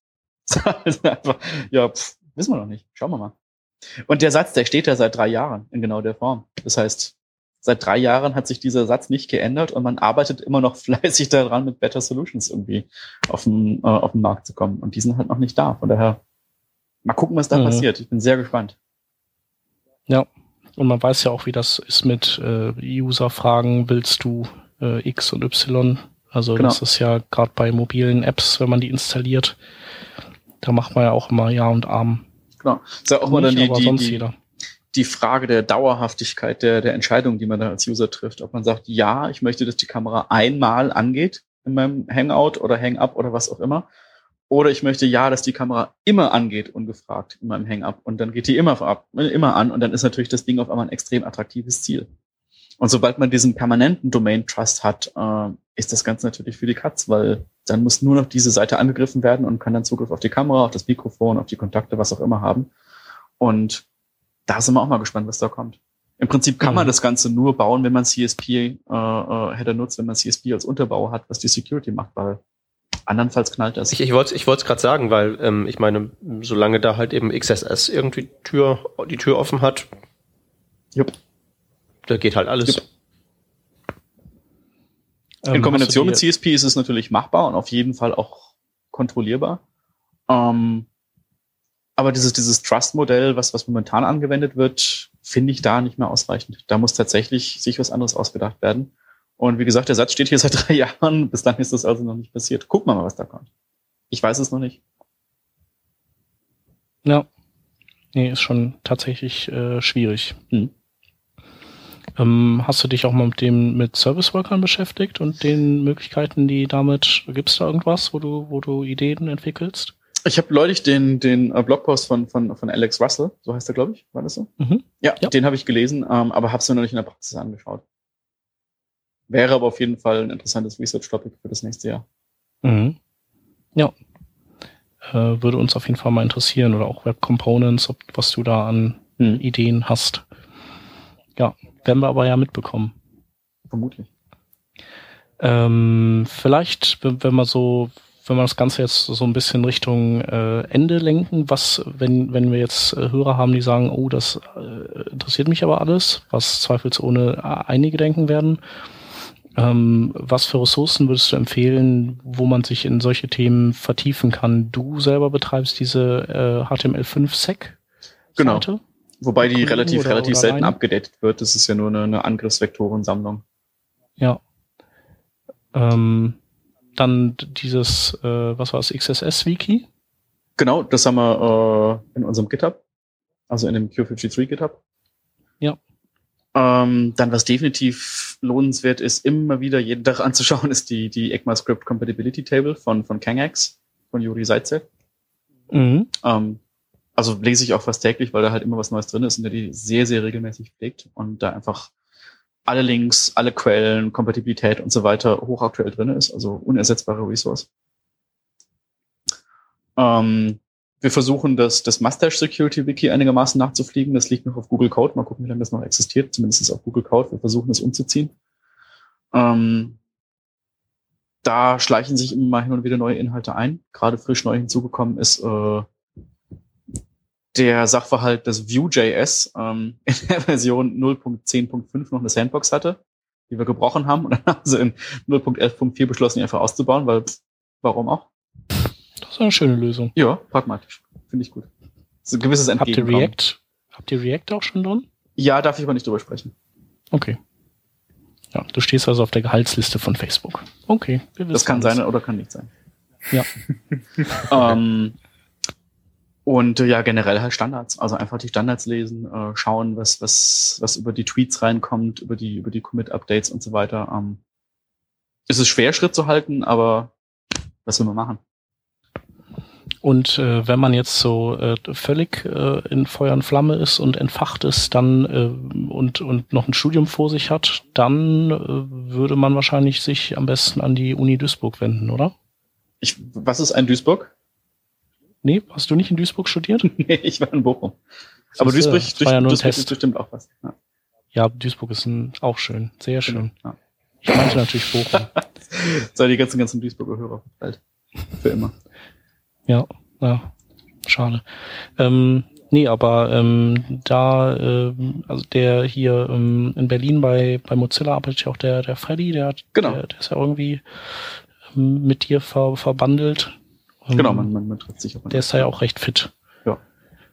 [SPEAKER 3] ja, pff, wissen wir noch nicht. Schauen wir mal. Und der Satz, der steht da seit drei Jahren in genau der Form. Das heißt, seit drei Jahren hat sich dieser Satz nicht geändert und man arbeitet immer noch fleißig daran, mit Better Solutions irgendwie auf den, äh, auf den Markt zu kommen. Und die sind halt noch nicht da. Von daher, mal gucken, was da mhm. passiert. Ich bin sehr gespannt.
[SPEAKER 2] Ja, und man weiß ja auch, wie das ist mit äh, User-Fragen, willst du äh, X und Y? Also genau. Das ist ja gerade bei mobilen Apps, wenn man die installiert, da macht man ja auch immer Ja und Arm.
[SPEAKER 3] Genau. Ist ja auch mal dann die, die, die, die Frage der Dauerhaftigkeit der, der Entscheidung, die man da als User trifft. Ob man sagt, ja, ich möchte, dass die Kamera einmal angeht in meinem Hangout oder Hang-Up oder was auch immer. Oder ich möchte, ja, dass die Kamera immer angeht, ungefragt in meinem Hang-Up. Und dann geht die immer ab, immer an. Und dann ist natürlich das Ding auf einmal ein extrem attraktives Ziel. Und sobald man diesen permanenten Domain-Trust hat, äh, ist das Ganze natürlich für die Katz, weil dann muss nur noch diese Seite angegriffen werden und kann dann Zugriff auf die Kamera, auf das Mikrofon, auf die Kontakte, was auch immer haben. Und da sind wir auch mal gespannt, was da kommt. Im Prinzip kann mhm. man das Ganze nur bauen, wenn man C S P-Header äh, nutzt, wenn man C S P als Unterbau hat, was die Security macht, weil andernfalls knallt das.
[SPEAKER 1] Ich, ich wollte ich wollte es gerade sagen, weil ähm, ich meine, solange da halt eben X S S irgendwie Tür, die Tür offen hat,
[SPEAKER 3] jupp.
[SPEAKER 1] Da geht halt alles.
[SPEAKER 3] Jupp. In ähm, Kombination mit C S P ist es natürlich machbar und auf jeden Fall auch kontrollierbar. Ähm, aber dieses, dieses Trust-Modell, was, was momentan angewendet wird, finde ich da nicht mehr ausreichend. Da muss tatsächlich sich was anderes ausgedacht werden. Und wie gesagt, der Satz steht hier seit drei Jahren. Bislang ist das also noch nicht passiert. Gucken wir mal, was da kommt. Ich weiß es noch nicht.
[SPEAKER 2] Ja. Nee, ist schon tatsächlich äh, schwierig. Hm. Ähm, hast du dich auch mal mit dem mit Service-Workern beschäftigt und den Möglichkeiten, die damit, gibt's da irgendwas, wo du, wo du Ideen entwickelst?
[SPEAKER 3] Ich habe neulich den, den äh, Blogpost von, von, von Alex Russell, so heißt er, glaube ich, war das so? Mhm. Ja, ja, den habe ich gelesen, ähm, aber habe es mir noch nicht in der Praxis angeschaut. Wäre aber auf jeden Fall ein interessantes Research-Topic für das nächste Jahr.
[SPEAKER 2] Mhm. Ja. Äh, würde uns auf jeden Fall mal interessieren oder auch Web Components, ob, was du da an hm. Ideen hast. Ja, werden wir aber ja mitbekommen.
[SPEAKER 3] Vermutlich.
[SPEAKER 2] Ähm, vielleicht, wenn, wenn wir so, wenn wir das Ganze jetzt so ein bisschen Richtung äh, Ende lenken, was, wenn, wenn wir jetzt äh, Hörer haben, die sagen, oh, das äh, interessiert mich aber alles, was zweifelsohne äh, einige denken werden. Ähm, was für Ressourcen würdest du empfehlen, wo man sich in solche Themen vertiefen kann? Du selber betreibst diese äh, H T M L fünf Sec
[SPEAKER 3] Genau.
[SPEAKER 2] Seite?
[SPEAKER 3] Wobei die relativ,
[SPEAKER 2] oder,
[SPEAKER 3] relativ
[SPEAKER 2] oder
[SPEAKER 3] selten
[SPEAKER 2] rein?
[SPEAKER 3] abgedatet wird. Das ist ja nur eine, eine Angriffsvektorensammlung.
[SPEAKER 2] Ja. Ähm, dann dieses, äh, was war das, X S S-Wiki?
[SPEAKER 3] Genau, das haben wir äh, in unserem GitHub. Also in dem Q fünfundfünfzig GitHub.
[SPEAKER 2] Ja.
[SPEAKER 3] Ähm, dann, was definitiv lohnenswert ist, immer wieder jeden Tag anzuschauen, ist die, die ECMAScript Compatibility Table von, von Kangax, von Juri Zaitsev.
[SPEAKER 2] Mhm.
[SPEAKER 3] Ähm, also lese ich auch fast täglich, weil da halt immer was Neues drin ist und der die sehr, sehr regelmäßig pflegt und da einfach alle Links, alle Quellen, Kompatibilität und so weiter hochaktuell drin ist, also unersetzbare Resource. Ähm, wir versuchen, das, das Mustache Security Wiki einigermaßen nachzufliegen. Das liegt noch auf Google Code. Mal gucken, wie lange das noch existiert. Zumindest ist es auf Google Code. Wir versuchen, das umzuziehen. Ähm, da schleichen sich immer mal hin und wieder neue Inhalte ein. Gerade frisch neu hinzugekommen ist äh, der Sachverhalt, dass Vue.js ähm, in der Version null Punkt zehn Punkt fünf noch eine Sandbox hatte, die wir gebrochen haben. Und dann haben sie in null Punkt elf Punkt vier beschlossen, die einfach auszubauen, weil warum auch?
[SPEAKER 2] Das ist eine schöne Lösung.
[SPEAKER 3] Ja, pragmatisch. Finde ich gut. So ein gewisses Entgegenkommen.
[SPEAKER 2] Habt ihr React? Habt ihr React auch schon drin?
[SPEAKER 3] Ja, darf ich aber nicht drüber sprechen.
[SPEAKER 2] Okay. Ja, du stehst also auf der Gehaltsliste von Facebook. Okay.
[SPEAKER 3] Wir wissen das kann alles sein oder kann nicht sein.
[SPEAKER 2] Ja.
[SPEAKER 3] ähm, und äh, ja, generell halt Standards. Also einfach die Standards lesen, äh, schauen, was, was, was über die Tweets reinkommt, über die, über die Commit-Updates und so weiter. Ähm, es ist schwer, Schritt zu halten, aber was will man machen?
[SPEAKER 2] Und äh, wenn man jetzt so äh, völlig äh, in Feuer und Flamme ist und entfacht ist, dann äh, und und noch ein Studium vor sich hat, dann äh, würde man wahrscheinlich sich am besten an die Uni Duisburg wenden, oder?
[SPEAKER 3] Ich, was ist ein Duisburg?
[SPEAKER 2] Nee, hast du nicht in Duisburg studiert?
[SPEAKER 3] Nee, ich war in Bochum. Das aber Duisburg,
[SPEAKER 2] ist, äh, ja
[SPEAKER 3] Duisburg ist bestimmt auch was.
[SPEAKER 2] Ja, ja, Duisburg ist ein, auch schön, sehr schön.
[SPEAKER 3] Ja.
[SPEAKER 2] Ich meinte natürlich Bochum.
[SPEAKER 3] So, die ganzen, ganzen Duisburger Hörer verteilt. Für immer.
[SPEAKER 2] Ja, ja, schade. Ähm, nee, aber ähm, da, äh, also der hier ähm, in Berlin bei bei Mozilla arbeitet ja auch der der Freddy, der,
[SPEAKER 3] genau.
[SPEAKER 2] der, der ist ja irgendwie ähm, mit dir ver, verbandelt. Ähm,
[SPEAKER 3] genau, man, man, man trifft sich auch.
[SPEAKER 2] Der ist da ja auch recht fit.
[SPEAKER 3] Ja.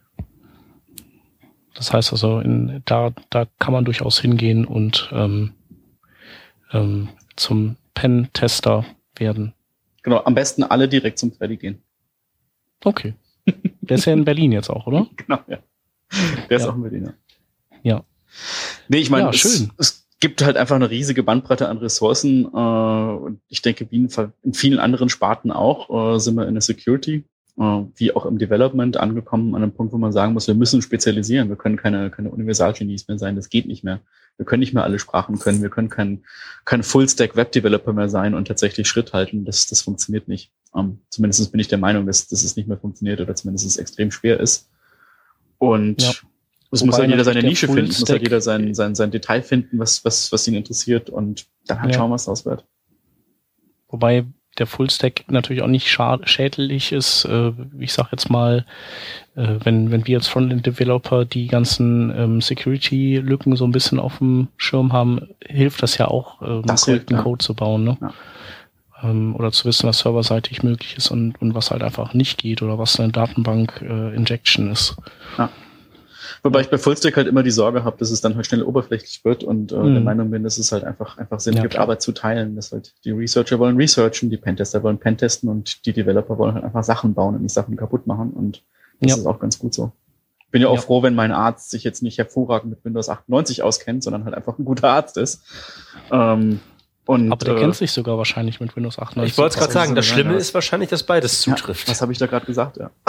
[SPEAKER 2] Das heißt also, in, da da kann man durchaus hingehen und ähm, ähm, zum Pen-Tester werden.
[SPEAKER 3] Genau, am besten alle direkt zum Freddy gehen.
[SPEAKER 2] Okay. Der ist ja in Berlin jetzt auch, oder?
[SPEAKER 3] Genau, ja. Der ist
[SPEAKER 2] ja.
[SPEAKER 3] auch in Berlin, ja.
[SPEAKER 2] Ja.
[SPEAKER 3] Nee, ich meine,
[SPEAKER 2] ja,
[SPEAKER 3] es, es gibt halt einfach eine riesige Bandbreite an Ressourcen. Äh, und ich denke, wie in, in vielen anderen Sparten auch, äh, sind wir in der Security, äh, wie auch im Development angekommen, an einem Punkt, wo man sagen muss, wir müssen spezialisieren. Wir können keine, keine Universalgenies mehr sein. Das geht nicht mehr. Wir können nicht mehr alle Sprachen können. Wir können kein, kein Full-Stack-Web-Developer mehr sein und tatsächlich Schritt halten. Das, das funktioniert nicht. Um, zumindest bin ich der Meinung, dass, dass es nicht mehr funktioniert oder zumindest es extrem schwer ist. Und
[SPEAKER 2] ja.
[SPEAKER 3] es muss halt jeder seine Nische finden, es muss halt jeder sein, sein, sein Detail finden, was, was, was ihn interessiert und dann halt ja. schauen, was daraus wird.
[SPEAKER 2] Wobei der Fullstack natürlich auch nicht schädlich ist. Äh, ich sag jetzt mal, äh, wenn, wenn wir als Frontend-Developer die ganzen ähm, Security-Lücken so ein bisschen auf dem Schirm haben, hilft das ja auch, äh,
[SPEAKER 3] das korrekten
[SPEAKER 2] ja. Code zu bauen, ne? Ja. Ähm, oder zu wissen, was serverseitig möglich ist und, und was halt einfach nicht geht oder was eine Datenbank-Injection äh, ist.
[SPEAKER 3] Ja. Wobei ich bei Fullstack halt immer die Sorge habe, dass es dann halt schnell oberflächlich wird und äh, mhm. der Meinung bin, dass es halt einfach einfach Sinn ja, gibt, klar. Arbeit zu teilen. Dass halt die Researcher wollen researchen, die Pentester wollen pentesten und die Developer wollen halt einfach Sachen bauen und nicht Sachen kaputt machen. Und das ja. ist auch ganz gut so. Bin ja auch ja. froh, wenn mein Arzt sich jetzt nicht hervorragend mit Windows achtundneunzig auskennt, sondern halt einfach ein guter Arzt ist. Ähm, und,
[SPEAKER 2] Aber der
[SPEAKER 3] äh,
[SPEAKER 2] kennt sich sogar wahrscheinlich mit Windows achtundneunzig.
[SPEAKER 1] Ich wollte es gerade sagen, das Schlimme ist wahrscheinlich, dass beides zutrifft.
[SPEAKER 3] Ja, was habe ich da gerade gesagt? Ja.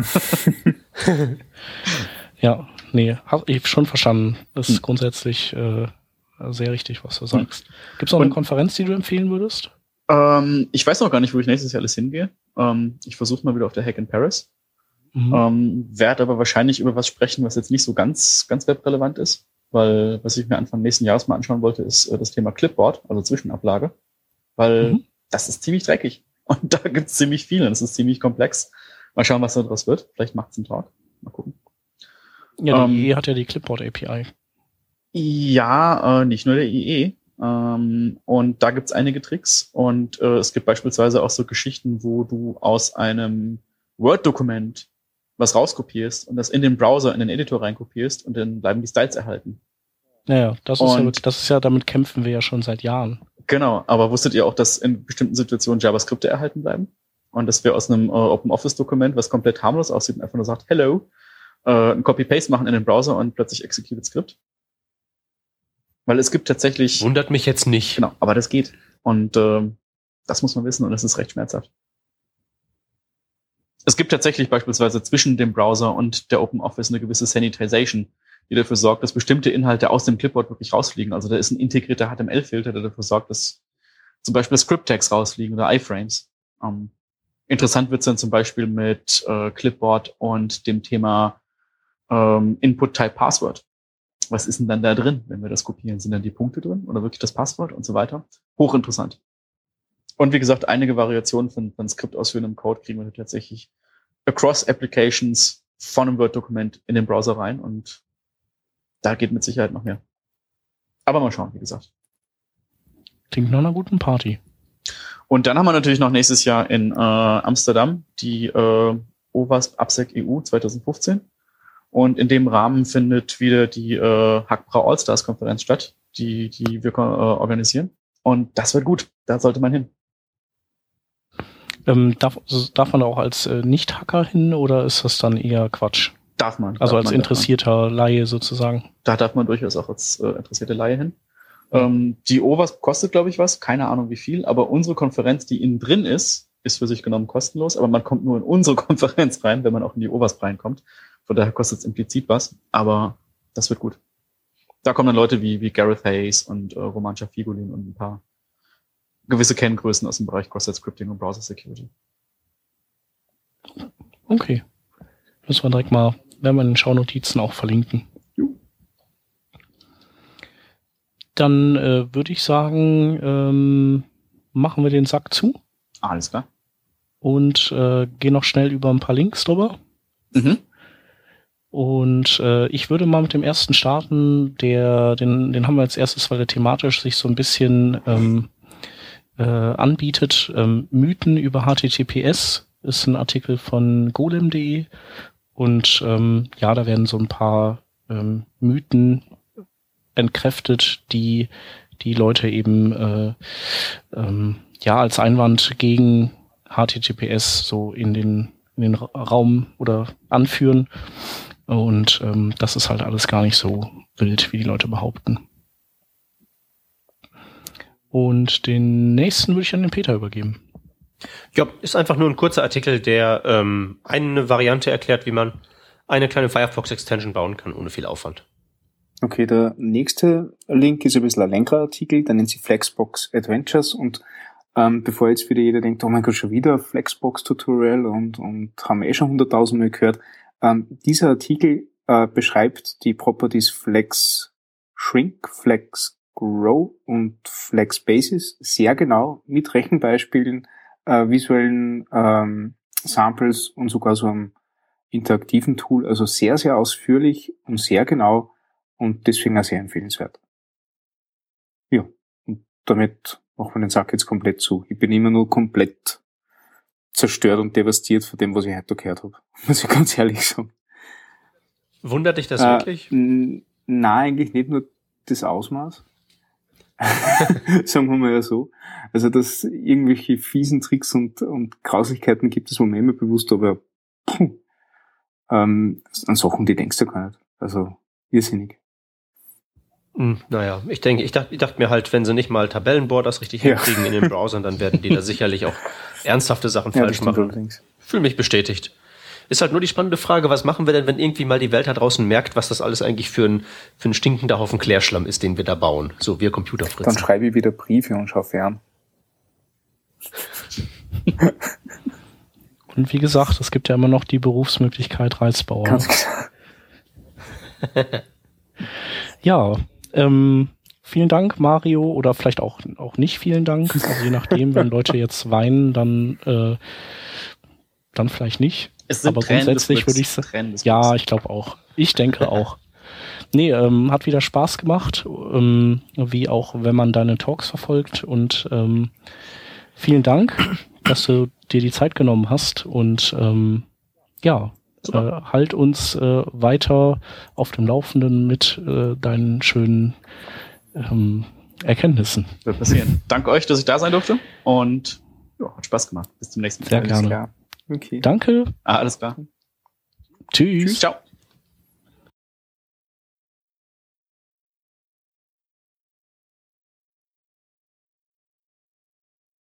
[SPEAKER 2] Ja, nee, habe ich schon verstanden. Das ist hm. grundsätzlich äh, sehr richtig, was du sagst. Hm. Gibt es noch eine Und, Konferenz, die du empfehlen würdest?
[SPEAKER 3] Ähm, ich weiß noch gar nicht, wo ich nächstes Jahr alles hingehe. Ähm, ich versuche mal wieder auf der Hack in Paris. Mhm. Ähm, werde aber wahrscheinlich über was sprechen, was jetzt nicht so ganz, ganz webrelevant ist. Weil was ich mir Anfang nächsten Jahres mal anschauen wollte, ist äh, das Thema Clipboard, also Zwischenablage. Weil mhm. das ist ziemlich dreckig. Und da gibt es ziemlich viel und es ist ziemlich komplex. Mal schauen, was da draus wird. Vielleicht macht's einen Talk. Mal gucken.
[SPEAKER 2] Ja, die ähm, I E hat ja die Clipboard-A P I.
[SPEAKER 3] Ja, äh, nicht nur der I E. Ähm, und da gibt's einige Tricks. Und äh, es gibt beispielsweise auch so Geschichten, wo du aus einem Word-Dokument was rauskopierst und das in den Browser, in den Editor reinkopierst und dann bleiben die Styles erhalten.
[SPEAKER 2] Naja, das ist, ja, das ist ja, damit kämpfen wir ja schon seit Jahren.
[SPEAKER 3] Genau, aber wusstet ihr auch, dass in bestimmten Situationen JavaScript erhalten bleiben? Und dass wir aus einem äh, Open-Office-Dokument, was komplett harmlos aussieht und einfach nur sagt, hello, äh, ein Copy-Paste machen in den Browser und plötzlich executed Script. Weil es gibt tatsächlich...
[SPEAKER 1] Wundert mich jetzt nicht.
[SPEAKER 3] Genau, aber das geht. Und äh, das muss man wissen und das ist recht schmerzhaft. Es gibt tatsächlich beispielsweise zwischen dem Browser und der OpenOffice eine gewisse Sanitization, die dafür sorgt, dass bestimmte Inhalte aus dem Clipboard wirklich rausfliegen. Also da ist ein integrierter H T M L-Filter, der dafür sorgt, dass zum Beispiel Script-Tags rausfliegen oder iframes. Ähm, interessant wird's dann zum Beispiel mit äh, Clipboard und dem Thema ähm, Input-Type-Password. Was ist denn dann da drin, wenn wir das kopieren? Sind dann die Punkte drin oder wirklich das Passwort und so weiter? Hochinteressant. Und wie gesagt, einige Variationen von, von skriptausführendem Code kriegen wir tatsächlich across Applications von einem Word-Dokument in den Browser rein und da geht mit Sicherheit noch mehr. Aber mal schauen, wie gesagt.
[SPEAKER 2] Klingt nach einer guten Party.
[SPEAKER 3] Und dann haben wir natürlich noch nächstes Jahr in äh, Amsterdam die äh, O W A S P AppSec E U zwanzig fünfzehn. Und in dem Rahmen findet wieder die äh, Hackbra All-Stars-Konferenz statt, die, die wir äh, organisieren. Und das wird gut. Da sollte man hin.
[SPEAKER 2] Ähm, darf, darf man auch als äh, Nicht-Hacker hin oder ist das dann eher Quatsch?
[SPEAKER 3] Darf man.
[SPEAKER 2] Also
[SPEAKER 3] darf
[SPEAKER 2] als
[SPEAKER 3] man,
[SPEAKER 2] interessierter Laie sozusagen.
[SPEAKER 3] Da darf man durchaus auch als äh, interessierte Laie hin. Ähm, die O W A S P kostet, glaube ich, was. Keine Ahnung wie viel. Aber unsere Konferenz, die innen drin ist, ist für sich genommen kostenlos. Aber man kommt nur in unsere Konferenz rein, wenn man auch in die O W A S P reinkommt. Von daher kostet es implizit was. Aber das wird gut. Da kommen dann Leute wie, wie Gareth Hayes und äh, Roman Schafigulin und ein paar gewisse Kenngrößen aus dem Bereich Cross-Site-Scripting und Browser-Security.
[SPEAKER 2] Okay. Müssen wir direkt mal, werden wir in den Shownotizen auch verlinken. Jo. Dann äh, würde ich sagen, ähm, machen wir den Sack zu.
[SPEAKER 3] Alles klar.
[SPEAKER 2] Und äh, gehen noch schnell über ein paar Links drüber.
[SPEAKER 3] Mhm.
[SPEAKER 2] Und äh, ich würde mal mit dem ersten starten, der, den, den haben wir als erstes, weil der thematisch sich so ein bisschen ähm, äh, anbietet. Ähm, Mythen über H T T P S ist ein Artikel von golem punkt de und ähm, ja, da werden so ein paar ähm, Mythen entkräftet, die die Leute eben äh, ähm, ja als Einwand gegen H T T P S so in den in den Raum oder anführen. Und ähm, das ist halt alles gar nicht so wild, wie die Leute behaupten. Und den nächsten würde ich an den Peter übergeben.
[SPEAKER 1] Ja, ist einfach nur ein kurzer Artikel, der ähm, eine Variante erklärt, wie man eine kleine Firefox-Extension bauen kann, ohne viel Aufwand.
[SPEAKER 4] Okay, der nächste Link ist ein bisschen ein längerer Artikel, der nennt sich Flexbox Adventures und ähm, bevor jetzt wieder jeder denkt, oh mein Gott, schon wieder ein Flexbox-Tutorial und, und haben wir eh schon hunderttausend Mal gehört, ähm, dieser Artikel äh, beschreibt die Properties Flex Shrink, Flex Grow und Flex Basis sehr genau mit Rechenbeispielen, äh, visuellen ähm, Samples und sogar so einem interaktiven Tool, also sehr, sehr ausführlich und sehr genau und deswegen auch sehr empfehlenswert. Ja, und damit machen wir den Sack jetzt komplett zu. Ich bin immer nur komplett zerstört und devastiert von dem, was ich heute gehört habe. Muss ich ganz ehrlich sagen.
[SPEAKER 1] Wundert dich das
[SPEAKER 4] äh,
[SPEAKER 1] wirklich?
[SPEAKER 4] N- nein, eigentlich nicht nur das Ausmaß. Sagen wir mal ja so. Also, dass irgendwelche fiesen Tricks und, und Grauslichkeiten gibt, das war mir immer bewusst, aber puh, ähm, an Sachen, die denkst du gar nicht. Also, irrsinnig.
[SPEAKER 1] Hm, naja, ich denke, ich dachte, ich dachte mir halt, wenn sie nicht mal Tabellenborders richtig ja. hinkriegen in den Browsern, dann werden die da sicherlich auch ernsthafte Sachen ja, falsch machen. Allerdings. Fühl mich bestätigt. Ist halt nur die spannende Frage, was machen wir denn, wenn irgendwie mal die Welt da draußen merkt, was das alles eigentlich für ein, für ein stinkender Haufen Klärschlamm ist, den wir da bauen. So, wir Computerfritzen.
[SPEAKER 4] Dann schreibe ich wieder Briefe und schau fern.
[SPEAKER 2] Und wie gesagt, es gibt ja immer noch die Berufsmöglichkeit Reisbauer. Ganz genau. Ja, ähm, vielen Dank, Mario, oder vielleicht auch auch nicht vielen Dank. Also je nachdem, wenn Leute jetzt weinen, dann äh, dann vielleicht nicht.
[SPEAKER 3] Es sind
[SPEAKER 2] Aber
[SPEAKER 3] Tränen
[SPEAKER 2] grundsätzlich würde ich sagen, ja, ich glaube auch. Ich denke auch. Nee, ähm, hat wieder Spaß gemacht, ähm, wie auch wenn man deine Talks verfolgt und ähm, vielen Dank, dass du dir die Zeit genommen hast und ähm, ja, äh, halt uns äh, weiter auf dem Laufenden mit äh, deinen schönen ähm, Erkenntnissen.
[SPEAKER 3] Wird passieren. Danke euch, dass ich da sein durfte und ja, hat Spaß gemacht. Bis zum nächsten Mal.
[SPEAKER 2] Sehr gerne.
[SPEAKER 4] Okay.
[SPEAKER 2] Danke.
[SPEAKER 3] Ah, alles klar.
[SPEAKER 2] Tschüss.
[SPEAKER 3] Tschüss. Ciao.